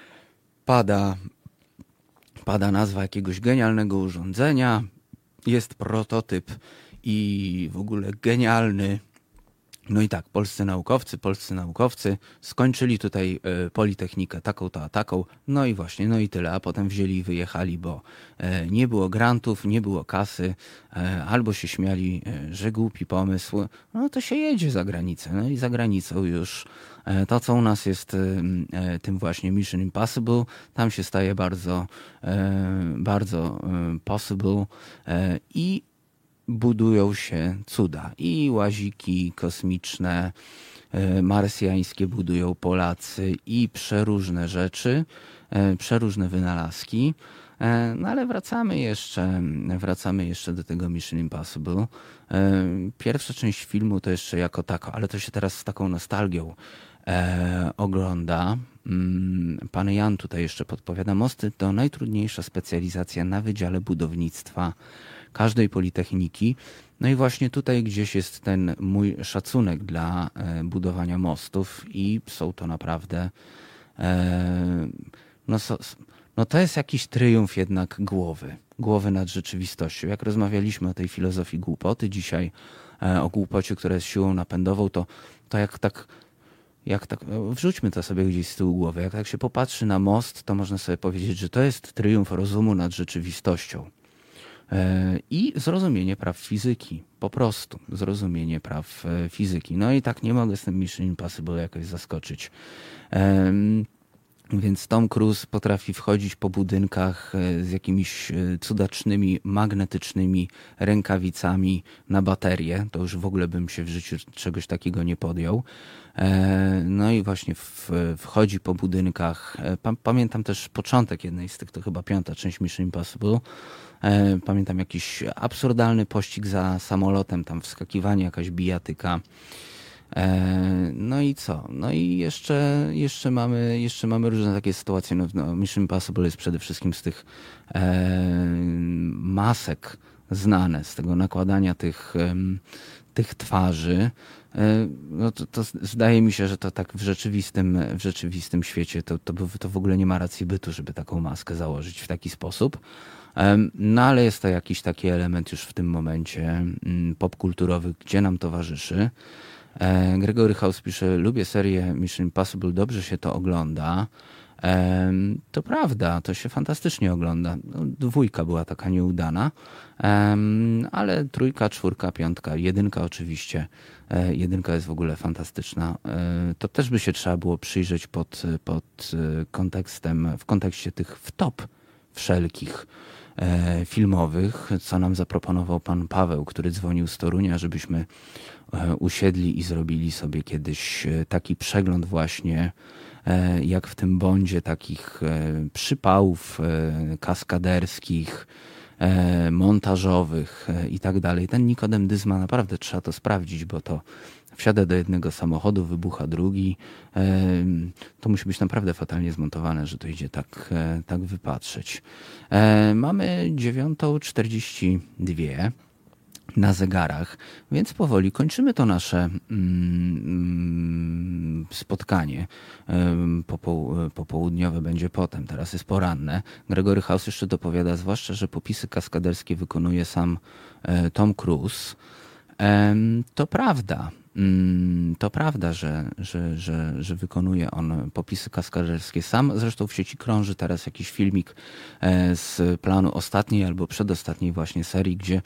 pada nazwa jakiegoś genialnego urządzenia, jest prototyp i w ogóle genialny. No i tak, polscy naukowcy skończyli tutaj Politechnikę taką, to a taką, no i właśnie, no i tyle, a potem wzięli i wyjechali, bo nie było grantów, nie było kasy, albo się śmiali, że głupi pomysł, no to się jedzie za granicę, no i za granicą już to, co u nas jest tym właśnie Mission Impossible, tam się staje bardzo possible i budują się cuda i łaziki kosmiczne, marsjańskie budują Polacy i przeróżne rzeczy, przeróżne wynalazki. No ale wracamy jeszcze do tego Mission Impossible. Pierwsza część filmu to jeszcze jako tako, ale to się teraz z taką nostalgią ogląda. Pan Jan tutaj jeszcze podpowiada, mosty to najtrudniejsza specjalizacja na Wydziale Budownictwa każdej politechniki. No i właśnie tutaj gdzieś jest ten mój szacunek dla budowania mostów i są to naprawdę no to jest jakiś triumf jednak głowy nad rzeczywistością. Jak rozmawialiśmy o tej filozofii głupoty dzisiaj, o głupocie, która jest siłą napędową, to jak tak, wrzućmy to sobie gdzieś z tyłu głowy. Jak tak się popatrzy na most, to można sobie powiedzieć, że to jest triumf rozumu nad rzeczywistością. I zrozumienie praw fizyki. Po prostu zrozumienie praw fizyki. No i tak nie mogę z tym Mission Impossible jakoś zaskoczyć. Więc Tom Cruise potrafi wchodzić po budynkach z jakimiś cudacznymi, magnetycznymi rękawicami na baterię. To już w ogóle bym się w życiu czegoś takiego nie podjął. No i właśnie wchodzi po budynkach. Pamiętam też początek jednej z tych, to chyba 5. część Mission Impossible. Pamiętam jakiś absurdalny pościg za samolotem, tam wskakiwanie, jakaś bijatyka. No i co? No i jeszcze mamy różne takie sytuacje. No, Mission Impossible jest przede wszystkim z tych masek znane, z tego nakładania tych twarzy. No to zdaje mi się, że to tak w rzeczywistym świecie to w ogóle nie ma racji bytu, żeby taką maskę założyć w taki sposób. No ale jest to jakiś taki element już w tym momencie popkulturowy, gdzie nam towarzyszy. Gregory House pisze, lubię serię Mission Impossible, dobrze się to ogląda. To prawda, to się fantastycznie ogląda. 2 była taka nieudana, ale 3, 4, 5, 1 oczywiście. 1 jest w ogóle fantastyczna. To też by się trzeba było przyjrzeć pod kontekstem, w kontekście tych wtop wszelkich filmowych, co nam zaproponował pan Paweł, który dzwonił z Torunia, żebyśmy usiedli i zrobili sobie kiedyś taki przegląd właśnie, jak w tym Bondzie, takich przypałów kaskaderskich, montażowych i tak dalej. Ten Nikodem Dyzma, naprawdę trzeba to sprawdzić, bo to wsiada do jednego samochodu, wybucha drugi. To musi być naprawdę fatalnie zmontowane, że to idzie tak wypatrzeć. Mamy 9:42 na zegarach, więc powoli kończymy to nasze spotkanie. Popołudniowe będzie potem, teraz jest poranne. Gregory House jeszcze dopowiada, zwłaszcza, że popisy kaskaderskie wykonuje sam Tom Cruise. To prawda. To prawda, że wykonuje on popisy kaskaderskie sam. Zresztą w sieci krąży teraz jakiś filmik z planu ostatniej albo przedostatniej właśnie serii, gdzie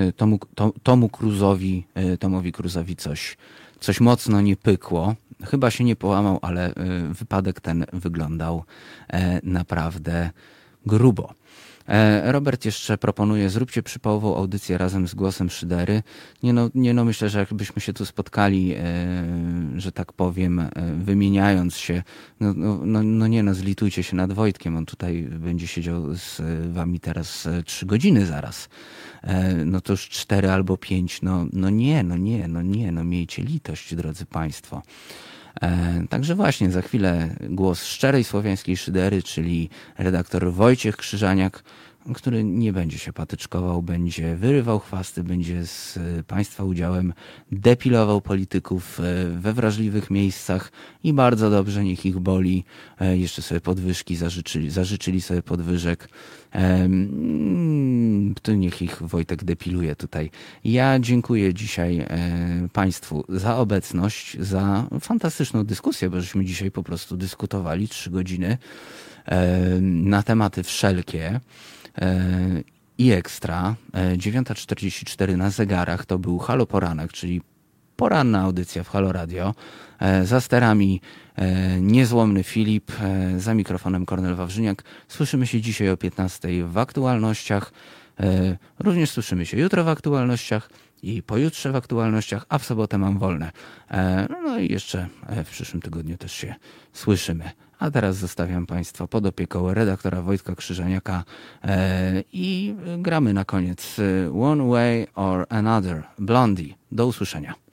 Tomowi Cruise'owi coś mocno nie pykło. Chyba się nie połamał, ale wypadek ten wyglądał naprawdę grubo. Robert jeszcze proponuje, zróbcie przypałową audycję razem z Głosem Szydery. Nie no, myślę, że jakbyśmy się tu spotkali, że tak powiem, wymieniając się, zlitujcie się nad Wojtkiem, on tutaj będzie siedział z wami teraz 3 godziny zaraz. No to już 4 albo 5, miejcie litość, drodzy państwo. Także właśnie za chwilę głos szczerej słowiańskiej szydery, czyli redaktor Wojciech Krzyżaniak, który nie będzie się patyczkował, będzie wyrywał chwasty, będzie z państwa udziałem depilował polityków we wrażliwych miejscach i bardzo dobrze, niech ich boli. Jeszcze sobie podwyżki zażyczyli sobie podwyżek. To niech ich Wojtek depiluje tutaj. Ja dziękuję dzisiaj państwu za obecność, za fantastyczną dyskusję, bo żeśmy dzisiaj po prostu dyskutowali 3 godziny na tematy wszelkie i ekstra. 9:44 na zegarach to był Halo Poranek, czyli poranna audycja w Halo Radio. Za sterami niezłomny Filip, za mikrofonem Kornel Wawrzyniak. Słyszymy się dzisiaj o 15:00 w aktualnościach. Również słyszymy się jutro w aktualnościach i pojutrze w aktualnościach, a w sobotę mam wolne. No i jeszcze w przyszłym tygodniu też się słyszymy. A teraz zostawiam państwa pod opieką redaktora Wojtka Krzyżaniaka i gramy na koniec One Way or Another, Blondie. Do usłyszenia.